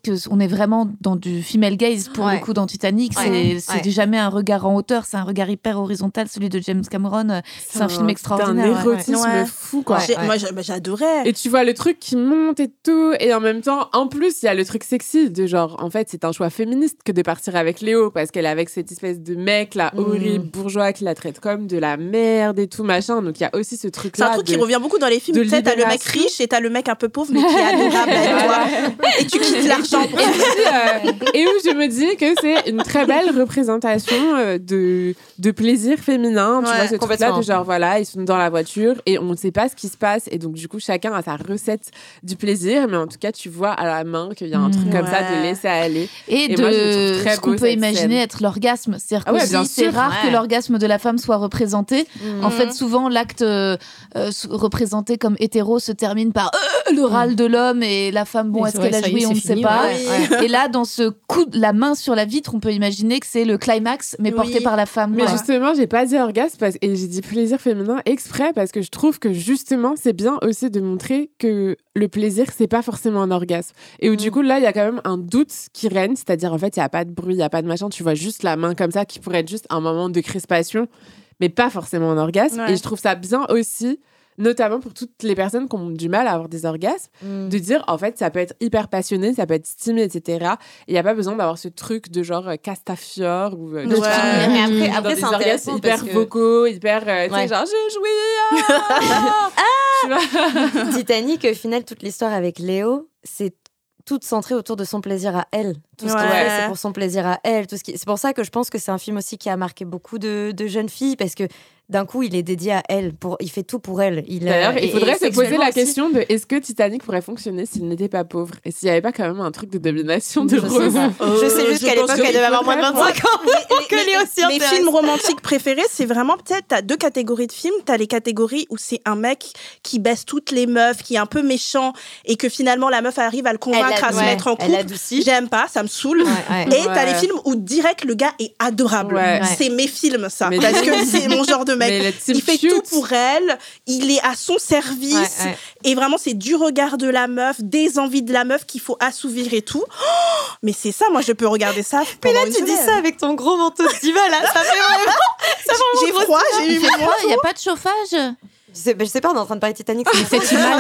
qu'on est vraiment dans du female gaze pour Ouais. le coup dans Titanic. Ouais. C'est, c'est Ouais. jamais un regard en hauteur, c'est un regard hyper horizontal, celui de James Cameron. C'est un film extraordinaire. C'est ouais. un érotisme Ouais. fou, quoi. J'ai- Ouais. Moi, j'a- bah, j'adorais. Et tu vois le truc qui monte et tout, et en même temps, en plus, il y a le truc sexy de genre, en fait, c'est un choix féministe que de partir avec Léo, parce qu'elle est avec cette espèce de mec là, Mm. horrible, bourgeois, qui la traite comme de la merde et tout, machin. Donc il y a aussi ce C'est truc-là. un truc de... qui revient beaucoup dans les films. de Tu sais, t'as le mec libération. riche et t'as le mec un peu pauvre, mais qui est adorable avec toi. Et tu quittes l'argent. Et, aussi, euh, et où je me dis que c'est une très belle représentation euh, de, de plaisir féminin. Tu Ouais, vois, ce truc-là complètement. de genre, voilà, ils sont dans la voiture et on ne sait pas ce qui se passe. Et donc, du coup, chacun a sa recette du plaisir. Mais en tout cas, tu vois à la main qu'il y a un truc Mmh. comme ça de Ouais. laisser aller. Et, Et de moi, je le trouve très ce qu'on beau, peut cette imaginer scène. être l'orgasme. C'est-à-dire Ah ouais, qu'aussi, bien c'est sûr, rare ouais. que l'orgasme de la femme soit représenté. Mhm. En fait, souvent, l'acte euh, euh, sou- représenté comme hétéro se termine par euh, le râle de l'homme et la femme, bon, Et est-ce ouais, qu'elle a ça y est, joui, on ne c'est sait fini, pas. ouais. Et là, dans ce coup de la main sur la vitre, on peut imaginer que c'est le climax, mais Oui. porté par la femme. Mais quoi. justement, j'ai pas dit orgasme parce... et j'ai dit plaisir féminin exprès parce que je trouve que justement, c'est bien aussi de montrer que le plaisir, c'est pas forcément un orgasme. Et où du coup, là, il y a quand même un doute qui règne, c'est-à-dire en fait, il y a pas de bruit, il y a pas de machin, tu vois juste la main comme ça qui pourrait être juste un moment de crispation, mais pas forcément un orgasme. Ouais. Et je trouve ça bien aussi, notamment pour toutes les personnes qui ont du mal à avoir des orgasmes, Mm. de dire en fait ça peut être hyper passionné, ça peut être stimé, et cetera. Et il n'y a pas besoin d'avoir ce truc de genre euh, Castafiore ou euh, de Ouais. trucs, euh, Mais après, dans après des c'est orgasmes intéressant hyper parce que vocaux, hyper euh, tu sais, Ouais. genre j'ai joué. Ah tu vois. Titanic, au final, toute l'histoire avec Léo, c'est toute centrée autour de son plaisir à elle. Tout ce qu'il Ouais. fait, c'est pour son plaisir à elle. Tout ce qui... C'est pour ça que je pense que c'est un film aussi qui a marqué beaucoup de, de jeunes filles, parce que d'un coup, il est dédié à elle. Pour... Il fait tout pour elle. Il, D'ailleurs, euh, il et- faudrait et se poser sexuellement la aussi. question de est-ce que Titanic pourrait fonctionner s'il n'était pas pauvre et s'il n'y avait pas quand même un truc de domination de Je sais Rose. pas. Euh, Je sais juste je qu'à pense l'époque, que elle devait avoir moins de vingt-cinq ans. que mes, Léo s'y mes intéresse. films romantiques préférés, c'est vraiment peut-être, t'as deux catégories de films. T'as les catégories où c'est un mec qui baisse toutes les meufs, qui est un peu méchant et que finalement la meuf arrive à le convaincre Elle a- à se ouais, mettre en elle couple. adoucit. J'aime pas, ça me saoule. Ouais, ouais. Et t'as Ouais. les films où direct le gars est adorable. Ouais. C'est mes films, ça. Mais- Parce que c'est mon genre de mec. Mais le team Il fait cute. tout pour elle, il est à son service, Ouais, ouais. et vraiment c'est du regard de la meuf, des envies de la meuf qu'il faut assouvir et tout. Oh, mais c'est ça, moi je peux regarder ça Mais pendant là, une tu dis semaine. ça avec ton gros manteau de diva, là. Ça fait vraiment. J'ai froid, j'ai eu Il fait mon froid, il n'y a pas de chauffage. Je sais, je sais pas, on est en train de parler de Titanic. Cette image.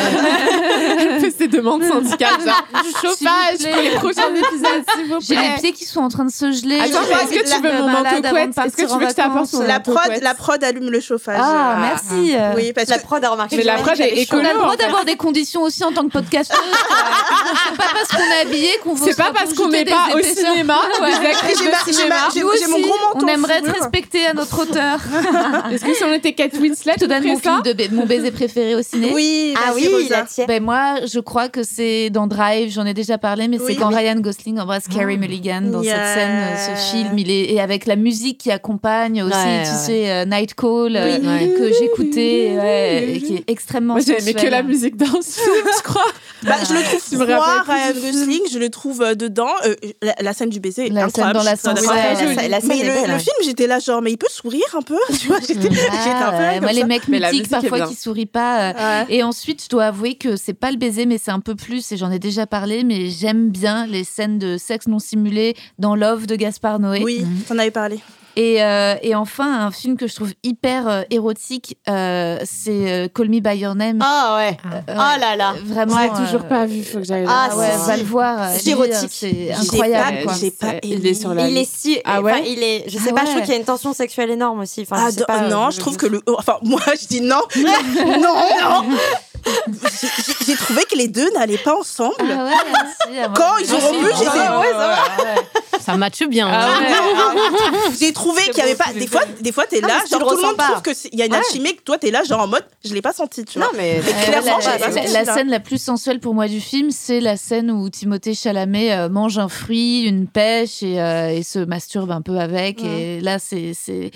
euh, Elle fait ses demandes syndicales, genre du chauffage S'il vous pour plaît. les prochains épisodes, s'il vous J'ai plaît. les pieds qui sont en train de se geler. Attends, Je mais vais est-ce que tu être veux mon malade manteau avant de couette? Est-ce que partir tu en veux que je t'apporte vacances. mon La manteau prod, couette? la prod allume le chauffage. Ah, merci. euh. Oui, parce La que prod a remarqué. Mais que la j'avais prod dit que est j'avais écolo. On a le droit en fait. d'avoir des conditions aussi en tant que podcasteuse. C'est pas parce qu'on est habillé qu'on veut C'est se pas parce qu'on n'est rajouter pas des au épaisseurs. cinéma, Ouais. des actrices J'ai ma- de j'ai cinéma. ma- j'ai- Nous j'ai mon aussi, gros manteau on aimerait être fourrure. respecté à notre hauteur. Est-ce que si on était Kate Winslet, Je te on donne ferait mon, ça film de ba- mon baiser préféré au ciné. Oui, Ah vas-y, oui, Rosa. la tienne. Ben moi, je crois que c'est dans Drive, j'en ai déjà parlé, mais Oui. c'est quand Ryan Gosling embrasse Carey Mulligan dans Yeah. cette scène, euh, ce film, il est et avec la musique qui accompagne aussi, Ouais, tu ouais. sais, euh, Night Call euh, Oui. que j'écoutais, ouais, et qui est extrêmement Moi, j'ai aimé que sensuel. la musique dans ce film, je crois. Bah, je le trouve Tu me froid, rappelles plus Ryan du film. Gosling, je le trouve euh, dedans. Euh, la, la scène du baiser est La scène incroyable. dans je suis très l'ascenseur. d'accord. Ouais, la, la scène Mais est le, belle, le ouais. film, j'étais là genre, mais il peut sourire un peu, tu vois, j'étais, j'étais un peu Ah, là ouais, comme moi, ça. les mecs Mais la mythiques, musique est parfois, bien. qui sourient pas. euh, Ouais. Et ensuite, je dois avouer que c'est pas le baiser, mais c'est un peu plus, et j'en ai déjà parlé, mais j'aime bien les scènes de sexe non simulé dans Love de Gaspard Noé. Oui, t'en avais parlé. Et, euh, et enfin, un film que je trouve hyper euh, érotique, euh, c'est euh, Call Me By Your Name. Ah ouais. Euh, Oh là là. Vraiment. Ouais, toujours euh, pas vu, faut que j'aille Ah, Ah là. ouais, si, va si. le voir. euh, C'est lire, érotique. C'est J'ai incroyable, pas- quoi. j'ai pas Il aimé. est sur la Il est liste. si. Ah ouais enfin, il est. Je sais Ah pas. Je trouve ouais. qu'il y a une tension sexuelle énorme aussi. Enfin, Ah, je sais pas, non, euh, je trouve que le. Enfin, moi, je dis non. non, non. J'ai- j'ai- J'ai trouvé que les deux n'allaient pas ensemble. Ah ouais, si, ah, moi, Quand ils ont moi, rompu, si, j'étais- ah ouais, ça va. Ça matche bien. Ah hein. ouais. J'ai trouvé qu'il y avait pas. Des fois, des fois, t'es Ah, là, mais tu genre le tout le ressens monde pas. trouve que c'est- il y a une Ouais. alchimie, que toi, t'es là, genre en mode, je l'ai pas senti, tu vois. Non, mais. Euh, clairement, la, j'ai pas la- senti, la là. scène la plus sensuelle pour moi du film, c'est la scène où Timothée Chalamet euh, mange un fruit, une pêche et, euh, et se masturbe un peu avec. Ouais. Et là, c'est, c'est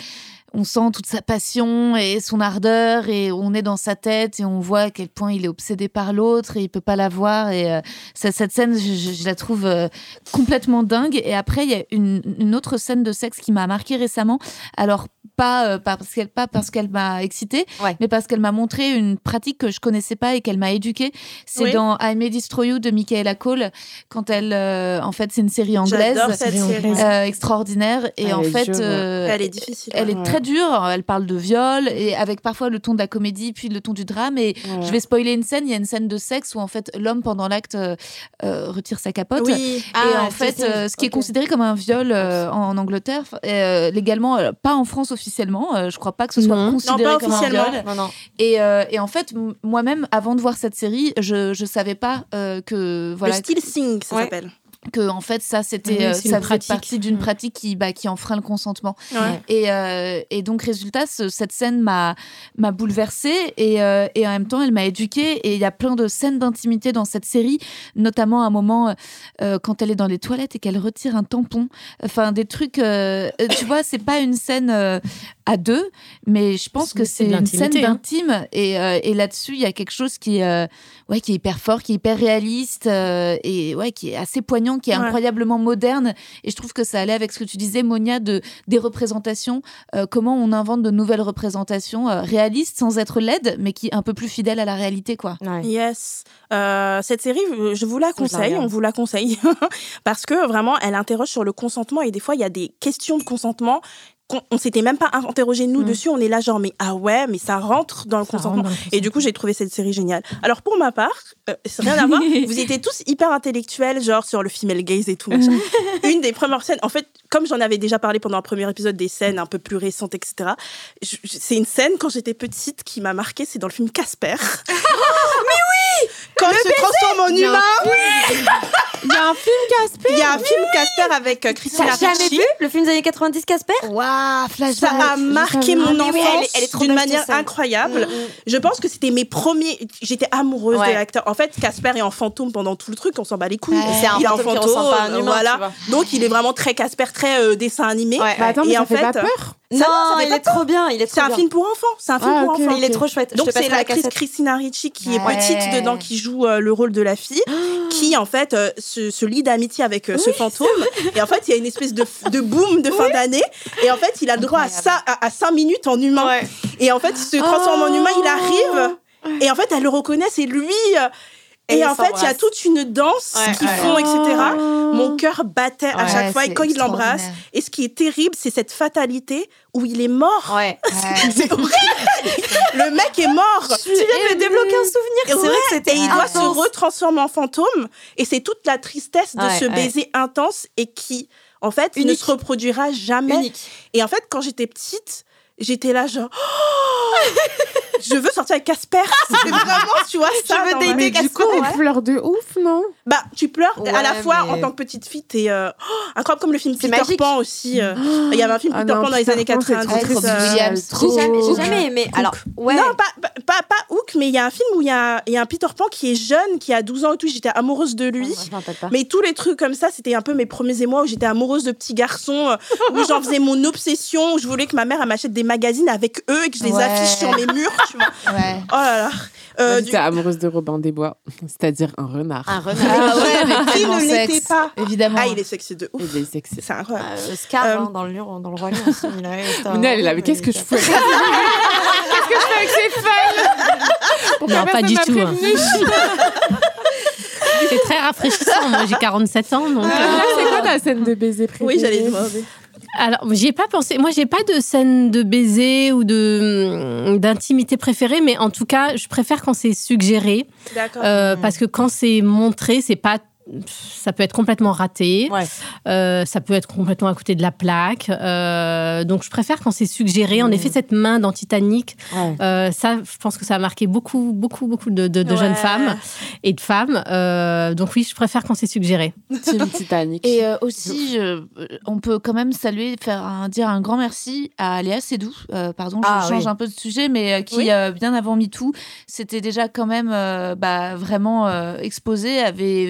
on sent toute sa passion et son ardeur et on est dans sa tête et on voit à quel point il est obsédé par l'autre et il peut pas la voir et euh, ça, cette scène je, je, je la trouve euh, complètement dingue. Et après il y a une, une autre scène de sexe qui m'a marquée récemment, alors pas, euh, pas parce qu'elle pas parce qu'elle m'a excitée, ouais. mais parce qu'elle m'a montré une pratique que je connaissais pas et qu'elle m'a éduquée. C'est oui. dans I May Destroy You de Michaela Coel, quand elle euh, en fait c'est une série anglaise euh, extraordinaire et elle en fait dure, euh, elle est difficile, elle ouais. est très dure, elle parle de viol et avec parfois le ton de la comédie puis le ton du drame et ouais. je vais spoiler une scène, il y a une scène de sexe où en fait l'homme pendant l'acte euh, retire sa capote oui. et ah, en fait euh, ce qui okay. est considéré comme un viol euh, en, en Angleterre euh, légalement euh, pas en France officiellement, euh, je crois pas que ce soit non. considéré non, comme un viol non, non. Et, euh, et en fait m- moi-même avant de voir cette série je je savais pas euh, que voilà le still sing ça ouais. s'appelle que en fait ça c'était oui, euh, ça faisait partie d'une mmh. pratique qui bah qui enfreint le consentement ouais. et euh, et donc résultat ce, cette scène m'a m'a bouleversée et euh, et en même temps elle m'a éduquée et il y a plein de scènes d'intimité dans cette série, notamment un moment euh, quand elle est dans les toilettes et qu'elle retire un tampon, enfin des trucs euh, tu vois c'est pas une scène euh, à deux mais je pense c'est, que c'est, c'est une scène d'intime hein. et euh, et là-dessus il y a quelque chose qui euh, ouais qui est hyper fort, qui est hyper réaliste euh, et ouais qui est assez poignant, qui est ouais. incroyablement moderne et je trouve que ça allait avec ce que tu disais Monia de des représentations, euh, comment on invente de nouvelles représentations euh, réalistes sans être laides mais qui un peu plus fidèles à la réalité quoi. Ouais. Yes, euh, cette série je vous la conseille, on vous la conseille parce que vraiment elle interroge sur le consentement et des fois il y a des questions de consentement on, on s'était même pas interrogé nous mmh. dessus, on est là genre mais ah ouais mais ça rentre dans le ça consentement dans le et du coup j'ai trouvé cette série géniale. Alors pour ma part euh, c'est rien à voir, vous étiez tous hyper intellectuels genre sur le female gaze et tout machin. Une des premières scènes en fait comme j'en avais déjà parlé pendant un premier épisode des scènes un peu plus récentes etc, je, je, c'est une scène quand j'étais petite qui m'a marquée, c'est dans le film Casper. Oh mais oui quand il se transforme en humain. Il y a un film Casper. Il y a un film Casper avec euh, Christina Ricci. T'as jamais vu le film des années quatre-vingt-dix Casper? Waouh, flashback. Ça a marqué mon enfance elle, elle est d'une manière incroyable. Mm-hmm. Je pense que c'était mes premiers. J'étais amoureuse ouais. de l'acteur. En fait, Casper est en fantôme pendant tout le truc. On s'en bat les couilles. Ouais. C'est un il est fantôme, en fantôme. Qui ressemble pas à un humain, voilà. Donc il est vraiment très Casper, très euh, dessin animé. Ouais. Bah, attends, mais et ça en fait, fait pas peur. Non, ça il est trop bien. Il est trop c'est bien. un film pour enfants. C'est un film ah, pour okay, enfants. okay. Il est trop chouette. Donc c'est l'actrice Christina Ricci qui est ouais. petite dedans, qui joue euh, le rôle de la fille, qui en fait euh, se, se lie d'amitié avec euh, oui, ce fantôme. Et en fait, il y a une espèce de, de boom de fin oui. d'année. Et en fait, il a le droit à, ça, à, à cinq minutes en humain. Ouais. Et en fait, il se transforme oh. en humain. Il arrive. Et en fait, elle le reconnaît. C'est lui. Et, et en fait, il y a toute une danse ouais, qu'ils ouais. font, et cetera. Oh. Mon cœur battait à ouais, chaque fois. Et quand il l'embrasse, et ce qui est terrible, c'est cette fatalité où il est mort. Ouais. ouais. C'est horrible. Le mec est mort. Tu viens de me débloquer un souvenir. C'est ouais. vrai que c'était. Et il doit intense. se retransformer en fantôme. Et c'est toute la tristesse de ouais, ce baiser ouais. intense et qui, en fait, Unique. ne se reproduira jamais. Unique. Et en fait, quand j'étais petite, j'étais là genre oh je veux sortir avec Casper. C'est vraiment tu vois ça. Je veux dater Casper. Du coup, ouais. tu pleures de ouf, non? Bah tu pleures ouais, à la fois mais... en tant que petite fille, t'es euh... oh, incroyable comme le film c'est Peter magique. Pan aussi. Euh... Oh. Il y avait un film Peter ah non, Pan dans les années quatre-vingt-dix. Williams. J'ai jamais, j'ai jamais aimé. Hook. Alors ouais. Non pas pas pas Hook, mais il y a un film où il y a il y a un Peter Pan qui est jeune, qui a douze ans et tout. J'étais amoureuse de lui. Oh, mais tous les trucs comme ça, c'était un peu mes premiers émois où j'étais amoureuse de petits garçons, où j'en faisais mon obsession, où je voulais que ma mère m'achète des magazines avec eux et que je les ouais. affiche sur mes murs, tu vois. Ouais. Oh là là. Euh, Moi, j'étais du... amoureuse de Robin des Bois, c'est-à-dire un renard. Un renard. Ah ouais, mais qui ne l'était pas. Évidemment. Ah, il est sexy de ouf. Il est sexy. C'est incroyable. Euh, Scar euh... hein, dans le lion, dans le roi lion. Mais elle est là, mais qu'est-ce que je fais? Qu'est-ce que je fais avec ces feuilles? Non, pas du tout. Hein. C'est très rafraîchissant. Moi, j'ai quarante-sept ans, donc. Ah, c'est quoi ta scène de baiser préférée? Oui, j'allais demander. Alors, j'y ai pas pensé. Moi, j'ai pas de scène de baiser ou de d'intimité préférée, mais en tout cas, je préfère quand c'est suggéré. D'accord. Euh, mmh. Parce que quand c'est montré, c'est pas. Ça peut être complètement raté, ouais. euh, ça peut être complètement à côté de la plaque. Euh, donc, je préfère quand c'est suggéré. Mmh. En effet, cette main dans Titanic, ouais. euh, ça, je pense que ça a marqué beaucoup, beaucoup, beaucoup de, de, de ouais. jeunes femmes et de femmes. Euh, donc, oui, je préfère quand c'est suggéré. Team Titanic. Et euh, aussi, je, on peut quand même saluer, faire un, dire un grand merci à Léa Seydoux. Euh, pardon, je ah, change oui. un peu de sujet, mais euh, qui, oui. euh, bien avant MeToo, c'était déjà quand même euh, bah, vraiment euh, exposé, avait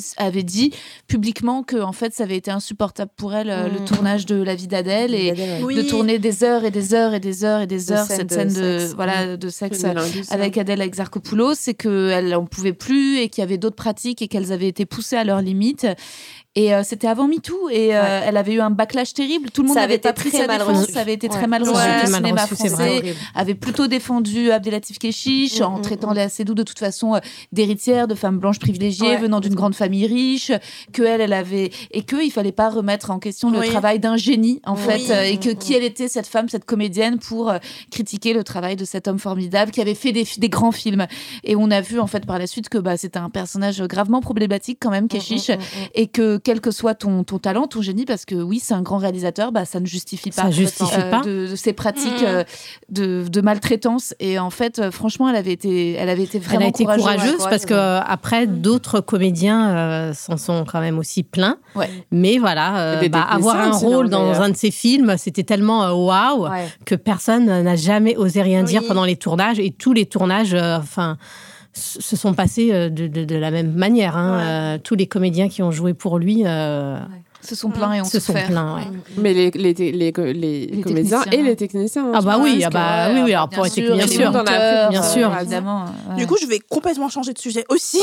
avait dit publiquement que en fait ça avait été insupportable pour elle euh, Mmh. le tournage de La vie d'Adèle et Adèle, Oui. de tourner des heures et des heures et des heures et des De heures scènes cette de scène de sexe. voilà de sexe C'est l'indus, avec Adèle Exarchopoulos, c'est qu'elle n'en pouvait plus et qu'il y avait d'autres pratiques et qu'elles avaient été poussées à leurs limites. Et euh, c'était avant MeToo et euh, Ouais. elle avait eu un backlash terrible. Tout le monde Ça avait n'avait pas été pris très sa mal défense. reçu. Ça avait été très Ouais. mal Ouais. reçu. C'était Le mal cinéma reçu, c'est vrai. français avait plutôt défendu Abdelatif Kechiche Mm, en mm, traitant mm. Léa Seydoux de toute façon euh, d'héritière, de femme blanche privilégiée, Ouais, venant d'une grande famille riche, que elle, elle avait et que il fallait pas remettre en question le Oui. travail d'un génie en Oui. fait euh, et que Mm, qui elle était cette femme, cette comédienne pour euh, critiquer le travail de cet homme formidable qui avait fait des, des grands films. Et on a vu en fait par la suite que bah c'était un personnage gravement problématique quand même, Kechiche, Mm, mm, mm, mm. et que quel que soit ton ton talent, ton génie, parce que oui, c'est un grand réalisateur, bah ça ne justifie pas Ça justifie euh, pas. de, de ces pratiques Mhm. euh, de, de maltraitance. Et en fait, euh, franchement, elle avait été, elle avait été vraiment Elle a été courageuse, courageuse. parce que euh, après d'autres comédiens euh, s'en sont quand même aussi plaints. Ouais. Mais voilà, euh, Et des bah, avoir un techniciens aussi, rôle hein, dans d'ailleurs. un de ces films, c'était tellement euh, waouh Ouais. que personne n'a jamais osé rien dire Oui. pendant les tournages. Et tous les tournages, euh, enfin. s- se sont passés euh, de, de, de la même manière. Hein. Ouais. Euh, tous les comédiens qui ont joué pour lui euh, Se sont plaints et ont se sont souffert. plaints. Ouais. Mais les, les, les, les, les Les comédiens techniciens. et les techniciens. hein, Ah je bah pense oui, que- ah bah oui, oui. Alors pour les sûr, techniciens, et les sûr. Dans la monteurs, pub, bien euh, sûr. évidemment. ouais. Du coup, je vais complètement changer de sujet aussi.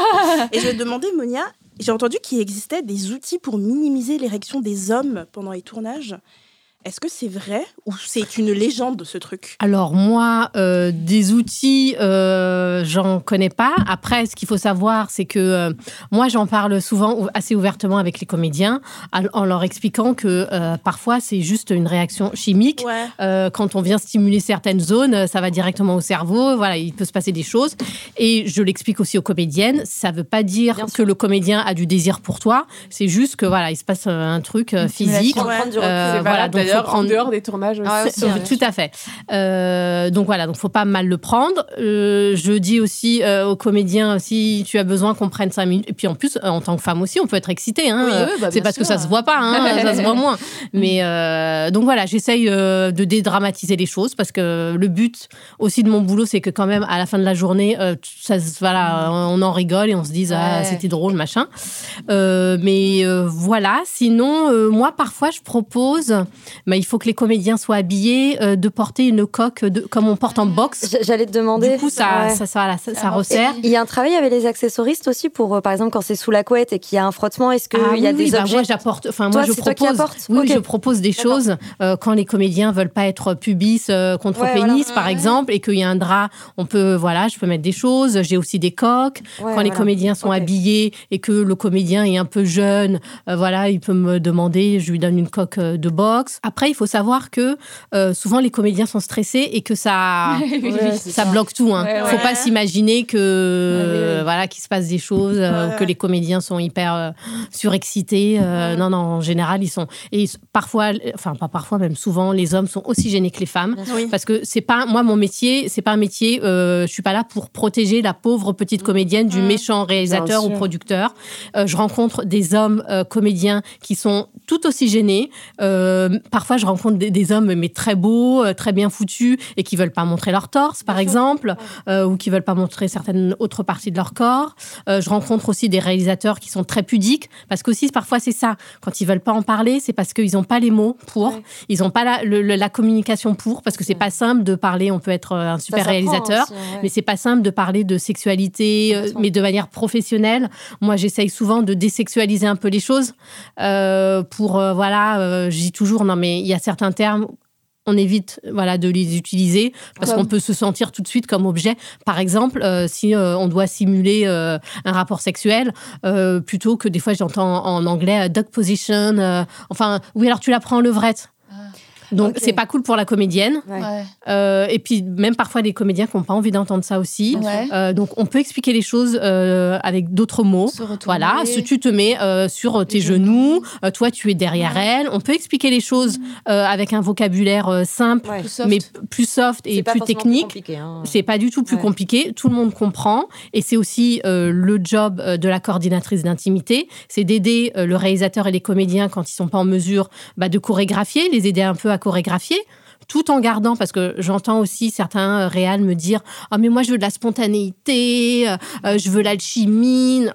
Et je vais te demander, Monia, j'ai entendu qu'il existait des outils pour minimiser l'érection des hommes pendant les tournages. Est-ce que c'est vrai ou c'est une légende, ce truc? Alors moi, euh, des outils, euh, j'en connais pas. Après, ce qu'il faut savoir, c'est que euh, moi, j'en parle souvent ou- assez ouvertement avec les comédiens, en, en leur expliquant que euh, parfois, c'est juste une réaction chimique. Ouais. Euh, quand on vient stimuler certaines zones, ça va directement au cerveau. Voilà, il peut se passer des choses. Et je l'explique aussi aux comédiennes. Ça veut pas dire Bien que sûr. le comédien a du désir pour toi. C'est juste que voilà, il se passe euh, un truc euh, physique. Faut prendre du recul. Euh, C'est voilà, valable donc faut d'ailleurs en prendre- dehors des tournages aussi. Ah, c'est- aussi, ouais. tout à fait. Euh, donc voilà, donc faut pas mal le prendre. Euh, je dis aussi euh, aux comédiens, si tu as besoin qu'on prenne cinq minutes. Et puis en plus, euh, en tant que femme aussi, on peut être excité. Hein. Oui, Euh, oui, bah, c'est bien parce que sûr. ça se voit pas, hein, ça se voit moins. Mais euh, donc voilà, j'essaye euh, de dédramatiser les choses parce que le but aussi de mon boulot, c'est que quand même à la fin de la journée, euh, ça, se- voilà, on en rigole et on se dise ah Ouais. c'était drôle machin. Euh, mais euh, voilà. Sinon, euh, moi parfois je propose, mais il faut que les comédiens soient habillés, euh, de porter une coque de, comme on porte en boxe. J- J'allais te demander. Du coup, ça, Ouais. ça, ça, voilà, ça, ça amortit. resserre. Il y a un travail avec les accessoristes aussi pour, euh, par exemple, quand c'est sous la couette et qu'il y a un frottement, est-ce qu'il Ah y a oui, des oui, bah objets moi j'apporte, enfin Toi, moi je c'est toi qui propose, apportes oui, Ok. je propose des D'accord. choses euh, quand les comédiens veulent pas être pubis euh, contre Ouais, pénis voilà. par exemple et qu'il y a un drap, on peut voilà, je peux mettre des choses. J'ai aussi des coques. Ouais, quand les voilà. comédiens sont Ok. habillés et que le comédien est un peu jeune, euh, voilà, il peut me demander, je lui donne une coque euh, de boxe. Après, il faut savoir que euh, souvent les comédiens sont stressés et que ça, Ouais, c'est ça ça. bloque tout. Hein. Ouais, Faut ouais. pas s'imaginer que euh, oui, oui. voilà qu'il se passe des choses, euh, Ouais, que ouais. les comédiens sont hyper euh, surexcités. Euh, Non, non, en général, ils sont et parfois, enfin pas parfois, même souvent, les hommes sont aussi gênés que les femmes. Oui. Parce que c'est pas moi mon métier, c'est pas un métier. Euh, je suis pas là pour protéger la pauvre petite comédienne du Mmh. méchant réalisateur Bien ou sûr. producteur. Euh, je rencontre des hommes euh, comédiens qui sont tout aussi gênés. Euh, parfois, je rencontre des, des hommes mais très beaux, euh, très bien foutus et qui veulent pas montrer leur torse, par exemple, euh, ou qui veulent pas montrer certaines autres parties de leur corps. Euh, je rencontre aussi des réalisateurs qui sont très pudiques parce qu'aussi parfois c'est ça. Quand ils veulent pas en parler, c'est parce qu'ils ont pas les mots pour, Ouais. ils ont pas la, le- le- la communication pour, parce que c'est pas simple de parler. On peut être euh, un Ça super s'apprend réalisateur, aussi, ouais. mais c'est pas simple de parler de sexualité, euh, Complètement. mais de manière professionnelle. Moi, j'essaye souvent de désexualiser un peu les choses euh, pour, euh, voilà, euh, je dis toujours, non, mais il y a certains termes, on évite voilà, de les utiliser parce Comme. qu'on peut se sentir tout de suite comme objet. Par exemple, euh, si euh, on doit simuler euh, un rapport sexuel, euh, plutôt que des fois j'entends en anglais euh, dog position, euh, enfin, oui, alors tu la prends en levrette. Donc, Ok. c'est pas cool pour la comédienne. Ouais. Ouais. Euh, et puis, même parfois, des comédiens qui n'ont pas envie d'entendre ça aussi. Ouais. Euh, donc, on peut expliquer les choses euh, avec d'autres mots. Se retourner. Voilà, si tu te mets euh, sur tes genoux, euh, toi, tu es derrière elle. On peut expliquer les choses euh, avec un vocabulaire euh, simple, Ouais. Plus soft. mais p- plus soft et C'est pas plus forcément technique. compliqué, hein. C'est pas du tout plus Ouais. compliqué, tout le monde comprend et c'est aussi euh, le job euh, de la coordinatrice d'intimité, c'est d'aider euh, le réalisateur et les comédiens quand ils sont pas en mesure bah, de chorégraphier, les aider un peu à chorégraphier. Tout en gardant, parce que j'entends aussi certains euh, réals me dire « Ah, mais moi, je veux de la spontanéité, euh, euh, je veux l'alchimie. » Pff,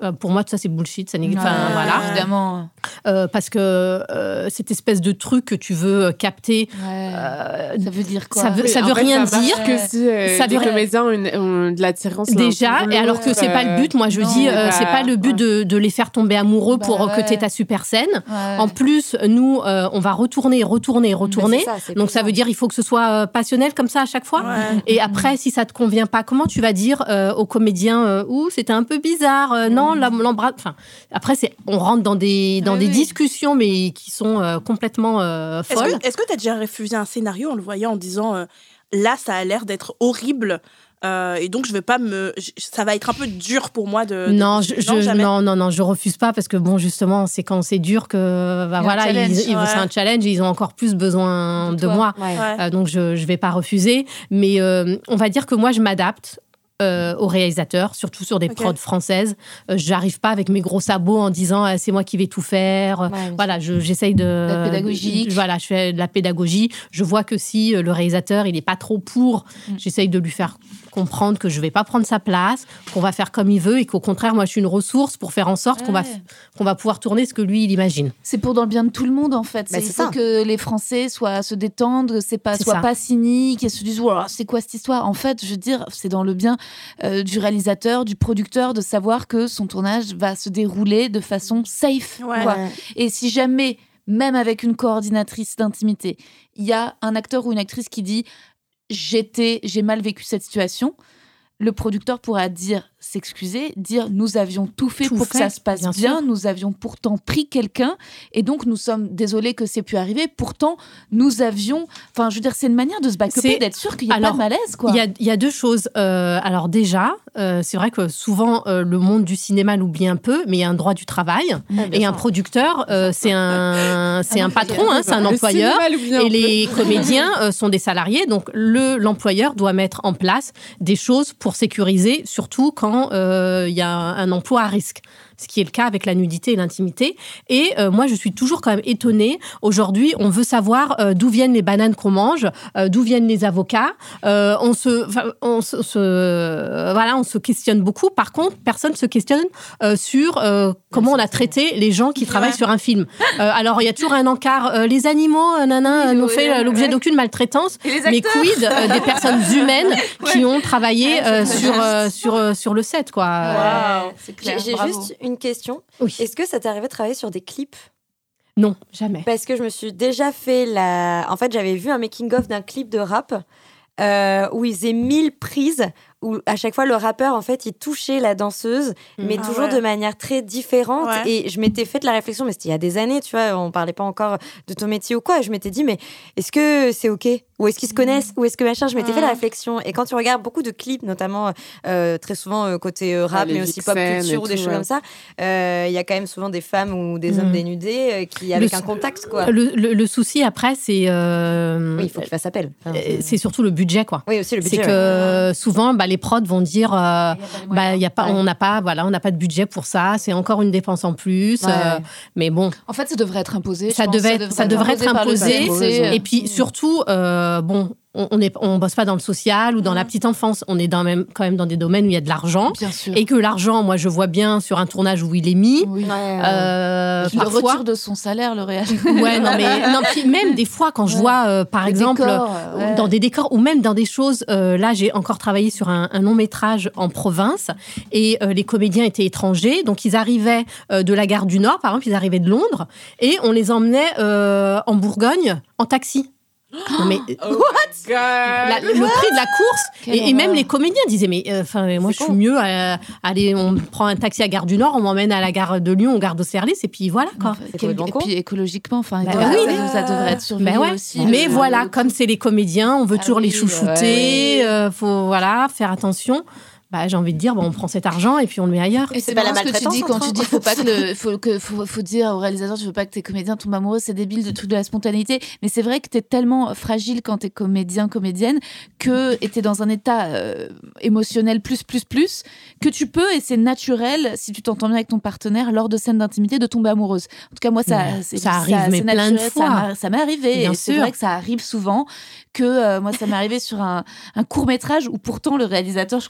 Euh, pour moi, ça, c'est bullshit. Ça n'existe Ouais, enfin, voilà. Évidemment. Euh, parce que euh, cette espèce de truc que tu veux capter, Ouais. euh, Ça veut dire quoi ça veut, Oui, ça en veut fait, rien ça marche dire. que si euh, Ça les veut- comédiens ont, une- ont de l'attirance l'un Déjà, pour et alors que c'est l'autre, pas le but, moi je non, dis, euh, bah, c'est pas le but de, de les faire tomber amoureux Bah pour euh, que ouais. tu aies ta super scène. Ouais. En plus, nous, euh, on va retourner, retourner, retourner. c'est ça, c'est Donc ça épuisant. veut dire il faut que ce soit euh, passionnel comme ça à chaque fois. Ouais. Et après, si ça te convient pas, comment tu vas dire euh, aux comédiens euh, ouh, c'était un peu bizarre, euh, non, l'em- l'embras. Enfin, après, c'est, on rentre dans des dans Oui, des oui. discussions, mais qui sont euh, complètement euh, Est-ce folles. que est-ce que tu as déjà refusé un scénario en le voyant en disant euh, là ça a l'air d'être horrible euh, et donc je vais pas me j- ça va être un peu dur pour moi de, de- Non, je, je- jamais. non, non, non, je refuse pas parce que bon, justement, c'est quand c'est dur que, bah, Il y a un voilà, challenge, ils- ils- ouais. c'est un challenge et ils ont encore plus besoin De de, toi. moi. Ouais. Ouais. Euh, donc je, je vais pas refuser, mais euh, on va dire que moi je m'adapte. Euh, aux réalisateurs, surtout sur des Ok. prods françaises. Euh, j'arrive pas avec mes gros sabots en disant ah, c'est moi qui vais tout faire. Ouais, bien Voilà, je- j'essaye de... La pédagogique. de- voilà, je fais de la pédagogie. Je vois que si euh, le réalisateur, il est pas trop pour, Mm. j'essaye de lui faire comprendre que je vais pas prendre sa place, qu'on va faire comme il veut et qu'au contraire, moi, je suis une ressource pour faire en sorte qu'on va, Ouais. qu'on va pouvoir tourner ce que lui, il imagine. C'est pour dans le bien de tout le monde en fait. Bah, C'est- c'est il faut ça. que les Français soient se détendent, c'est pas C'est soient ça. pas cyniques et se disent voilà c'est quoi cette histoire. En fait, je veux dire c'est dans le bien euh, du réalisateur, du producteur de savoir que son tournage va se dérouler de façon safe. Ouais. quoi. Ouais. Et si jamais même avec une coordinatrice d'intimité, il y a un acteur ou une actrice qui dit j'étais j'ai mal vécu cette situation, le producteur pourra dire s'excuser, dire nous avions tout fait Tout pour que fait, ça se passe bien bien, sûr. nous avions pourtant pris quelqu'un et donc nous sommes désolés que c'est pu arriver, pourtant nous avions, enfin je veux dire c'est une manière de se backuper, C'est- d'être sûr qu'il n'y a Alors, pas de malaise quoi. Il y a, il y a deux choses. Euh, alors déjà, euh, c'est vrai que souvent euh, le monde du cinéma l'oublie un peu, mais il y a un droit du travail Ouais, bien et un sûr. producteur, euh, c'est un, c'est un patron, hein, c'est un Le employeur. cinéma l'oublie un Et peu. les comédiens euh, sont des salariés, donc le l'employeur doit mettre en place des choses pour sécuriser, surtout quand euh, il y a un, un emploi à risque, ce qui est le cas avec la nudité et l'intimité. Et euh, moi, je suis toujours quand même étonnée. Aujourd'hui, on veut savoir euh, d'où viennent les bananes qu'on mange, euh, d'où viennent les avocats. Euh, on se, enfin, on se, se- euh, voilà, on se questionne beaucoup. Par contre, personne se questionne euh, sur euh, comment on a traité les gens qui travaillent sur un film. Euh, alors, il y a toujours un encart. Euh, les animaux, euh, nana, Oui, n'ont oui, fait euh, oui, l'objet ouais. d'aucune maltraitance. Et les Mais acteurs quid euh, des personnes humaines qui ont travaillé Ouais, euh, c'est sur, juste. euh, sur, euh, sur le set, quoi. Ouais, c'est clair, J'ai j'ai bravo. juste une question. Oui. Est-ce que ça t'est arrivé de travailler sur des clips? Non, jamais. Parce que je me suis déjà fait la. En fait, j'avais vu un making-of d'un clip de rap euh, où ils faisaient mille prises, où à chaque fois le rappeur, en fait, il touchait la danseuse, mais Ah toujours ouais. de manière très différente. Ouais. Et je m'étais fait de la réflexion, mais c'était il y a des années, tu vois, on parlait pas encore de ton métier ou quoi. Et je m'étais dit, mais est-ce que c'est OK? Ou est-ce qu'ils se connaissent? Ou est-ce que machin? Je m'étais fait la réflexion. Et quand tu regardes beaucoup de clips, notamment euh, très souvent euh, côté euh, rap, Ah, les mais aussi pop vixens culture et ou des tout, choses ouais. comme ça, euh, il y a quand même souvent des femmes ou des hommes Mhm. dénudés euh, qui, avec Le- un contact, quoi. Le, le- le souci après, c'est euh, Oui, il faut qu'il fasse appel. Enfin, euh, c'est surtout le budget, quoi. Oui, aussi le budget. C'est que ouais. euh, souvent, bah, les prods vont dire, euh, bah, y a pas, Ouais. on n'a pas, voilà, on n'a pas de budget pour ça. C'est encore une dépense en plus. Ouais. euh, mais bon, En fait, ça devrait être imposé. je ça pense. devait, être- ça devrait être par le imposé. C N C, euh, Et puis surtout, euh, bon, on, on est, on bosse pas dans le social ou dans la petite enfance. On est dans même, quand même dans des domaines où il y a de l'argent. Bien sûr. Et que l'argent, moi, je vois bien sur un tournage où il est mis. Oui. Ouais, ouais. Euh, Il le parfois- retire de son salaire, le réel. Ouais, non, mais non, puis même des fois, quand je Ouais. vois, euh, par Les exemple, décors, euh, ouais. dans des décors ou même dans des choses. euh, là, j'ai encore travaillé sur un, un long métrage en province et euh, les comédiens étaient étrangers, donc ils arrivaient euh, de la gare du Nord, par exemple, ils arrivaient de Londres et on les emmenait euh, en Bourgogne en taxi. Non, mais Oh my God. la- le prix de la course Quelle et, et même horreur. les comédiens disaient mais enfin moi je con. suis mieux à, à aller on prend un taxi à Gare du Nord, on m'emmène à la gare de Lyon, on gare d'Austerlitz et puis voilà quoi. C'est Quel- complètement Et con. puis écologiquement, enfin, Bah ça, oui. ça- ça devrait être surveillé Ben ouais. aussi. Mais le- voilà, le- comme c'est les comédiens, on veut Ah toujours les oui, chouchouter, ouais, euh, faut voilà faire attention. Bah, j'ai envie de dire, bon, on prend cet argent et puis on le met ailleurs. Et c'est pas la marrant ce que tu maltraitance, dis quand entre tu dis faut pas que le, faut que faut, faut dire au réalisateur tu veux pas que tes comédiens tombent amoureux, c'est débile de truc de la spontanéité, mais c'est vrai que t'es tellement fragile quand t'es comédien comédienne que et t'es dans un état euh, émotionnel plus plus plus que tu peux et c'est naturel si tu t'entends bien avec ton partenaire lors de scènes d'intimité de tomber amoureuse. En tout cas moi ça Mais c'est, ça arrive, mais c'est plein de naturel, fois. ça m'a- ça m'est arrivé Bien et c'est sûr. vrai que ça arrive souvent que euh, moi ça m'est arrivé sur un, un court métrage où pourtant le réalisateur je crois avait dans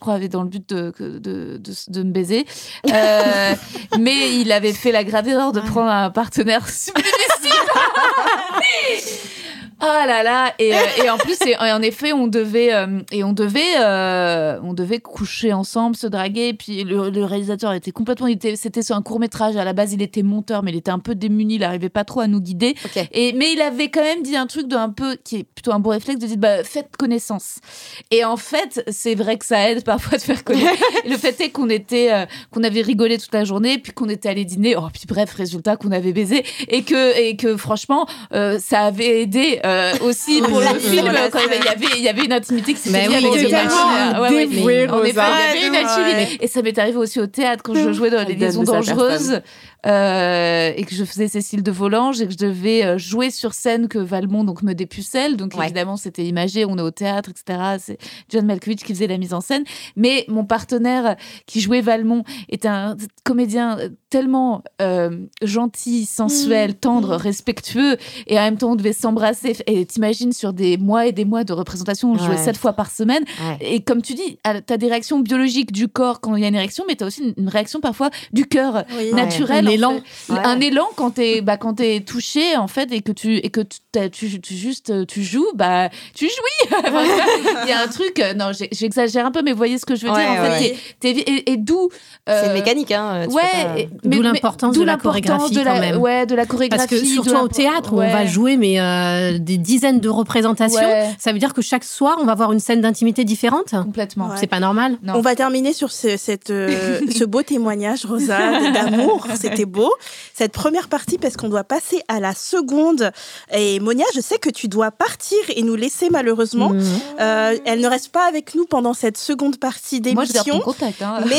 le but de, de, de, de, de me baiser. Euh, mais il avait fait la grave erreur de prendre un partenaire sublime. Ah là là et, euh, et en plus et, en effet on devait euh, et on devait euh, on devait coucher ensemble, se draguer, et puis le, le réalisateur était complètement il était, c'était sur un court-métrage, à la base il était monteur mais il était un peu démuni, il n'arrivait pas trop à nous guider. Okay. Et mais il avait quand même dit un truc de un peu qui est plutôt un bon réflexe, de dire bah faites connaissance. Et en fait c'est vrai que ça aide parfois de faire connaître. Le fait est qu'on était euh, qu'on avait rigolé toute la journée, puis qu'on était allé dîner, oh puis bref résultat qu'on avait baisé, et que et que franchement euh, ça avait aidé euh, aussi pour le film quand il y avait il y avait une intimité qui s'était oui, avec tellement ouais, dévouée, ouais, en effet, il y avait une Ouais. intimité. Et ça m'est arrivé aussi au théâtre quand je jouais dans Les Liaisons dangereuses euh, et que je faisais Cécile de Volanges et que je devais euh, jouer sur scène, que Valmont donc me dépucelle, donc ouais. évidemment c'était imagé, on est au théâtre, et cetera. C'est John Malkovich qui faisait la mise en scène, mais mon partenaire qui jouait Valmont était un comédien tellement euh, gentil, sensuel, mmh. tendre, respectueux, et en même temps on devait s'embrasser. Et t'imagines sur des mois et des mois de représentation, on jouait ouais. sept fois par semaine, ouais. et comme tu dis, t'as des réactions biologiques du corps quand il y a une érection, mais t'as aussi une réaction parfois du cœur oui. naturel, ouais. un élan, ouais. un élan quand t'es bah quand t'es touché en fait, et que tu et que tu, tu, tu juste tu joues, bah tu jouis. Il y a un truc, non j'exagère un peu, mais vous voyez ce que je veux ouais, dire en ouais. fait. T'es, t'es, et, et d'où euh, c'est une mécanique, hein. Ouais. Pas... Et, d'où mais, l'importance d'où de la l'importance chorégraphie de la, quand même. Ouais, de la chorégraphie. Parce que surtout au théâtre où ouais. on va jouer mais euh, des dizaines de représentations, ouais. ça veut dire que chaque soir on va avoir une scène d'intimité différente. Complètement. Ouais. C'est pas normal. Non. On va terminer sur ce, cette, euh, ce beau témoignage, Rosa, d'amour. C'était beau. Cette première partie, parce qu'on doit passer à la seconde. Et Monia, je sais que tu dois partir et nous laisser malheureusement. Mmh. Euh, elle ne reste pas avec nous pendant cette seconde partie d'émission. Moi, je garde ton contact. Hein. Mais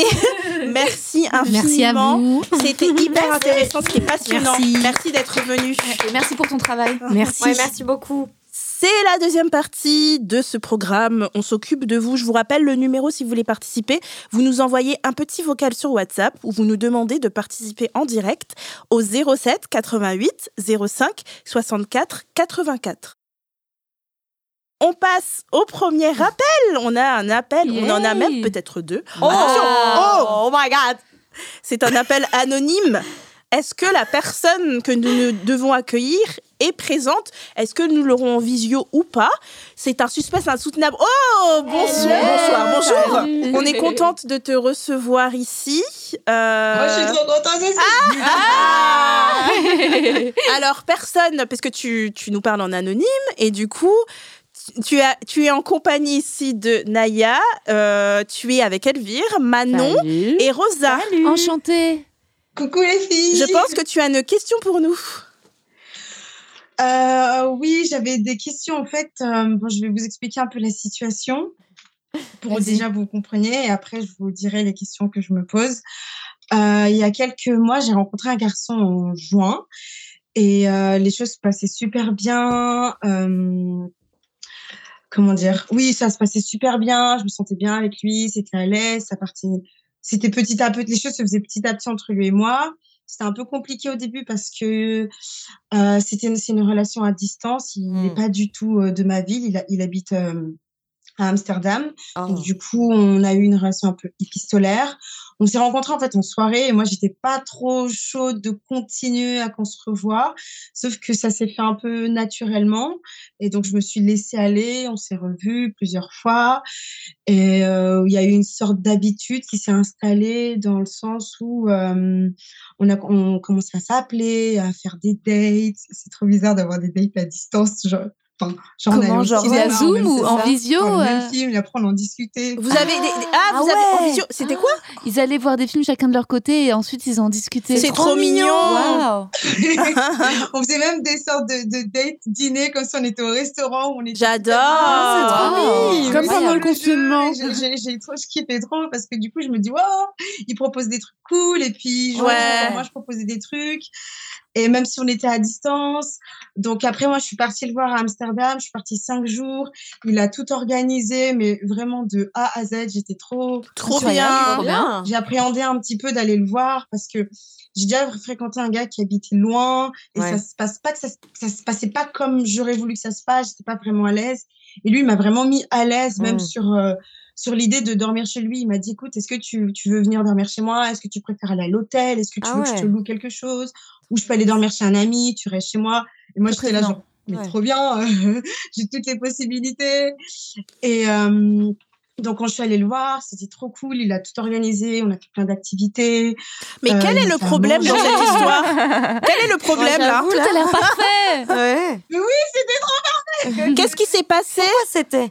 merci infiniment. Merci à vous. C'était hyper intéressant, c'était passionnant. Merci, merci d'être venu. Et merci pour ton travail. Merci. Ouais, merci beaucoup. C'est la deuxième partie de ce programme. On s'occupe de vous. Je vous rappelle le numéro si vous voulez participer. Vous nous envoyez un petit vocal sur WhatsApp où vous nous demandez de participer en direct au zéro sept quatre-vingt-huit zéro cinq soixante-quatre quatre-vingt-quatre. On passe au premier appel. On a un appel, yeah. on en a même peut-être deux. Oh, oh, oh my God. C'est un appel anonyme. Est-ce que la personne que nous devons accueillir est présente? Est-ce que nous l'aurons en visio ou pas? C'est un suspense insoutenable. Oh, bonsoir, bonsoir, bonjour. Salut. On est contente de te recevoir ici. Euh... Moi, je suis trop contente aussi. Ah, ah Alors, personne, parce que tu, tu nous parles en anonyme, et du coup... Tu, as, tu es en compagnie ici de Naya, euh, tu es avec Elvire, Manon Salut. Et Rosa. Salut. Enchantée. Coucou les filles. Je pense que tu as une question pour nous. Euh, oui, j'avais des questions en fait. Euh, bon, je vais vous expliquer un peu la situation pour Vas-y. déjà vous compreniez, et après je vous dirai les questions que je me pose. Euh, il y a quelques mois, j'ai rencontré un garçon en juin et euh, les choses se passaient super bien. Euh, Comment dire? Oui, ça se passait super bien. Je me sentais bien avec lui. C'était à l'aise. Ça partait. C'était petit à petit. Les choses se faisaient petit à petit entre lui et moi. C'était un peu compliqué au début parce que euh, c'était une, c'est une relation à distance. Il n'est mmh. pas du tout euh, de ma ville. Il, a, il habite euh, à Amsterdam. Oh. Donc, du coup, on a eu une relation un peu épistolaire. On s'est rencontrés en fait en soirée et moi, j'étais pas trop chaude de continuer à qu'on se revoie. Sauf que ça s'est fait un peu naturellement. Et donc, je me suis laissée aller. On s'est revus plusieurs fois. Et il euh, y a eu une sorte d'habitude qui s'est installée dans le sens où euh, on a on commencé à s'appeler, à faire des dates. C'est trop bizarre d'avoir des dates à distance, genre. Enfin, genre Comment, genre via Zoom ou en visio dans le euh... même film, et après on en discutait. Vous avez des, des... Ah, ah, vous ouais. avez en visio. C'était quoi? Ils allaient voir des films chacun de leur côté et ensuite ils en discutaient. C'est, C'est trop, trop mignon. Wow. On faisait même des sortes de, de dates, dîner comme si on était au restaurant où on était. J'adore. Ah, c'est trop mignon. Comme pendant le confinement. J'ai, j'ai, j'ai trop, je kiffais trop parce que du coup je me dis wow, ils proposent des trucs cool et puis ouais. je, moi je proposais des trucs. Et même si on était à distance. Donc après, moi, je suis partie le voir à Amsterdam. Je suis partie cinq jours. Il a tout organisé, mais vraiment de A à Z. J'étais trop... Trop bien. Trop bien. J'ai appréhendé un petit peu d'aller le voir parce que j'ai déjà fréquenté un gars qui habitait loin. Et ouais. ça se passe pas que ça, ça se passait pas comme j'aurais voulu que ça se passe. J'étais pas vraiment à l'aise. Et lui, il m'a vraiment mis à l'aise, même mmh. sur... Euh, sur l'idée de dormir chez lui. Il m'a dit, écoute, est-ce que tu, tu veux venir dormir chez moi? Est-ce que tu préfères aller à l'hôtel? Est-ce que tu Ah veux que je ouais. te loue quelque chose? Ou je peux aller dormir chez un ami, tu restes chez moi? Et moi, Très j'étais là, prévenant. genre, mais Ouais. trop bien, euh, j'ai toutes les possibilités. Et euh, donc, quand je suis allée le voir, c'était trop cool. Il a tout organisé, on a fait plein d'activités. Mais Euh, quel il est nous le fait à problème dans manger. cette histoire? Quel est le problème là? j'avoue, Tout a l'air parfait. Ouais. Mais oui, c'était trop parfait. Qu'est-ce qui s'est passé? Pourquoi c'était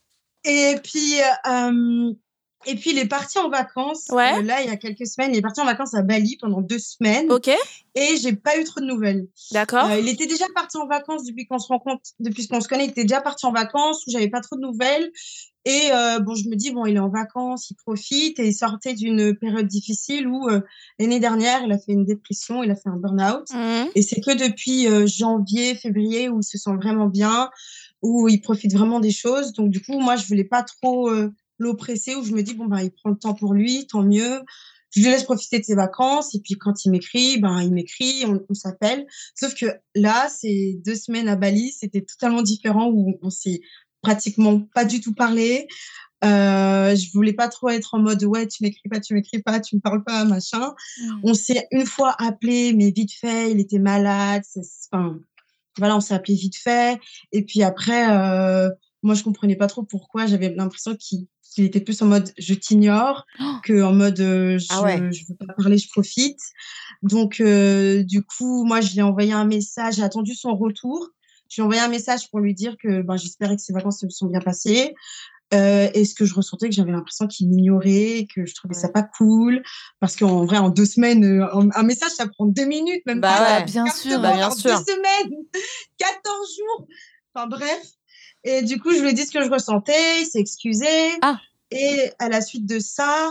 Et puis, euh, et puis, il est parti en vacances. Ouais. Euh, là, il y a quelques semaines, il est parti en vacances à Bali pendant deux semaines. Ok, Et j'ai pas eu trop de nouvelles. d'accord. Euh, il était déjà parti en vacances depuis qu'on se rencontre, depuis qu'on se connaît. Il était déjà parti en vacances où j'avais pas trop de nouvelles. Et euh, bon, je me dis bon, il est en vacances, il profite et il sortait d'une période difficile où euh, l'année dernière, il a fait une dépression, il a fait un burn-out. Mhm. Et c'est que depuis euh, janvier, février où il se sent vraiment bien, où il profite vraiment des choses. Donc du coup, moi, je voulais pas trop euh, l'oppresser. Où je me dis bon bah, il prend le temps pour lui, tant mieux. Je lui laisse profiter de ses vacances et puis quand il m'écrit, ben il m'écrit, on, on s'appelle. Sauf que là, ces deux semaines à Bali, c'était totalement différent où on s'est pratiquement pas du tout parlé. Euh, je voulais pas trop être en mode ouais, tu m'écris pas, tu m'écris pas, tu me parles pas, machin. Mm. On s'est une fois appelé, mais vite fait, il était malade. c'est- Enfin, voilà, on s'est appelé vite fait. Et puis après, euh, moi, je comprenais pas trop pourquoi. J'avais l'impression qu'il qu'il était plus en mode je t'ignore que en mode euh, je, Ah ouais. je veux pas parler, je profite. Donc, euh, du coup, moi, je lui ai envoyé un message. J'ai attendu son retour. Je lui ai envoyé un message pour lui dire que ben, j'espérais que ses vacances se sont bien passées. Euh, et ce que je ressentais, que j'avais l'impression qu'il m'ignorait, que je trouvais ça Ouais. pas cool. Parce qu'en vrai, en deux semaines, euh, un, un message, ça prend deux minutes, même Bah pas. ouais, bien Capte sûr. Bah, pas, bien en sûr. deux semaines, quatorze jours. Enfin, bref. Et du coup, je lui ai dit ce que je ressentais, il s'est excusé. Ah. Et à la suite de ça,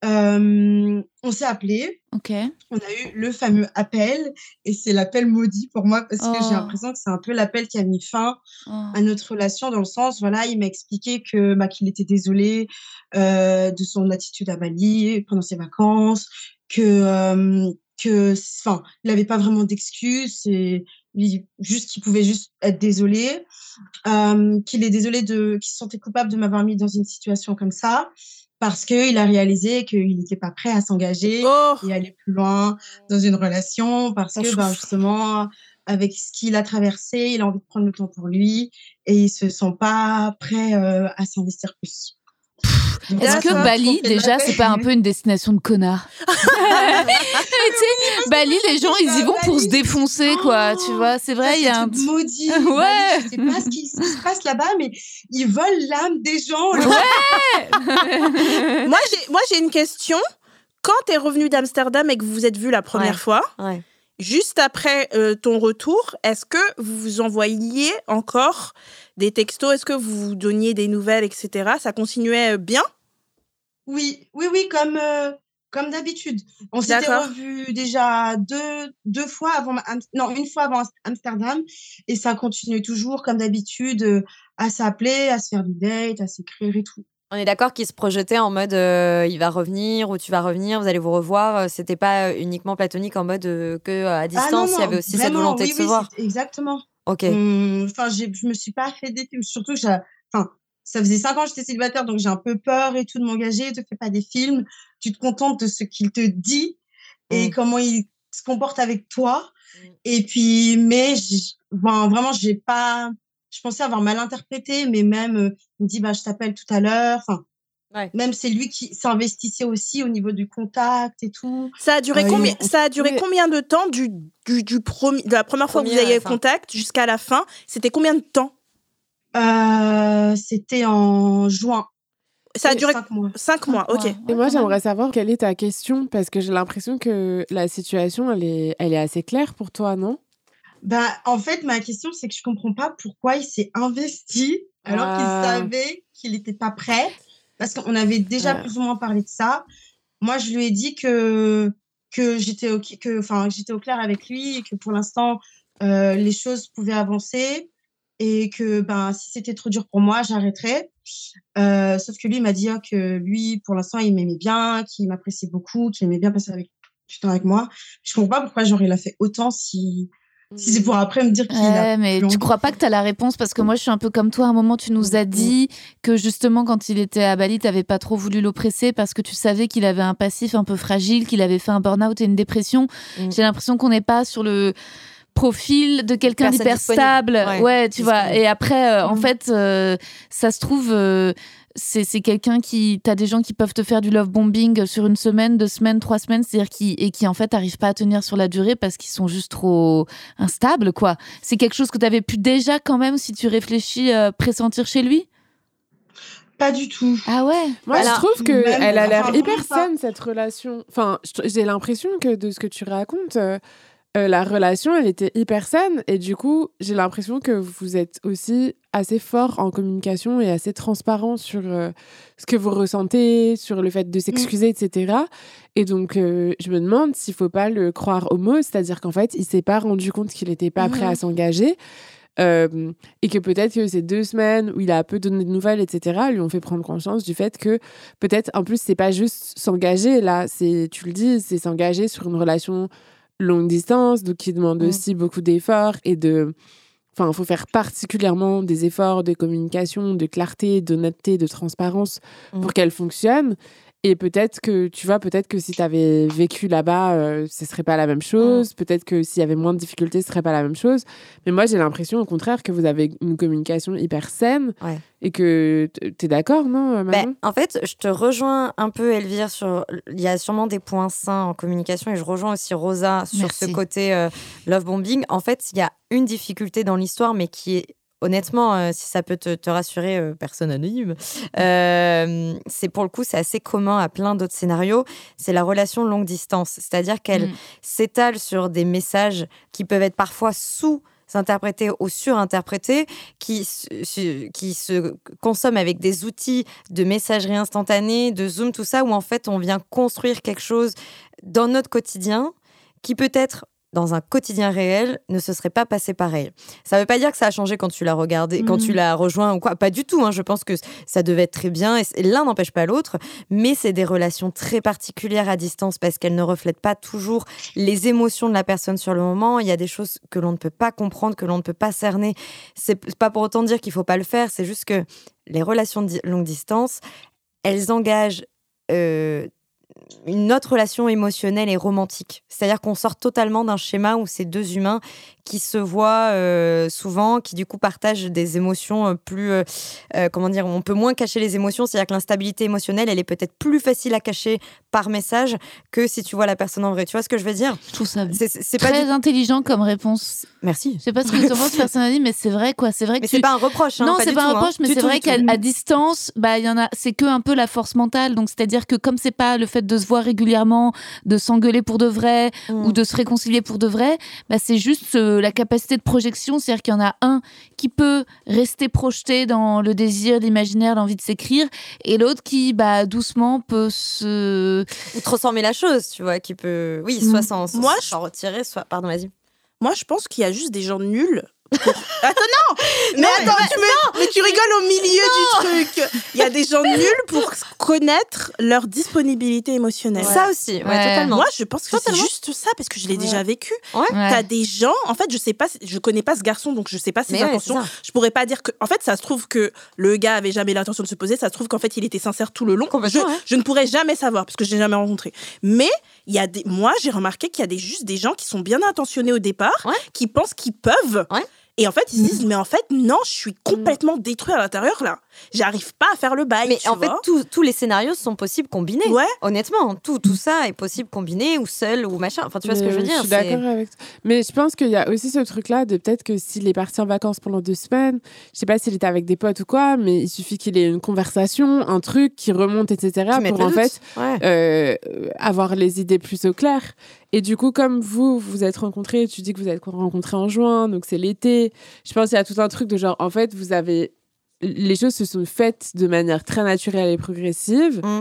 euh, on s'est appelé. Ok. On a eu le fameux appel. Et c'est l'appel maudit pour moi parce que Oh. j'ai l'impression que c'est un peu l'appel qui a mis fin Oh. à notre relation dans le sens, voilà, il m'a expliqué que bah, qu'il était désolé euh, de son attitude à Bali pendant ses vacances, que euh, que enfin, il n'avait pas vraiment d'excuses, et il, juste qu'il pouvait juste être désolé, euh, qu'il est désolé de, qu'il se sentait coupable de m'avoir mis dans une situation comme ça. Parce qu'il a réalisé qu'il n'était pas prêt à s'engager Oh, et aller plus loin dans une relation parce Ça que chauffe. ben, justement, avec ce qu'il a traversé, il a envie de prendre le temps pour lui et il se sent pas prêt euh, à s'investir plus. Donc, Est-ce là, que ça, Bali, on fait de la déjà, peine. c'est pas un peu une destination de connards? Tu sais, Bali, les gens, ils y vont pour se défoncer, quoi. Tu vois, c'est Ça, vrai, il y c'est a un. tout maudit. Ouais. Bali, je sais pas ce qui, ce qui se passe là-bas, mais ils volent l'âme des gens. là. moi j'ai moi j'ai une question. Quand t'es revenu d'Amsterdam et que vous vous êtes vus la première Ouais. fois, Ouais. juste après euh, ton retour, est-ce que vous vous envoyiez encore des textos? Est-ce que vous vous donniez des nouvelles, et cetera. Ça continuait euh, bien? Oui, oui, oui, comme, euh, comme d'habitude. On s'était D'accord. revus déjà deux, deux fois avant, ma- Am- non, une fois avant Amsterdam, et ça continue toujours comme d'habitude euh, à s'appeler, à se faire du date, à s'écrire et tout. On est d'accord qu'il se projetait en mode euh, il va revenir ou tu vas revenir, vous allez vous revoir. Euh, C'était pas euh, uniquement platonique en mode euh, que euh, à Ah non, distance, il y non, avait aussi cette vraiment, volonté oui, de se oui, voir. c'est- exactement. Ok. Hum, Enfin, j'ai, je me suis pas fait des films, surtout que j'ai, enfin, ça faisait cinq ans que j'étais célibataire, donc j'ai un peu peur et tout de m'engager. Tu fais pas des films, tu te contentes de ce qu'il te dit et Mm. comment il se comporte avec toi. Mm. Et puis, mais j'- ben, vraiment, j'ai pas, je pensais avoir mal interprété, mais même, euh, il me dit, bah, je t'appelle tout à l'heure. Enfin, Ouais. même c'est lui qui s'investissait aussi au niveau du contact et tout. Ça a duré Euh, combien il- ça a duré Oui. combien de temps du du, du promi- de la première fois que Premier vous à avez la eu fin. contact jusqu'à la fin? C'était combien de temps? Euh, c'était en juin. Ça a Euh, duré cinq mois. cinq mois. Ok. Ouais, Et ouais, moi, quand j'aimerais même. savoir quelle est ta question, parce que j'ai l'impression que la situation, elle est, elle est assez claire pour toi, non? Bah, en fait, ma question, c'est que je comprends pas pourquoi il s'est investi alors qu'il Ah. savait qu'il n'était pas prêt. Parce qu'on avait déjà Ouais. plus ou moins parlé de ça. Moi, je lui ai dit que, que j'étais ok, que, enfin, que j'étais au clair avec lui et que pour l'instant, euh, les choses pouvaient avancer et que, ben, si c'était trop dur pour moi, j'arrêterais. Euh, sauf que lui, il m'a dit ah, que lui, pour l'instant, il m'aimait bien, qu'il m'appréciait beaucoup, qu'il aimait bien passer avec, du temps avec moi. Je comprends pas pourquoi, genre, il a fait autant si, Si c'est pour après me dire qu'il Ouais, a mais plus tu envie. crois pas que t'as la réponse parce que moi je suis un peu comme toi. À un moment, tu nous as dit que justement quand il était à Bali, t'avais pas trop voulu l'oppresser parce que tu savais qu'il avait un passif un peu fragile, qu'il avait fait un burn-out et une dépression. Mm. J'ai l'impression qu'on n'est pas sur le profil de quelqu'un Personne d'hyper disponible. stable. Ouais, Ouais, tu vois. disponible. Et après, euh, en Mm. fait, euh, ça se trouve. euh, c'est, c'est quelqu'un qui... T'as des gens qui peuvent te faire du love bombing sur une semaine, deux semaines, trois semaines, c'est-à-dire qui, et qui, en fait, n'arrivent pas à tenir sur la durée parce qu'ils sont juste trop instables, quoi. C'est quelque chose que t'avais pu déjà, quand même, si tu réfléchis, euh, pressentir chez lui? Pas du tout. Ah ouais? Moi, Voilà. je trouve Même, qu'elle a l'air enfin, hyper vraiment pas. saine, cette relation. Enfin, je tr- j'ai l'impression que de ce que tu racontes, euh, euh, la relation, elle était hyper saine. Et du coup, j'ai l'impression que vous êtes aussi assez fort en communication et assez transparent sur euh, ce que vous ressentez, sur le fait de s'excuser, et cetera. Et donc, euh, je me demande s'il faut pas le croire au mot, c'est-à-dire qu'en fait, il s'est pas rendu compte qu'il n'était pas prêt à s'engager. Euh, et que peut-être que ces deux semaines où il a peu donné de nouvelles, et cetera, lui ont fait prendre conscience du fait que peut-être, en plus, c'est pas juste s'engager, là, c'est, tu le dis, c'est s'engager sur une relation longue distance, donc qui demande Mm. aussi beaucoup d'efforts et de... Enfin, il faut faire particulièrement des efforts de communication, de clarté, d'honnêteté, de transparence Mm. pour qu'elle fonctionne. Et peut-être que, tu vois, peut-être que si tu avais vécu là-bas, euh, ce serait pas la même chose. Peut-être que s'il y avait moins de difficultés, ce serait pas la même chose. Mais moi, j'ai l'impression, au contraire, que vous avez une communication hyper saine. Ouais. Et que t- t'es d'accord, non, Manon? Ben, en fait, je te rejoins un peu, Elvire, sur... Il y a sûrement des points sains en communication et je rejoins aussi Rosa sur Merci. ce côté euh, love bombing. En fait, il y a une difficulté dans l'histoire, mais qui est, honnêtement, euh, si ça peut te, te rassurer, euh, personne anonyme, euh, c'est pour le coup, c'est assez commun à plein d'autres scénarios. C'est la relation longue distance. C'est-à-dire qu'elle Mm. s'étale sur des messages qui peuvent être parfois sous s'interpréter ou surinterpréter, qui, se- qui se consomment avec des outils de messagerie instantanée, de Zoom, tout ça, où en fait on vient construire quelque chose dans notre quotidien qui peut-être dans un quotidien réel, ne se serait pas passé pareil. Ça ne veut pas dire que ça a changé quand tu l'as regardé, quand tu l'as rejoint ou quoi. Pas du tout. Hein. Je pense que ça devait être très bien. Et c- l'un n'empêche pas l'autre. Mais c'est des relations très particulières à distance parce qu'elles ne reflètent pas toujours les émotions de la personne sur le moment. Il y a des choses que l'on ne peut pas comprendre, que l'on ne peut pas cerner. C'est p- pas pour autant dire qu'il ne faut pas le faire. C'est juste que les relations de di- longue distance, elles engagent... euh, une autre relation émotionnelle et romantique. C'est-à-dire qu'on sort totalement d'un schéma où c'est deux humains qui se voient euh, souvent, qui du coup partagent des émotions euh, plus... euh, euh, comment dire, on peut moins cacher les émotions, c'est-à-dire que l'instabilité émotionnelle, elle est peut-être plus facile à cacher par message que si tu vois la personne en vrai. Tu vois ce que je veux dire? Je trouve ça C'est, c'est c'est pas très du... intelligent comme réponse. Merci. Je sais pas ce que tu en penses, personne n'a dit, mais c'est vrai, quoi. C'est vrai que Mais tu... c'est pas un reproche. Hein, non, pas c'est du pas tout, un reproche, hein. mais Du c'est tout, vrai du tout. qu'à à distance, bah il y en a, c'est que un peu la force mentale. Donc c'est-à-dire que comme c'est pas le fait de se voir régulièrement, de s'engueuler pour de vrai Mm. ou de se réconcilier pour de vrai, bah c'est juste euh, la capacité de projection, c'est-à-dire qu'il y en a un qui peut rester projeté dans le désir, l'imaginaire, l'envie de s'écrire, et l'autre qui, bah doucement peut se... Ou transformer la chose, tu vois, qui peut... Oui, Mm. soit s'en, s'en- Moi, s'en retirer, soit... Pardon, vas-y. Moi, je pense qu'il y a juste des gens nuls. pour- Attends, non Mais attends, tu, me- mais tu rigoles au milieu du truc. Il y a des gens nuls pour connaître leur disponibilité émotionnelle. Ça aussi, ouais, Ouais. totalement. Moi, je pense que c'est Totalement. juste ça, parce que je l'ai Ouais. déjà vécu. Ouais. T'as des gens, en fait, je sais pas, je connais pas ce garçon, donc je sais pas ses Mais ouais, intentions. c'est ça. Je pourrais pas dire que, en fait, ça se trouve que le gars avait jamais l'intention de se poser, ça se trouve qu'en fait, il était sincère tout le long. Je, Complètement, ouais. je ne pourrais jamais savoir, parce que je l'ai jamais rencontré. Mais, il y a des, moi, j'ai remarqué qu'il y a des, juste des gens qui sont bien intentionnés au départ, Ouais. qui pensent qu'ils peuvent. Ouais. Et en fait, ils se disent, mais en fait, non, je suis complètement détruit à l'intérieur, là. J'arrive pas à faire le bail, Mais tu en fait, vois. tous- tous les scénarios sont possibles combinés. Ouais. Honnêtement, tout, tout ça est possible combiné ou seul ou machin. Enfin, tu vois ce que Mais je veux oui, dire? Je suis c'est- d'accord avec toi. Mais je pense qu'il y a aussi ce truc-là de peut-être que s'il est parti en vacances pendant deux semaines, je sais pas s'il était avec des potes ou quoi, mais il suffit qu'il ait une conversation, un truc qui remonte, et cetera, Qui met pour le en doute. fait Ouais. euh, avoir les idées plus au clair. Et du coup, comme vous, vous êtes rencontrés, tu dis que vous êtes rencontrés en juin, donc c'est l'été. Je pense qu'il y a tout un truc de genre, en fait, vous avez... Les choses se sont faites de manière très naturelle et progressive. Mmh.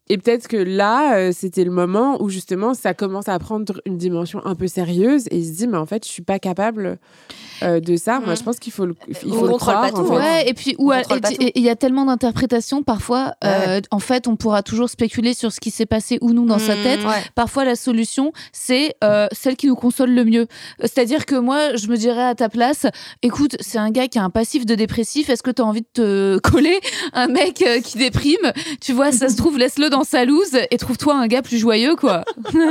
Et peut-être que là, euh, c'était le moment où justement, ça commence à prendre une dimension un peu sérieuse et il se dit, mais en fait, je suis pas capable euh, de ça. Mmh. Moi, je pense qu'il faut le, il faut on le croire. Pas tout, en fait. Ouais, et puis il y a tellement d'interprétations. Parfois, ouais. euh, en fait, on pourra toujours spéculer sur ce qui s'est passé ou non dans mmh, sa tête. Ouais. Parfois, la solution, c'est euh, celle qui nous console le mieux. C'est-à-dire que moi, je me dirais à ta place, écoute, c'est un gars qui a un passif de dépressif. Est-ce que tu as envie de te coller un mec euh, qui déprime? Tu vois, ça se trouve, laisse-le dans sa loose et trouve-toi un gars plus joyeux, quoi.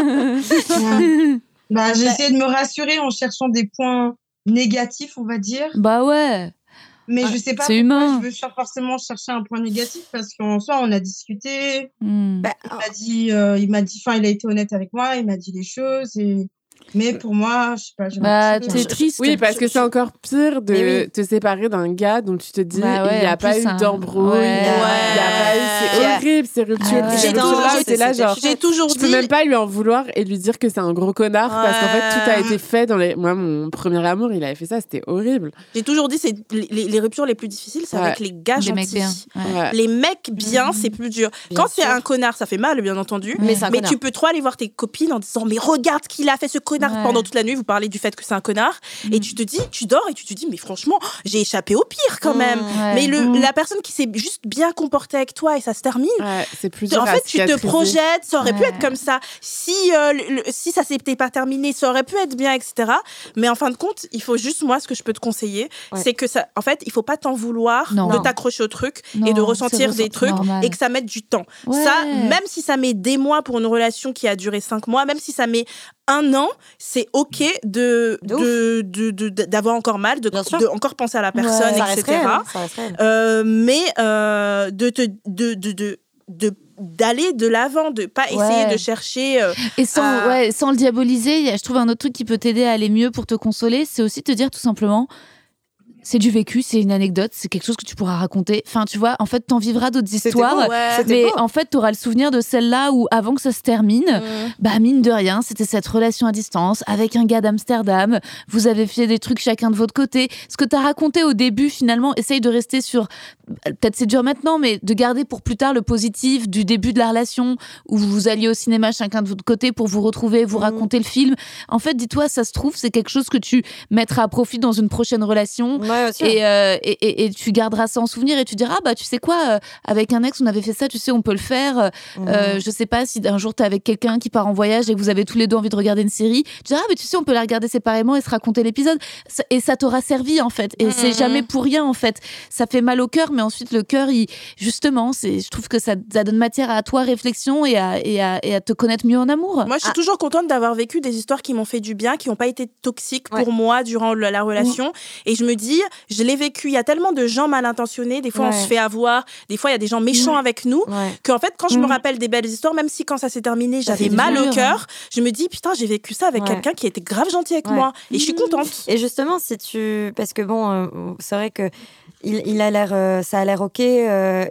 Ouais. Bah, j'ai essayé de me rassurer en cherchant des points négatifs, on va dire. Bah ouais. Mais ah, je sais pas c'est pourquoi humain. je veux forcément chercher un point négatif parce qu'en soi, on a discuté. Mm. Bah, il m'a dit, euh, il m'a dit, enfin, il a été honnête avec moi, il m'a dit les choses et. Mais pour moi, je sais pas. J'ai bah, t'es triste. Oui, parce que c'est encore pire de oui. te séparer d'un gars dont tu te dis bah ouais, il n'y a pas eu un... d'embrouille, ouais. il n'y a, ouais. a pas eu. C'est yeah. horrible, ces ruptures. Ah ouais. J'ai là, c'est là, genre. J'ai toujours je dit. Je peux même pas lui en vouloir et lui dire que c'est un gros connard ouais. parce qu'en fait, tout a été fait dans les. Moi, mon premier amour, il avait fait ça, c'était horrible. J'ai toujours dit, c'est les, les ruptures les plus difficiles, c'est ouais. avec les gars les gentils. Mecs bien. Ouais. Les mecs bien, c'est plus dur. Quand c'est un connard, ça fait mal, bien entendu. Mais tu peux trop aller voir tes copines en disant, mais regarde ce qu'il a fait, ce connard, pendant toute la nuit. Vous parlez du fait que c'est un connard mmh. et tu te dis, tu dors et tu te dis, mais franchement, j'ai échappé au pire quand même. Mmh, ouais. Mais le, mmh. la personne qui s'est juste bien comportée avec toi et ça se termine, ouais, c'est plus dur en fait, tu te projettes, ça aurait ouais. pu être comme ça. Si, euh, le, le, si ça s'était pas terminé, ça aurait pu être bien, et cetera. Mais en fin de compte, il faut juste, moi, ce que je peux te conseiller, ouais. c'est que ça, en fait, il faut pas t'en vouloir non. de t'accrocher au truc non, et de ressentir des trucs normal. Et que ça mette du temps. Ouais. Ça, même si ça met des mois pour une relation qui a duré cinq mois, même si ça met un an, c'est ok de, de, de, de, de d'avoir encore mal, de, de encore penser à la personne, ouais, et cetera. Réel, euh, mais euh, de te de, de, de, de d'aller de l'avant, de pas essayer ouais. de chercher euh, et sans à... ouais, sans le diaboliser. Je trouve un autre truc qui peut t'aider à aller mieux pour te consoler, c'est aussi te dire tout simplement. C'est du vécu, c'est une anecdote, c'est quelque chose que tu pourras raconter. Enfin, tu vois, en fait, t'en vivras d'autres histoires. Beau, ouais. Mais beau. En fait, t'auras le souvenir de celle-là où, avant que ça se termine, mmh. bah, mine de rien, c'était cette relation à distance avec un gars d'Amsterdam. Vous avez fait des trucs chacun de votre côté. Ce que t'as raconté au début, finalement, essaye de rester sur... Peut-être c'est dur maintenant, mais de garder pour plus tard le positif du début de la relation où vous alliez au cinéma chacun de votre côté pour vous retrouver, vous mmh. raconter le film. En fait, dis-toi, ça se trouve, c'est quelque chose que tu mettras à profit dans une prochaine relation. Ouais, et, euh, et, et, et tu garderas ça en souvenir et tu diras, ah, bah, tu sais quoi, euh, avec un ex, on avait fait ça, tu sais, on peut le faire. Mmh. Euh, je sais pas si un jour t'es avec quelqu'un qui part en voyage et que vous avez tous les deux envie de regarder une série. Tu diras, ah, mais tu sais, on peut la regarder séparément et se raconter l'épisode. Et ça t'aura servi, en fait. Et mmh. c'est jamais pour rien, en fait. Ça fait mal au cœur, mais ensuite, le cœur, il, justement, c'est, je trouve que ça, ça donne matière à toi réflexion et à, et, à, et à te connaître mieux en amour. Moi, je suis ah. toujours contente d'avoir vécu des histoires qui m'ont fait du bien, qui n'ont pas été toxiques ouais. pour moi durant la, la relation. Mmh. Et je me dis, je l'ai vécu. Il y a tellement de gens mal intentionnés. Des fois, ouais. on se fait avoir. Des fois, il y a des gens méchants mmh. avec nous. Ouais. Qu'en fait, quand je mmh. me rappelle des belles histoires, même si quand ça s'est terminé, ça j'avais mal dur, au cœur, hein. je me dis, putain, j'ai vécu ça avec ouais. quelqu'un qui était grave gentil avec ouais. moi. Et mmh. je suis contente. Et justement, si tu... Parce que bon, euh, c'est vrai que il, il a l'air, euh, ça a l'air ok. Euh,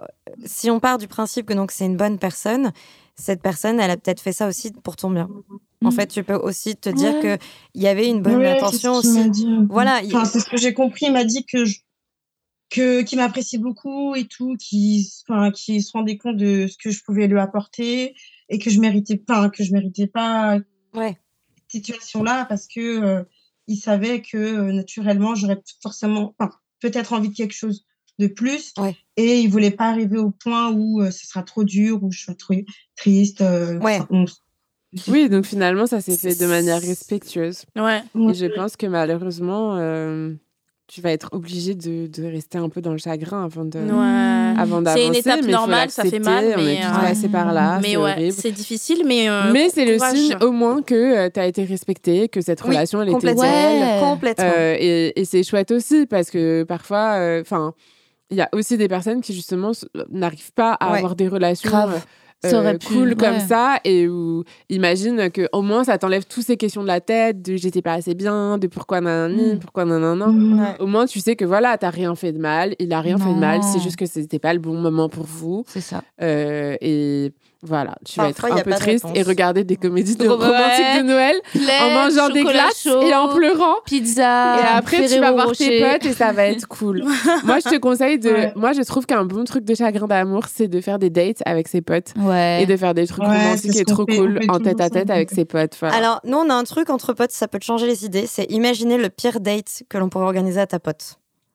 si on part du principe que donc c'est une bonne personne, cette personne, elle a peut-être fait ça aussi pour ton bien. En mmh. fait, tu peux aussi te dire ouais. qu'il y avait une bonne ouais, intention aussi. M'a dit, voilà. Enfin, c'est ce que j'ai compris. Il m'a dit que je... que qu'il m'apprécie beaucoup et tout, qu'il enfin qu'il se rendait compte de ce que je pouvais lui apporter et que je méritais pas que je méritais pas ouais. cette situation là parce que euh, il savait que euh, naturellement j'aurais forcément enfin, peut-être envie de quelque chose de plus ouais. et il voulait pas arriver au point où euh, ce sera trop dur ou je serai trop triste euh, ouais. on... Oui, donc finalement ça s'est fait de manière respectueuse. Ouais. Et je pense que malheureusement euh... tu vas être obligé de, de rester un peu dans le chagrin avant de ouais. avant d'avancer. C'est une étape mais normale, ça fait mal. On mais est tous euh... passés par là, mais c'est ouais, horrible. C'est difficile, mais euh, mais c'est courage. Le signe au moins que euh, tu as été respectée, que cette oui, relation elle était belle, ouais. complètement. Euh, et, et c'est chouette aussi parce que parfois, enfin, euh, il y a aussi des personnes qui justement n'arrivent pas à ouais. avoir des relations. Grave. Euh, ça aurait cool pu, comme ouais. ça et où imagine que au moins ça t'enlève toutes ces questions de la tête de j'étais pas assez bien, de pourquoi nanani, mmh. pourquoi nanana. Mmh. Ouais. Au moins tu sais que voilà, t'as rien fait de mal, il a rien non. fait de mal, c'est juste que c'était pas le bon moment pour vous. C'est ça. Euh, et Voilà, tu vas Parfois, être y un a peu pas de triste réponse. et regarder des comédies de Ouais. romantiques de Noël Lait, en mangeant des chocolat glaces chaud, et en pleurant. Pizza. Et après, tu Ferrero vas voir Rocher. tes potes et ça va être cool. Moi, je te conseille de. Ouais. Moi, je trouve qu'un bon truc de chagrin d'amour, c'est de faire des dates avec ses potes Ouais. et de faire des trucs Ouais, romantiques c'est ce et qu'on trop fait, cool on fait en toujours tête à ça. tête avec ses potes. Voilà. Alors, nous, on a un truc entre potes, ça peut te changer les idées. C'est imaginer le pire date que l'on pourrait organiser à ta pote.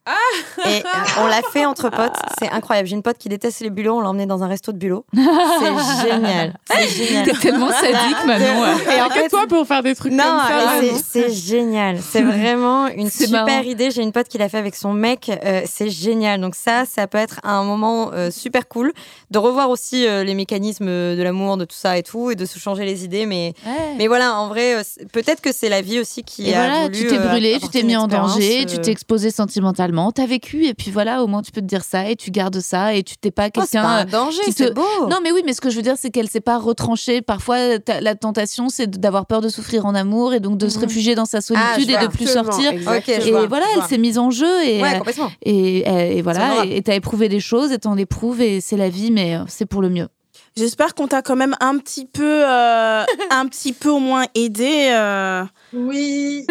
Et euh, on l'a fait entre potes, c'est incroyable. J'ai une pote qui déteste les bulots, on l'a emmenée dans un resto de bulots. C'est génial. C'est génial. T'es tellement sadique, Manon. ouais. Et en que fait, toi pour faire des trucs non, comme ça. mais là, c'est- c'est génial. C'est vraiment une C'est super marrant. idée. J'ai une pote qui l'a fait avec son mec. euh, c'est génial. Donc ça, ça peut être un moment euh, super cool de revoir aussi euh, les mécanismes de l'amour, de tout ça et tout, et de se changer les idées. Mais, Ouais. mais voilà, en vrai, euh, c'est- peut-être que c'est la vie aussi qui Et a voilà, voulu, tu t'es euh, brûlé, tu apporter t'es une mis en expérience, danger, euh, tu t'es exposé sentimentalement, t'as vécu, et puis voilà, au moins tu peux te dire ça, et tu gardes ça, et tu t'es pas oh, c'est quelqu'un. pas un danger, qui te- c'est beau. Non, mais oui, mais ce que je veux dire, c'est qu'elle s'est pas retranchée. Parfois, t'as- la tentation, c'est d'avoir peur de souffrir en amour et donc de se réfugier dans sa solitude Ah, je et de vois. plus Exactement, sortir. exactement. Ok, je Et vois, voilà, je elle vois. s'est mise en jeu et, Ouais, euh, complètement. et, et, et C'est voilà, honorable. et et t'as éprouvé des choses et t'en éprouves et c'est la vie, mais euh, c'est pour le mieux. J'espère qu'on t'a quand même un petit peu, euh, un petit peu au moins aidé. euh. Oui.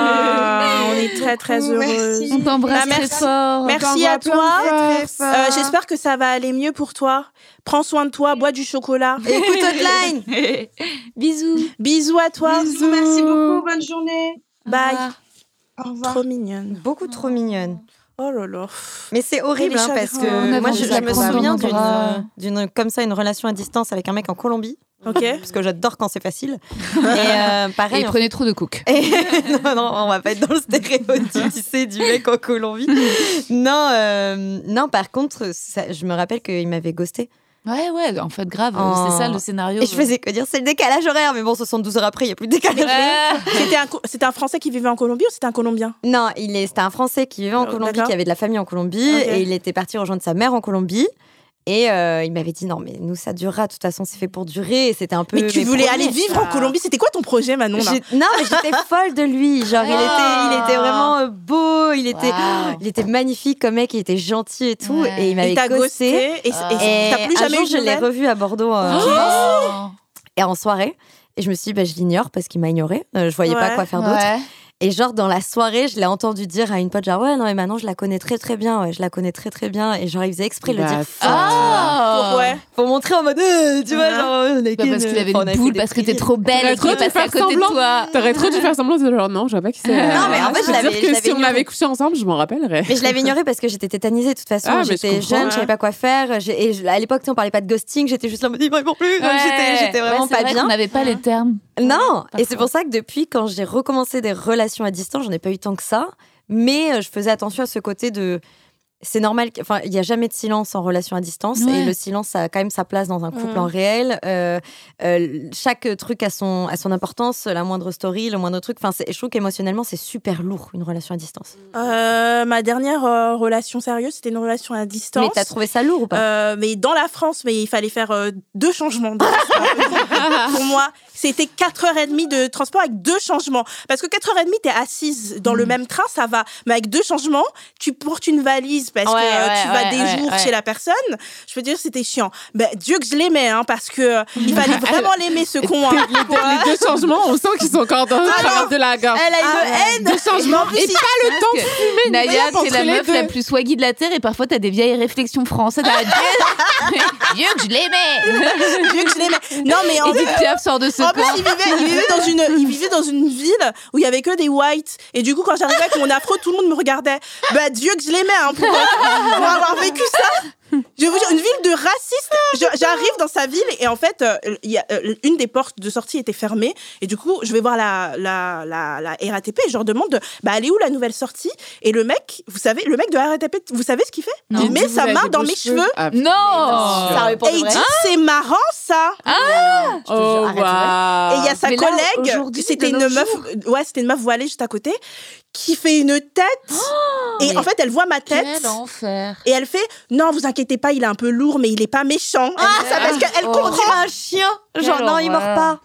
Ah, on est très très Beaucoup, heureuse. merci. On t'embrasse Bah, très merci. fort. Merci à T'envoies toi. plein de force. Euh, J'espère que ça va aller mieux pour toi. Prends soin de toi, bois du chocolat. Et écoute Hotline. Bisous. Bisous à toi. Bisous, merci beaucoup. Bonne journée. Bye. Au revoir. Trop mignonne. Beaucoup trop mignonne. Oh là là. Mais c'est horrible les hein, parce chagrins. que On moi avance je, je la me prendre souviens dans nos d'une bras. d'une comme ça une relation à distance avec un mec en Colombie Ok. parce que j'adore quand c'est facile. Et euh, Et pareil. il en prenait trop de coke. Et- non, non, on va pas être dans le stéréotype, tu sais, du mec en Colombie. Non, euh, non, par contre, ça- je me rappelle qu'il m'avait ghosté. Ouais, ouais, en fait, grave. Oh. C'est ça le scénario. Et je faisais que dire, c'est le décalage horaire. Mais bon, soixante-douze heures après, il n'y a plus de décalage horaire. Ouais. C'était un, Co- c'était un Français qui vivait en Colombie ou c'était un Colombien? Non, il est, c'était un Français qui vivait en Oh, Colombie, d'accord. qui avait de la famille en Colombie. Ok. Et il était parti rejoindre sa mère en Colombie. Et euh, il m'avait dit, non, mais nous, ça durera. De toute façon, c'est fait pour durer. Et c'était un peu. Mais tu mes voulais premiers, aller vivre ça. en Colombie? C'était quoi ton projet, Manon là? J'ai- Non, mais j'étais folle de lui. Genre, il, était, il était vraiment euh, beau. Il était, Waouh. il était magnifique comme mec. Il était gentil et tout. Ouais. Et il Il m'avait t'a ghosté. ghosté et, Ah. et Et t'as plus un jamais jour, eu de je l'ai nouvelles? revu à Bordeaux euh, Oh. et en soirée. Et je me suis dit, bah, je l'ignore parce qu'il m'a ignoré. Euh, je voyais pas Ouais. quoi faire d'autre. Ouais. Et genre, dans la soirée, je l'ai entendu dire à une pote, genre, ouais, non, mais maintenant, je la connais très, très bien. Ouais, je la connais très, très bien. Et genre, il faisait exprès de le Bah, dire fort. Ah. Ouais. Pour montrer en mode, euh, tu vois, Ouais. genre, euh, on a Pas qu'une- parce qu'il avait enfin, on une a fait boule, des parce que t'es prises. trop belle T'aurais et trop qu'il dû est passé à faire côté de semblant. toi. T'aurais trop dû faire semblant de genre non, je vois pas qui c'est. Non, mais en fait, je veux l'avais- dire je que l'avais si on ignoré. avait couché ensemble, je m'en rappellerais. Mais je l'avais ignoré parce que j'étais tétanisée de toute façon. Ah, mais je j'étais comprends, jeune, ouais. je savais pas quoi faire. J'ai- Et je- à l'époque, tu sais, on parlait pas de ghosting. J'étais juste là, me dit, il plus. J'étais, j'étais vraiment Ouais, c'est pas vrai bien. qu'on n'avait pas les termes. Non, Pas et c'est trop. pour ça que depuis, quand j'ai recommencé des relations à distance, j'en ai pas eu tant que ça. Mais euh, je faisais attention à ce côté de. C'est normal, qu'- enfin, il n'y a jamais de silence en relation à distance. Ouais. Et le silence, ça a quand même sa place dans un couple Mhm. en réel. Euh, euh, chaque truc a son, a son importance, la moindre story, le moindre truc. Enfin, c'est- je trouve qu'émotionnellement, c'est super lourd, une relation à distance. Euh, ma dernière euh, relation sérieuse, c'était une relation à distance. Mais t'as trouvé ça lourd ou pas Euh, mais dans la France, mais il fallait faire euh, deux changements. de transport. Pour moi, c'était quatre heures et demie de transport avec deux changements. Parce que quatre heures et demie, t'es assise dans le même train, ça va. Mais avec deux changements, tu portes une valise parce Ouais, que euh, ouais, tu vas ouais, des ouais, jours ouais. chez la personne. Je peux dire, c'était chiant. Ben, Dieu que je l'aimais, hein, parce que euh, il fallait vraiment l'aimer, ce con. Hein. Les deux changements, on sent qu'ils sont encore dans le travers de la gorge. Elle a Ah, une haine. deux changements. En plus, Et il- pas le temps de fumer. Naya, clope t'es la entre les meuf deux. la plus swaggy de la Terre et parfois t'as des vieilles réflexions françaises. T'as Dieu, Dieu que je l'aimais. Dieu que je l'aimais. Non, mais en Edith Piaf sort de ce En plus, corps. il vivait, il, vivait dans une, il vivait dans une ville où il y avait que des whites. Et du coup, quand j'arrivais avec mon afro, tout le monde me regardait. Bah, Dieu que je l'aimais, hein, pour, pour avoir vécu ça. Je vous jure, une ville de racistes. Je- J'arrive dans sa ville et en fait, euh, il y a, euh, une des portes de sortie était fermée. Et du coup, je vais voir la, la, la, la R A T P et je leur demande, bah, elle est où la nouvelle sortie? Et le mec, vous savez, le mec de la R A T P, vous savez ce qu'il fait? Non. Il met sa main dans mes cheveux. Ah, Non. Sérieux, pour Et de il vrai dit, c'est marrant, ça. oh, arrête, waouh. Et il y a sa Mais là, collègue, aujourd'hui, c'était de une nos meuf, ouais, c'était une meuf voilée juste à côté, qui fait une tête. et mais en fait, elle voit ma tête. Quel enfer. Et elle fait, non, vous inquiétez pas, il est un peu lourd, mais il est pas méchant. Elle dit ça parce qu'elle On comprend. dirait un chien. Genre, Quelle non, il mord horreur. pas.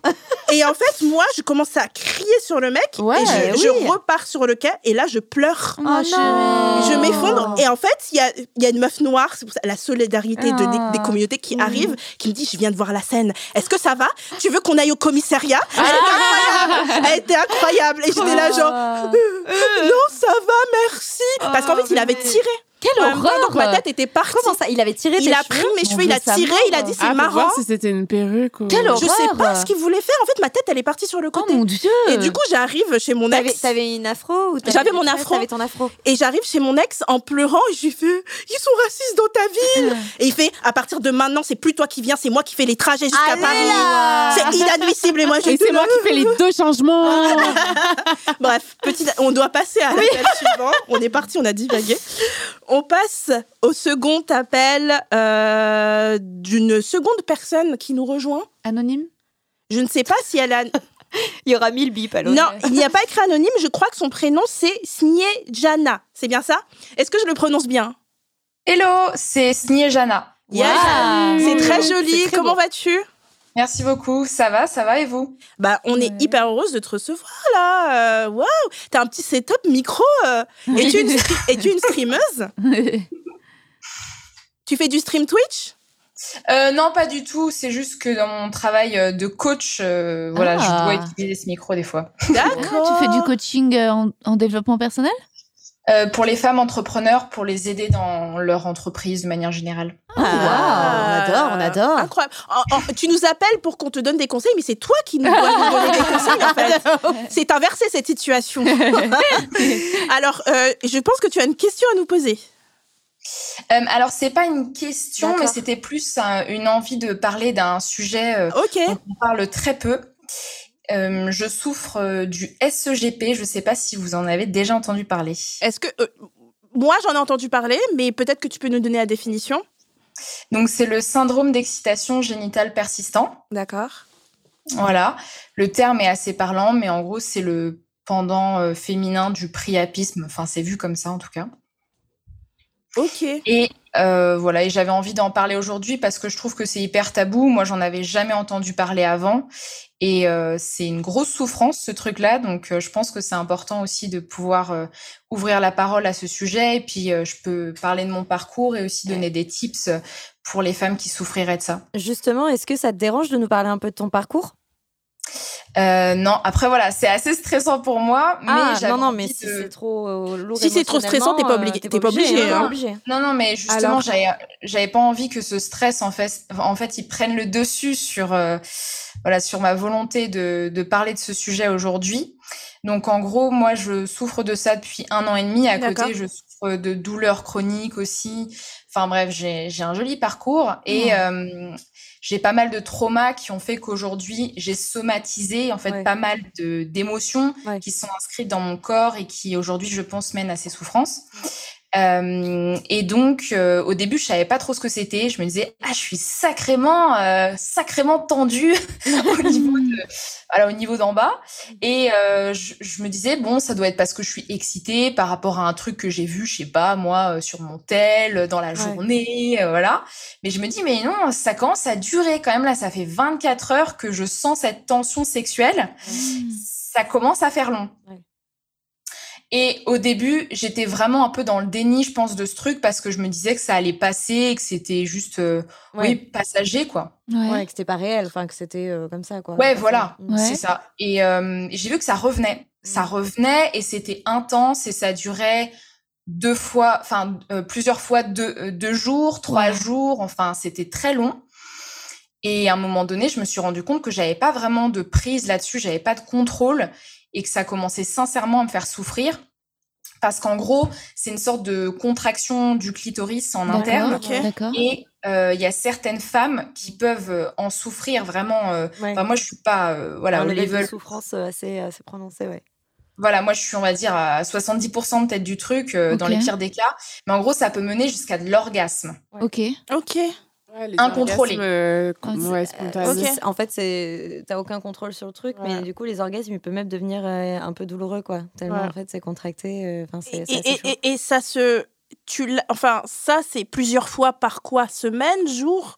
Et en fait, moi, je commence à crier sur le mec Ouais, et je, oui. je repars sur le quai et là, je pleure. Oh, ma non. chérie. Je m'effondre et en fait, il y a, il y a une meuf noire, c'est pour ça, la solidarité de, des, Ah. des communautés qui arrive, qui me dit, je viens de voir la scène, est-ce que ça va? Tu veux qu'on aille au commissariat? Elle était incroyable, elle était incroyable. Et j'étais là genre, euh, non, ça va, merci. Parce qu'en fait, il avait tiré. Quelle En même temps, horreur. donc ma tête était partie. Comment ça? Il avait tiré Il tes a cheveux pris mes On cheveux, il veut a sa tiré, mort. il a dit, c'est Ah, pour marrant. voir si c'était une perruque ou... Quelle Je sais horreur. pas ce qu'il voulait faire. En fait, ma tête, elle est partie sur le Oh côté. mon Dieu. Et du coup, j'arrive chez mon T'avais, ex. t'avais une afro ou t'avais J'avais des mon tresses? afro. T'avais ton afro. Et j'arrive chez mon ex en pleurant et je lui fais, ils sont racistes dans ta ville. Et il fait, à partir de maintenant, c'est plus toi qui viens, c'est moi qui fais les trajets jusqu'à Allez Paris. là. C'est inadmissible. Et moi, j'ai Et c'est moi qui fais les deux changements. Bref, petite, on doit passer à l'appel suivant. On est parti, on a divagué. On passe au second appel euh, d'une seconde personne qui nous rejoint. Anonyme. Je ne sais pas si elle a... Il y aura mille bips alors. Non, il n'y a pas écrit anonyme. Je crois que son prénom, c'est Sniejana. C'est bien ça? Est-ce que je le prononce bien? Hello, c'est Sniejana. Yes. Wow. C'est très joli. C'est très Comment beau. vas-tu? Merci beaucoup. Ça va, ça va et vous? Bah, on est Ouais. hyper heureuse de te recevoir là. Euh, Waouh, t'as un petit setup micro. euh. Es-tu une, stri- es-tu une streameuse? Tu fais du stream Twitch? Euh, non, pas du tout. C'est juste que dans mon travail euh, de coach, euh, voilà, Ah. je dois utiliser ce micro des fois. D'accord. Tu fais du coaching euh, en, en développement personnel? Euh, pour les femmes entrepreneurs, pour les aider dans leur entreprise de manière générale. Ah, on adore, on adore. Incroyable. En- en- tu nous appelles pour qu'on te donne des conseils, mais c'est toi qui nous dois nous donner des conseils en fait. C'est inversé cette situation. Alors, euh, je pense que tu as une question à nous poser. Euh, alors, c'est pas une question, D'accord. mais c'était plus un- une envie de parler d'un sujet euh, Ok. dont on parle très peu. Euh, je souffre euh, du S E G P. Je sais pas si vous en avez déjà entendu parler. Est-ce que euh, moi j'en ai entendu parler, mais peut-être que tu peux nous donner la définition. Donc, c'est le syndrome d'excitation génitale persistant. D'accord. Voilà. Le terme est assez parlant, mais en gros, c'est le pendant euh, féminin du priapisme. Enfin, c'est vu comme ça, en tout cas. Ok. Et euh, voilà, et j'avais envie d'en parler aujourd'hui parce que je trouve que c'est hyper tabou. Moi, j'en avais jamais entendu parler avant. Et euh, c'est une grosse souffrance, ce truc-là. Donc, euh, je pense que c'est important aussi de pouvoir euh, ouvrir la parole à ce sujet. Et puis, euh, je peux parler de mon parcours et aussi donner des tips pour les femmes qui souffriraient de ça. Justement, est-ce que ça te dérange de nous parler un peu de ton parcours? Euh, non, après, voilà, c'est assez stressant pour moi. Mais Ah, j'avais non, non, envie mais de- si c'est trop euh, lourd Si c'est trop stressant, t'es pas obligé- émotionnellement, euh, t'es pas obligé, hein, hein. pas obligé. Non, non, mais justement, Alors j'avais, j'avais pas envie que ce stress, en fait, en fait, il prenne le dessus sur, euh, voilà, sur ma volonté de, de parler de ce sujet aujourd'hui. Donc, en gros, moi, je souffre de ça depuis un an et demi. À D'accord. côté, je souffre de douleurs chroniques aussi. Enfin, bref, j'ai, j'ai un joli parcours et, euh, j'ai pas mal de traumas qui ont fait qu'aujourd'hui, j'ai somatisé, en fait, Ouais. pas mal de, d'émotions Ouais. qui sont inscrites dans mon corps et qui, aujourd'hui, je pense, mènent à ces souffrances. Euh, et donc, euh, au début, je savais pas trop ce que c'était. Je me disais, ah, je suis sacrément, euh, sacrément tendue au niveau de, voilà, au niveau d'en bas. Et euh, je, je me disais, bon, ça doit être parce que je suis excitée par rapport à un truc que j'ai vu, je sais pas, moi, euh, sur mon tel, euh, dans la journée, euh, voilà. Mais je me dis, mais non, ça commence à durer quand même. Là, ça fait vingt-quatre heures que je sens cette tension sexuelle. Ça commence à faire long. Ouais. Et au début, j'étais vraiment un peu dans le déni, je pense, de ce truc parce que je me disais que ça allait passer, que c'était juste, euh, Ouais. oui, passager, quoi. Ouais, que c'était pas réel, enfin que c'était euh, comme ça, quoi. Ouais, Pas voilà, ça. Ouais. c'est ça. Et euh, j'ai vu que ça revenait. Ça revenait et c'était intense et ça durait deux fois, enfin, euh, plusieurs fois deux, euh, deux jours, trois Ouais. jours, enfin, c'était très long. Et à un moment donné, je me suis rendu compte que j'avais pas vraiment de prise là-dessus, j'avais pas de contrôle et que ça commençait sincèrement à me faire souffrir. Parce qu'en gros, c'est une sorte de contraction du clitoris en interne. Ok. D'accord. Et euh, il y a certaines femmes qui peuvent euh, en souffrir vraiment. euh, Ouais. Enfin, moi, je suis pas euh, voilà un au level de level. souffrance euh, assez, assez prononcé, ouais. Voilà, moi, je suis, on va dire, à soixante-dix pour cent peut-être du truc euh, dans Ok. les pires des cas. Mais en gros, ça peut mener jusqu'à de l'orgasme. Ok. Ok. Ouais, les Incontrôlé. orgasmes, euh, Ah, c'est- ouais, Euh, spontanés. c'est- En fait, c'est t'as aucun contrôle sur le truc, Ouais. mais du coup, les orgasmes, ils peuvent même devenir euh, un peu douloureux, quoi. Tellement, Ouais. en fait, c'est contracté. euh, Enfin, c'est Et, c'est assez et, chaud. et, et ça se. Tu l'as- enfin, ça, c'est plusieurs fois par quoi? Semaine, jour?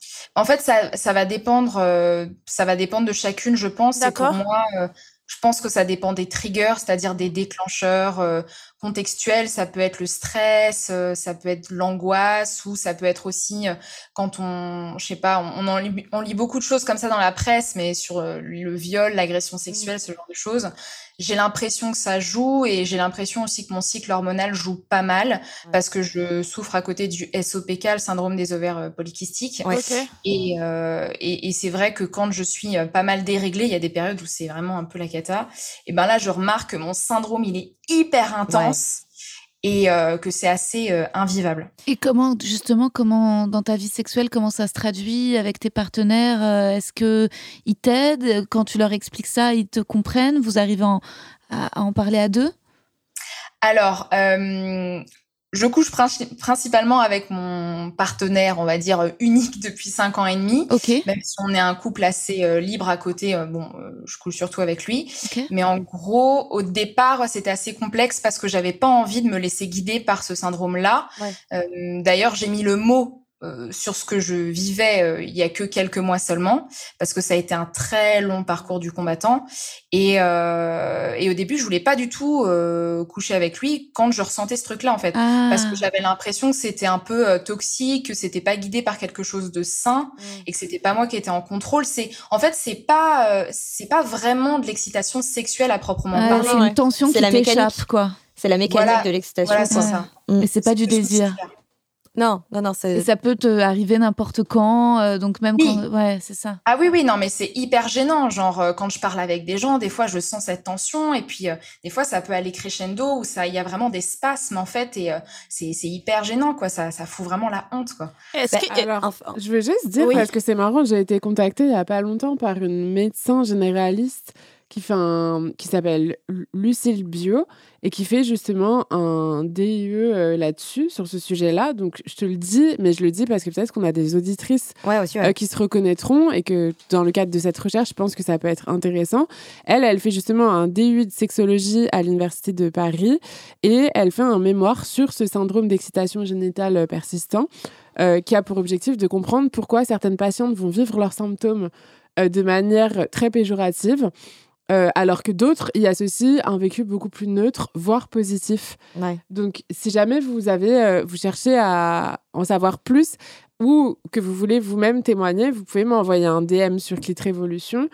En fait, ça, ça va dépendre, euh, ça va dépendre de chacune, je pense. D'accord. Et pour moi, euh, je pense que ça dépend des triggers, c'est-à-dire des déclencheurs euh, contextuels. Ça peut être le stress, euh, ça peut être l'angoisse, ou ça peut être aussi euh, quand on, je sais pas, on, on, en lit, on lit beaucoup de choses comme ça dans la presse, mais sur euh, le viol, l'agression sexuelle, ce genre de choses. J'ai l'impression que ça joue, et j'ai l'impression aussi que mon cycle hormonal joue pas mal, parce que je souffre à côté du S O P K, le syndrome des ovaires euh, polykystiques. Ouais. Ok. Et, euh, et, et c'est vrai que quand je suis euh, pas mal déréglée, il y a des périodes où c'est vraiment un peu la cata. Et ben là, je remarque que mon syndrome, il est hyper intense. Et euh, que c'est assez euh, invivable. Et comment, justement, comment dans ta vie sexuelle, comment ça se traduit avec tes partenaires? euh, Est-ce qu'ils t'aident? Quand tu leur expliques ça, ils te comprennent? Vous arrivez en, à, à en parler à deux? Alors, euh, je couche princi- principalement avec mon partenaire, on va dire, unique depuis cinq ans et demi. Ok. Même si on est un couple assez euh, libre à côté, euh, bon, euh, je couche surtout avec lui. Ok. Mais en gros, au départ, c'était assez complexe parce que j'avais pas envie de me laisser guider par ce syndrome-là. Ouais. Euh, d'ailleurs, j'ai mis le mot euh, sur ce que je vivais euh, il y a que quelques mois seulement, parce que ça a été un très long parcours du combattant. Et, euh, et au début, je voulais pas du tout euh, coucher avec lui quand je ressentais ce truc-là, en fait. Ah. Parce que j'avais l'impression que c'était un peu euh, toxique, que c'était pas guidé par quelque chose de sain, et que c'était pas moi qui étais en contrôle. C'est, en fait, c'est pas, euh, c'est pas vraiment de l'excitation sexuelle à proprement Ah, parler. c'est une tension C'est qui la t'échappe, mécanique. quoi. C'est la mécanique Voilà. de l'excitation. Voilà, c'est quoi. ça. Mais c'est pas du Ce désir. souci-là. Non, non, non, c'est. Et ça peut te arriver n'importe quand, euh, donc même Oui. quand... Ouais, c'est ça. Ah oui, oui, non, mais c'est hyper gênant. Genre, euh, quand je parle avec des gens, des fois, je sens cette tension, et puis euh, des fois, ça peut aller crescendo, où ça, il y a vraiment des spasmes, en fait, et euh, c'est, c'est hyper gênant, quoi. Ça, ça fout vraiment la honte, quoi. Est-ce Bah, que... Alors, enfin, je veux juste dire, Oui. parce que c'est marrant, j'ai été contactée il y a pas longtemps par une médecin généraliste qui fait un, qui s'appelle Lucille Bio et qui fait justement un D I E euh, là-dessus, sur ce sujet-là. Donc, je te le dis, mais je le dis parce que peut-être qu'on a des auditrices Ouais, aussi, ouais. euh, qui se reconnaîtront et que dans le cadre de cette recherche, je pense que ça peut être intéressant. Elle, elle fait justement un D U de sexologie à l'Université de Paris et elle fait un mémoire sur ce syndrome d'excitation génitale persistant euh, qui a pour objectif de comprendre pourquoi certaines patientes vont vivre leurs symptômes euh, de manière très péjorative. Euh, alors que d'autres y associent un vécu beaucoup plus neutre, voire positif. Ouais. Donc, si jamais vous avez, euh, vous cherchez à en savoir plus ou que vous voulez vous-même témoigner, vous pouvez m'envoyer un D M sur Clit Révolution.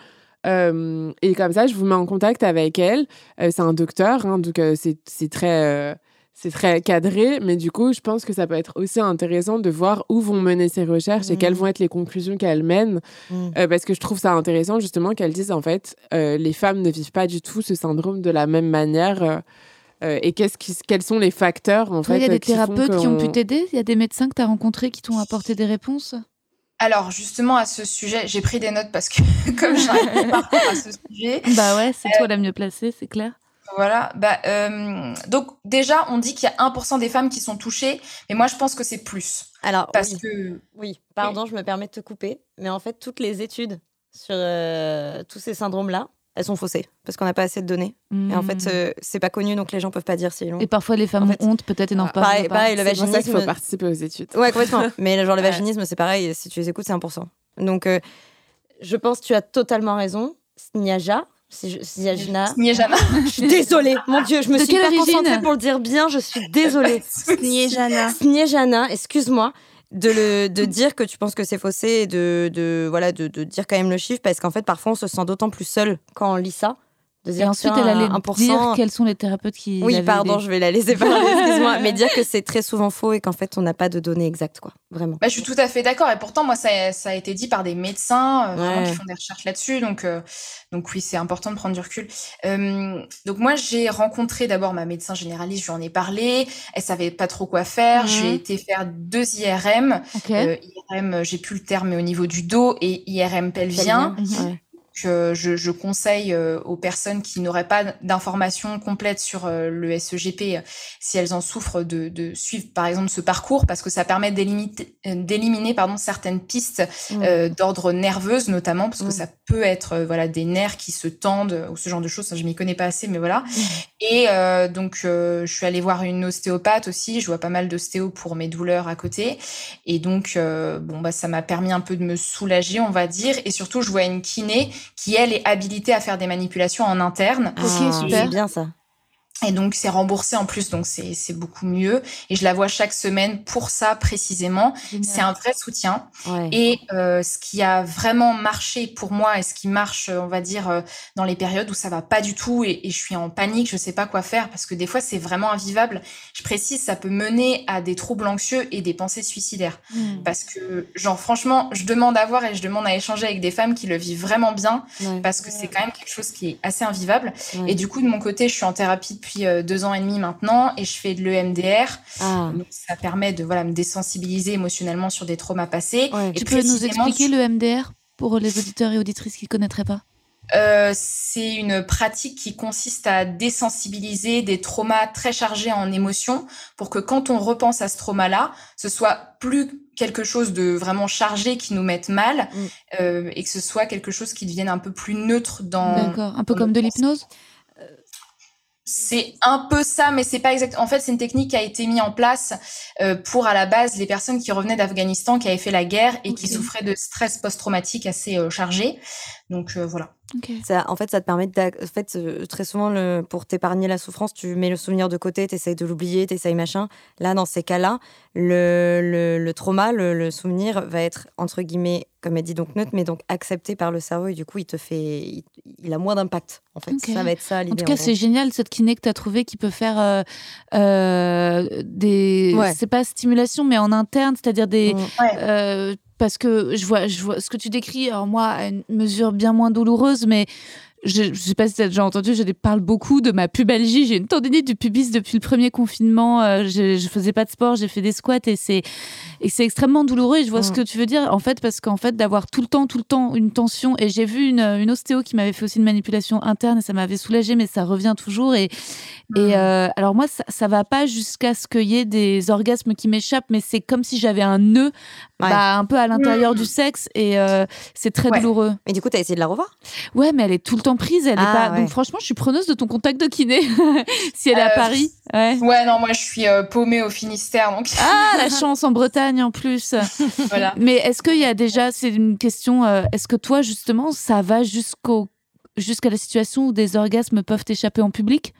Euh, et comme ça, je vous mets en contact avec elle. Euh, c'est un docteur, hein, donc euh, c'est, c'est très... Euh, c'est très cadré, mais du coup, je pense que ça peut être aussi intéressant de voir où vont mener ces recherches Mmh. et quelles vont être les conclusions qu'elles mènent. Mmh. Euh, parce que je trouve ça intéressant, justement, qu'elles disent, en fait, euh, les femmes ne vivent pas du tout ce syndrome de la même manière. Euh, euh, et qu'est-ce qui, quels sont les facteurs, en Toi, fait, il y a euh, des qui font thérapeutes qui ont qu'on- pu t'aider? Il y a des médecins que tu as rencontrés qui t'ont apporté des réponses? Alors, justement, à ce sujet, j'ai pris des notes parce que, comme j'ai un parcours à ce sujet, Bah ouais, c'est toi la mieux placée, c'est clair. voilà. Bah, euh, donc, déjà, on dit qu'il y a un pour cent des femmes qui sont touchées, mais moi, je pense que c'est plus. Alors, Parce oui. que. Oui, pardon, je me permets de te couper, mais en fait, toutes les études sur euh, tous ces syndromes-là, elles sont faussées parce qu'on n'a pas assez de données. Et en fait, euh, c'est pas connu, donc les gens peuvent pas dire si long. Et parfois, les femmes En fait, ont honte, peut-être, et n'en ah, parlent pareil, pas. pareil, le C'est pour ça qu'il vaginisme. faut participer aux études. Ouais, complètement. Mais genre le Ouais. vaginisme, c'est pareil. Si tu les écoutes, c'est un pour cent. Donc, euh, je pense que tu as totalement raison. Sniaja, si je- Sniajna. Sniejana. Je suis désolée. Mon Dieu, je me De suis quelle hyper origine concentrée pour le dire bien. Je suis désolée. Sniejana. Sniejana, excuse-moi. De, le, de dire que tu penses que c'est faussé et de, de, voilà, de, de dire quand même le chiffre parce qu'en fait, parfois, on se sent d'autant plus seul quand on lit ça. De Et dire, ensuite, tiens, elle allait un pour dire cent. quels sont les thérapeutes qui Oui, l'avaient pardon, aidée. je vais la laisser parler, excuse-moi. Mais dire que c'est très souvent faux et qu'en fait, on n'a pas de données exactes, quoi. Vraiment. Bah, je suis tout à fait d'accord. Et pourtant, moi, ça, ça a été dit par des médecins euh, vraiment Ouais. qui font des recherches là-dessus. Donc, euh, donc oui, c'est important de prendre du recul. Euh, donc moi, j'ai rencontré d'abord ma médecin généraliste. Je lui en ai parlé. Elle savait pas trop quoi faire. Mhm. J'ai été faire deux I R M. Ok. Euh, I R M, j'ai plus le terme, mais au niveau du dos et I R M pelvien. Pelvien. Ouais. euh, je, je conseille euh, aux personnes qui n'auraient pas d'informations complètes sur euh, le S E G P, euh, si elles en souffrent, de, de suivre par exemple ce parcours, parce que ça permet d'éliminer, d'éliminer pardon, certaines pistes Mmh. euh, d'ordre nerveuse notamment, parce que Mmh. ça peut être euh, voilà, des nerfs qui se tendent ou ce genre de choses. Je m'y connais pas assez, mais voilà. Mmh. Et euh, donc, euh, je suis allée voir une ostéopathe aussi. Je vois pas mal d'ostéos pour mes douleurs à côté. Et donc, euh, bon, bah, ça m'a permis un peu de me soulager, on va dire. Et surtout, je vois une kiné qui, elle, est habilitée à faire des manipulations en interne. Ok, Ah, super. C'est bien ça. Et donc, c'est remboursé en plus, donc c'est c'est beaucoup mieux. Et je la vois chaque semaine pour ça précisément. Génial. C'est un vrai soutien. Ouais. Et euh, ce qui a vraiment marché pour moi et ce qui marche, on va dire, euh, dans les périodes où ça va pas du tout et, et je suis en panique, je sais pas quoi faire parce que des fois, c'est vraiment invivable. Je précise, ça peut mener à des troubles anxieux et des pensées suicidaires. Mm. Parce que, genre, franchement, je demande à voir et je demande à échanger avec des femmes qui le vivent vraiment bien Ouais. parce que c'est quand même quelque chose qui est assez invivable. Ouais. Et du coup, de mon côté, je suis en thérapie depuis euh, deux ans et demi maintenant et je fais de l'E M D R. Ah. Donc, ça permet de voilà, me désensibiliser émotionnellement sur des traumas passés. Ouais. Et Tu peux nous précisément, expliquer le M D R pour les auditeurs et auditrices qui ne connaîtraient pas? Euh, c'est une pratique qui consiste à désensibiliser des traumas très chargés en émotions pour que quand on repense à ce trauma-là, ce soit plus quelque chose de vraiment chargé qui nous mette mal Mm. euh, et que ce soit quelque chose qui devienne un peu plus neutre dans... D'accord. Un peu dans comme de nos l'hypnose? C'est un peu ça, mais c'est pas exact. En fait, c'est une technique qui a été mise en place euh, pour à la base les personnes qui revenaient d'Afghanistan, qui avaient fait la guerre et qui Ok. souffraient de stress post-traumatique assez euh, chargé. Donc euh, voilà. Ok. Ça, en fait, ça te permet de. En fait, euh, très souvent, le, pour t'épargner la souffrance, tu mets le souvenir de côté, t'essayes de l'oublier, t'essayes machin. Là, dans ces cas-là, le, le, le trauma, le, le souvenir va être, entre guillemets, comme elle dit, donc neutre, mais donc accepté par le cerveau. Et du coup, il te fait. Il, il a moins d'impact, en fait. Ok. Ça va être ça l'idée. En tout cas, gros. c'est génial cette kiné que tu as trouvée qui peut faire euh, euh, des. Ouais. C'est pas stimulation, mais en interne, c'est-à-dire des. Mm. Ouais. euh, parce que je vois, je vois ce que tu décris, alors moi, à une mesure bien moins douloureuse, mais je ne sais pas si tu as déjà entendu, je parle beaucoup de ma pubalgie. J'ai une tendinite du pubis depuis le premier confinement. Euh, je ne faisais pas de sport, j'ai fait des squats et c'est, et c'est extrêmement douloureux. Et je vois Mm. ce que tu veux dire, en fait, parce qu'en fait, d'avoir tout le temps, tout le temps une tension. Et j'ai vu une, une ostéo qui m'avait fait aussi une manipulation interne et ça m'avait soulagée, mais ça revient toujours. Et, et euh, alors moi, ça ne va pas jusqu'à ce qu'il y ait des orgasmes qui m'échappent, mais c'est comme si j'avais un nœud Ouais. bah, un peu à l'intérieur du sexe et euh, c'est très Ouais. douloureux. Mais du coup, t'as essayé de la revoir? Ouais, mais elle est tout le temps prise. Elle est Ah, pas... ouais. Donc franchement, je suis preneuse de ton contact de kiné. Si elle est à Euh, Paris. Ouais. Ouais, non, moi je suis euh, paumée au Finistère, donc Ah, la chance en Bretagne en plus. voilà. Mais est-ce qu'il y a déjà, c'est une question, euh, est-ce que toi justement, ça va jusqu'au jusqu'à la situation où des orgasmes peuvent échapper en public?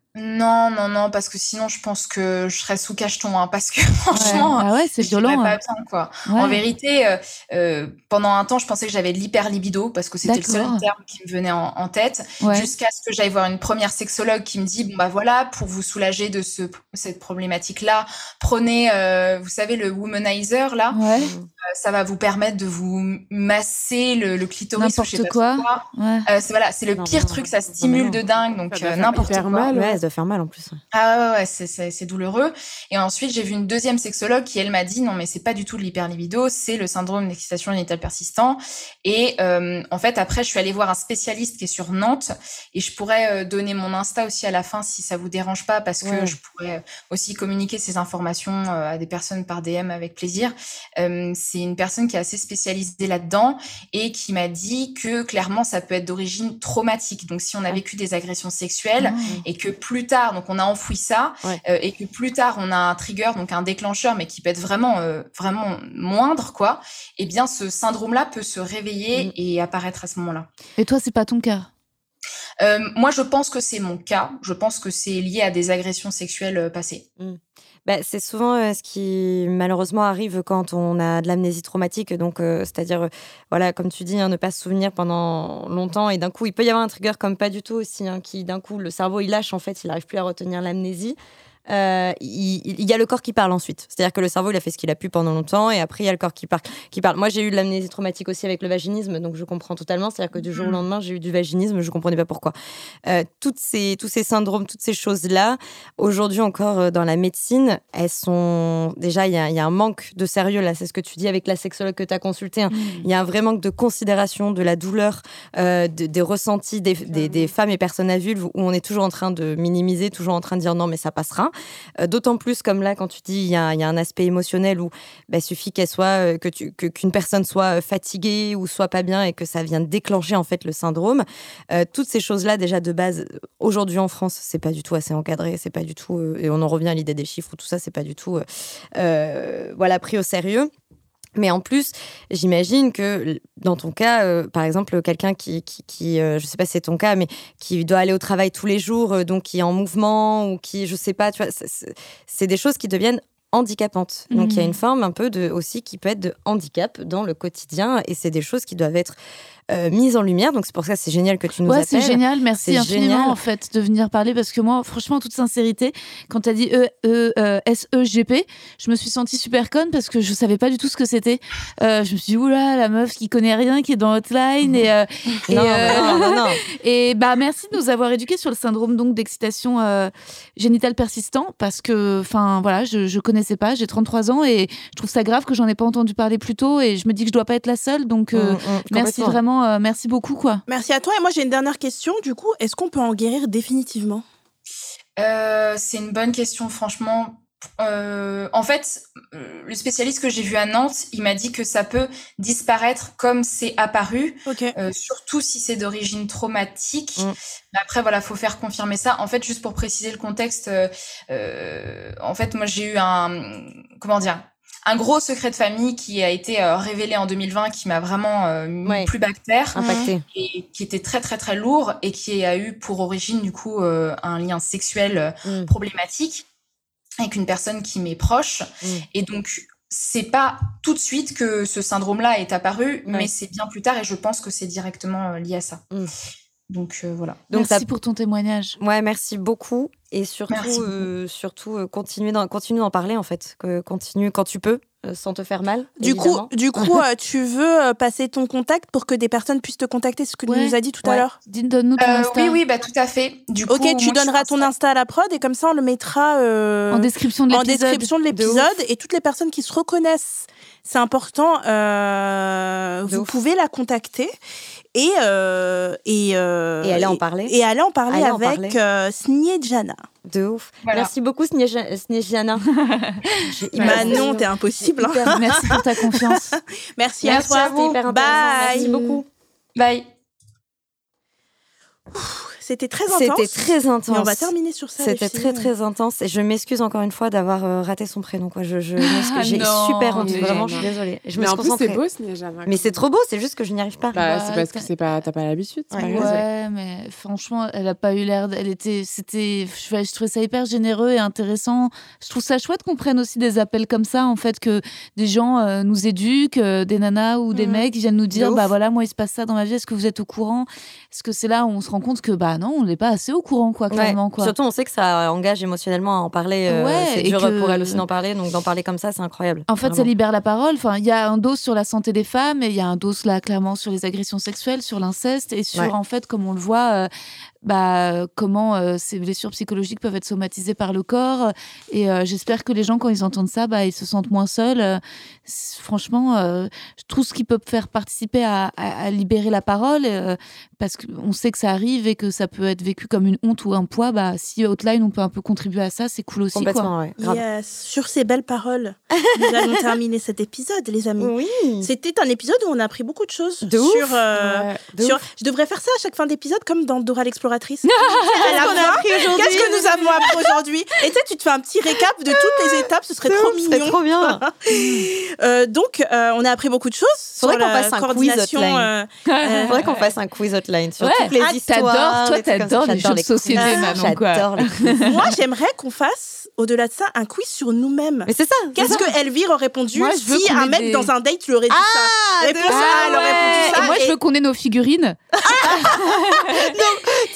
Non, non, non, parce que sinon je pense que je serais sous cacheton, hein, parce que franchement, Ouais. Ah ouais, c'est je serais violent. pas hein. bien, quoi. Ouais. En vérité, euh, euh, pendant un temps, je pensais que j'avais de l'hyperlibido parce que c'était le seul D'accord. terme qui me venait en, en tête, Ouais. jusqu'à ce que j'aille voir une première sexologue qui me dit bon bah voilà, pour vous soulager de ce cette problématique-là, prenez, euh, vous savez, le womanizer là, Ouais. euh, ça va vous permettre de vous masser le, le clitoris ou je sais N'importe pas quoi. trop quoi. Ouais. Euh, c'est voilà, c'est le Non, pire non, truc, non, ça non, non, stimule non. de dingue, donc Ça doit euh, faire n'importe hyper quoi. mal. Ouais, ça doit faire mal en plus. Ah ouais, ouais, c'est, c'est, c'est douloureux. Et ensuite, j'ai vu une deuxième sexologue qui, elle, m'a dit non, mais c'est pas du tout de l'hyperlibido, c'est le syndrome d'excitation génitale persistant. Et euh, en fait, après, je suis allée voir un spécialiste qui est sur Nantes et je pourrais euh, donner mon Insta aussi à la fin si ça vous dérange pas parce que Ouais. je pourrais aussi communiquer ces informations euh, à des personnes par D M avec plaisir. Euh, c'est une personne qui est assez spécialisée là-dedans et qui m'a dit que clairement, ça peut être d'origine traumatique. Donc, si on a vécu des agressions sexuelles, Ah. et que plus tard, donc on a enfoui ça, Ouais. euh, et que plus tard on a un trigger, donc un déclencheur, mais qui peut être vraiment, euh, vraiment moindre, quoi. Eh bien, ce syndrome-là peut se réveiller Mhm. et apparaître à ce moment-là. Et toi, c'est pas ton cas? Euh, moi, je pense que c'est mon cas. Je pense que c'est lié à des agressions sexuelles euh, passées. Bah, c'est souvent euh, ce qui malheureusement arrive quand on a de l'amnésie traumatique, donc euh, c'est-à-dire, euh, voilà, comme tu dis, hein, ne pas se souvenir pendant longtemps et d'un coup, il peut y avoir un trigger comme pas du tout aussi, hein, qui d'un coup, le cerveau il lâche en fait, il n'arrive plus à retenir l'amnésie. euh, il, il y a le corps qui parle ensuite. C'est-à-dire que le cerveau, il a fait ce qu'il a pu pendant longtemps, et après, il y a le corps qui, par- qui parle. Moi, j'ai eu de l'amnésie traumatique aussi avec le vaginisme, donc je comprends totalement. C'est-à-dire que du jour au lendemain, j'ai eu du vaginisme, je comprenais pas pourquoi. Euh, toutes ces, tous ces syndromes, toutes ces choses-là, aujourd'hui encore euh, dans la médecine, elles sont... Déjà, il y a, y a un manque de sérieux, là, c'est ce que tu dis avec la sexologue que tu as consultée. Hein. Il mmh. y a un vrai manque de considération de la douleur, euh, de, des ressentis des, des, des femmes et personnes à vulve, où on est toujours en train de minimiser, toujours en train de dire non, mais ça passera. Euh, d'autant plus, comme là, quand tu dis, il y, y a un aspect émotionnel où il bah, suffit qu'elle soit, euh, que tu, que, qu'une personne soit fatiguée ou soit pas bien et que ça vient déclencher en fait le syndrome. Euh, toutes ces choses-là, déjà de base, aujourd'hui en France, c'est pas du tout assez encadré, c'est pas du tout, euh, et on en revient à l'idée des chiffres, tout ça, c'est pas du tout euh, euh, voilà, pris au sérieux. Mais en plus, j'imagine que dans ton cas, euh, par exemple, quelqu'un qui, qui, qui euh, je sais pas si c'est ton cas, mais qui doit aller au travail tous les jours, euh, donc qui est en mouvement ou qui, je sais pas, tu vois, c'est, c'est des choses qui deviennent handicapantes. Donc il mmh. y a une forme un peu de aussi qui peut être de handicap dans le quotidien, et c'est des choses qui doivent être Euh, mise en lumière, donc c'est pour ça que c'est génial que tu nous ouais, appelles. Ouais, c'est génial, merci c'est infiniment génial. en fait de venir parler, parce que moi, franchement, en toute sincérité, quand t'as dit e, e, euh, S E G P, je me suis sentie super conne parce que je savais pas du tout ce que c'était. Euh, je me suis dit, oula, la meuf qui connaît rien, qui est dans Hotline, et, euh, et, non, euh, non, non, non. et bah merci de nous avoir éduqués sur le syndrome donc d'excitation euh, génitale persistant, parce que, enfin voilà, je, je connaissais pas, j'ai trente-trois ans et je trouve ça grave que j'en ai pas entendu parler plus tôt, et je me dis que je dois pas être la seule, donc euh, mmh, mmh, merci vraiment, euh, merci beaucoup. Quoi. Merci à toi. Et moi, j'ai une dernière question. Du coup, est-ce qu'on peut en guérir définitivement ? euh, C'est une bonne question, franchement. Euh, en fait, le spécialiste que j'ai vu à Nantes, il m'a dit que ça peut disparaître comme c'est apparu, okay. euh, surtout si c'est d'origine traumatique. Mm. Mais après, voilà, faut faire confirmer ça. En fait, juste pour préciser le contexte, euh, euh, en fait, moi, j'ai eu un... Comment dire ? Un gros secret de famille qui a été euh, révélé en deux mille vingt, qui m'a vraiment euh, mis ouais. plus bactère, impacté, et qui était très très très lourd, et qui a eu pour origine du coup euh, un lien sexuel mm. problématique avec une personne qui m'est proche. Mm. Et donc c'est pas tout de suite que ce syndrome-là est apparu, ouais. mais c'est bien plus tard, et je pense que c'est directement lié à ça. Mm. Donc euh, voilà. Donc merci ça... pour ton témoignage. Ouais, merci beaucoup. Et surtout, euh, surtout euh, continue, d'en, continue d'en parler en fait. Que, continue quand tu peux, euh, sans te faire mal. Du évidemment. coup, du coup euh, tu veux euh, passer ton contact pour que des personnes puissent te contacter, ce que ouais. tu nous as dit tout ouais. à l'heure. Donne-nous ton euh, Insta. Oui, oui, bah tout à fait. Du coup, ok, tu moi, donneras ton Insta à la prod, et comme ça on le mettra euh, en description de l'épisode. En description de l'épisode, de et toutes les personnes qui se reconnaissent, c'est important. Euh, vous ouf. Pouvez la contacter. Et, euh, et, euh, et aller en parler. Et aller en parler aller avec euh, Snejana. De ouf. Voilà. Merci beaucoup, Snejana. Manon, t'es impossible. Hyper, merci pour ta confiance. Merci, merci à toi. À vous. Hyper Bye. Merci beaucoup. Bye. C'était très intense. C'était très intense. Et on va terminer sur ça. C'était très très intense. Et je m'excuse encore une fois d'avoir euh, raté son prénom. Quoi. Je, je ah j'ai non, super honte. Vraiment, je suis désolée. Je mais me en suis plus, concentrée. c'est beau, Snejana. Mais c'est trop beau. C'est juste que je n'y arrive pas. Bah, ouais, c'est parce que c'est pas, t'as pas l'habitude. Ouais, pas ouais mais franchement, elle a pas eu l'air. Elle était, c'était. Je, je trouvais ça hyper généreux et intéressant. Je trouve ça chouette qu'on prenne aussi des appels comme ça, en fait, que des gens euh, nous éduquent, euh, des nanas ou des mmh. mecs qui viennent nous dire, bah voilà, moi il se passe ça dans ma vie. Est-ce que vous êtes au courant ? Est-ce que c'est là où on se rend compte que bah non, on n'est pas assez au courant, quoi, clairement. Ouais. Quoi. Surtout, on sait que ça engage émotionnellement à en parler. Euh, ouais, c'est dur que... pour elle aussi d'en parler, donc d'en parler comme ça, c'est incroyable. En fait, vraiment. Ça libère la parole. Enfin, il y a un dos sur la santé des femmes, et il y a un dos là, clairement, sur les agressions sexuelles, sur l'inceste, et sur, ouais. en fait, comme on le voit, euh, bah, comment euh, ces blessures psychologiques peuvent être somatisées par le corps. Et euh, j'espère que les gens, quand ils entendent ça, bah, ils se sentent moins seuls. Euh, franchement, euh, tout ce qui peut faire participer à, à, à libérer la parole, euh, parce qu'on sait que ça arrive et que ça peut être vécu comme une honte ou un poids, bah, si Hotline, on peut un peu contribuer à ça, c'est cool aussi. Complètement, quoi. Ouais, grave. Yes. Sur ces belles paroles, nous allons terminer cet épisode, les amis. Oui. C'était un épisode où on a appris beaucoup de choses. De sur, ouf. Euh, ouais, de sur... ouf. Je devrais faire ça à chaque fin d'épisode, comme dans Dora l'exploratrice. Qu'est-ce qu'on a appris aujourd'hui ? Qu'est-ce que nous avons appris aujourd'hui ? Et tu sais, tu te fais un petit récap de toutes les étapes, ce serait de trop ouf, mignon. Ce serait trop bien. euh, donc, euh, on a appris beaucoup de choses. Faudrait sur qu'on la fasse un coordination. quiz Euh, euh, Faudrait qu'on fasse un quiz Hotline sur ouais. toutes les ah, histoires. T'adores, toi, t'adores les jeux de société, Manon. J'adore les quiz. Moi, j'aimerais qu'on fasse, au-delà de ça, un quiz sur nous-mêmes. Mais c'est ça. Qu'est-ce que Elvire aurait répondu moi, si un mec des... dans un date lui aurait dit ah, ça ? Réponse ah, A, elle aurait répondu ça. Et moi, et... je veux qu'on ait nos figurines. Donc, tu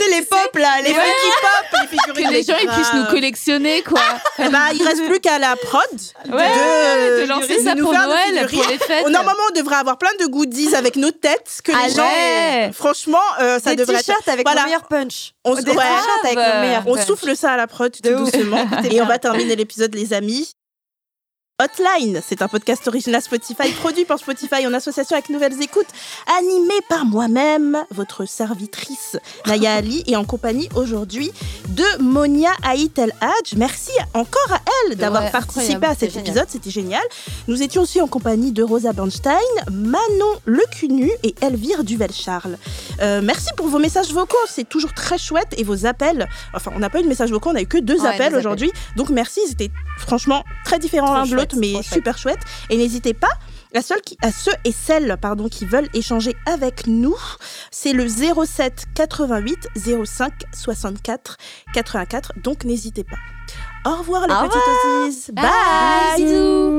sais, les pop, là, les Ouais. funky pop, les figurines. Que les gens ils grave. puissent nous collectionner, quoi. Bah, il reste plus qu'à la prod Ouais, ouais, de lancer ça nous pour faire nos Noël, figurines. pour les fêtes. Oh, normalement, on devrait avoir plein de goodies avec nos têtes que Ah les gens. ouais. Franchement, euh, ça Des devrait être. t-shirts avec Voilà. le meilleur punch. On Des se- ouais. t-shirts avec le meilleur On punch. souffle ça à la prod tout De ouf. doucement. T'es Et bien. on va terminer l'épisode, les amis. Hotline, c'est un podcast original Spotify, produit par Spotify en association avec Nouvelles Écoutes, animé par moi-même, votre servitrice Naya Ali, et en compagnie aujourd'hui de Monia Haït El Hadj. Merci encore à elle d'avoir Ouais, participé incroyable, à cet c'était génial. épisode, c'était génial. Nous étions aussi en compagnie de Rosa Bernstein, Manon Lecunu et Elvire Duvel-Charles. Euh, merci pour vos messages vocaux, c'est toujours très chouette, et vos appels. Enfin, on n'a pas eu de messages vocaux, on a eu que deux Ouais, appels deux aujourd'hui. Donc merci, c'était franchement très différent Trop l'un de chouette, l'autre, mais trop chouette. super chouette. Et n'hésitez pas, à, ceux qui, à ceux et celles pardon, qui veulent échanger avec nous, c'est le zéro sept quatre-vingt-huit zéro cinq soixante-quatre quatre-vingt-quatre. Donc n'hésitez pas. Au revoir les Au petites Aussies. Bye. Bye. Bisous.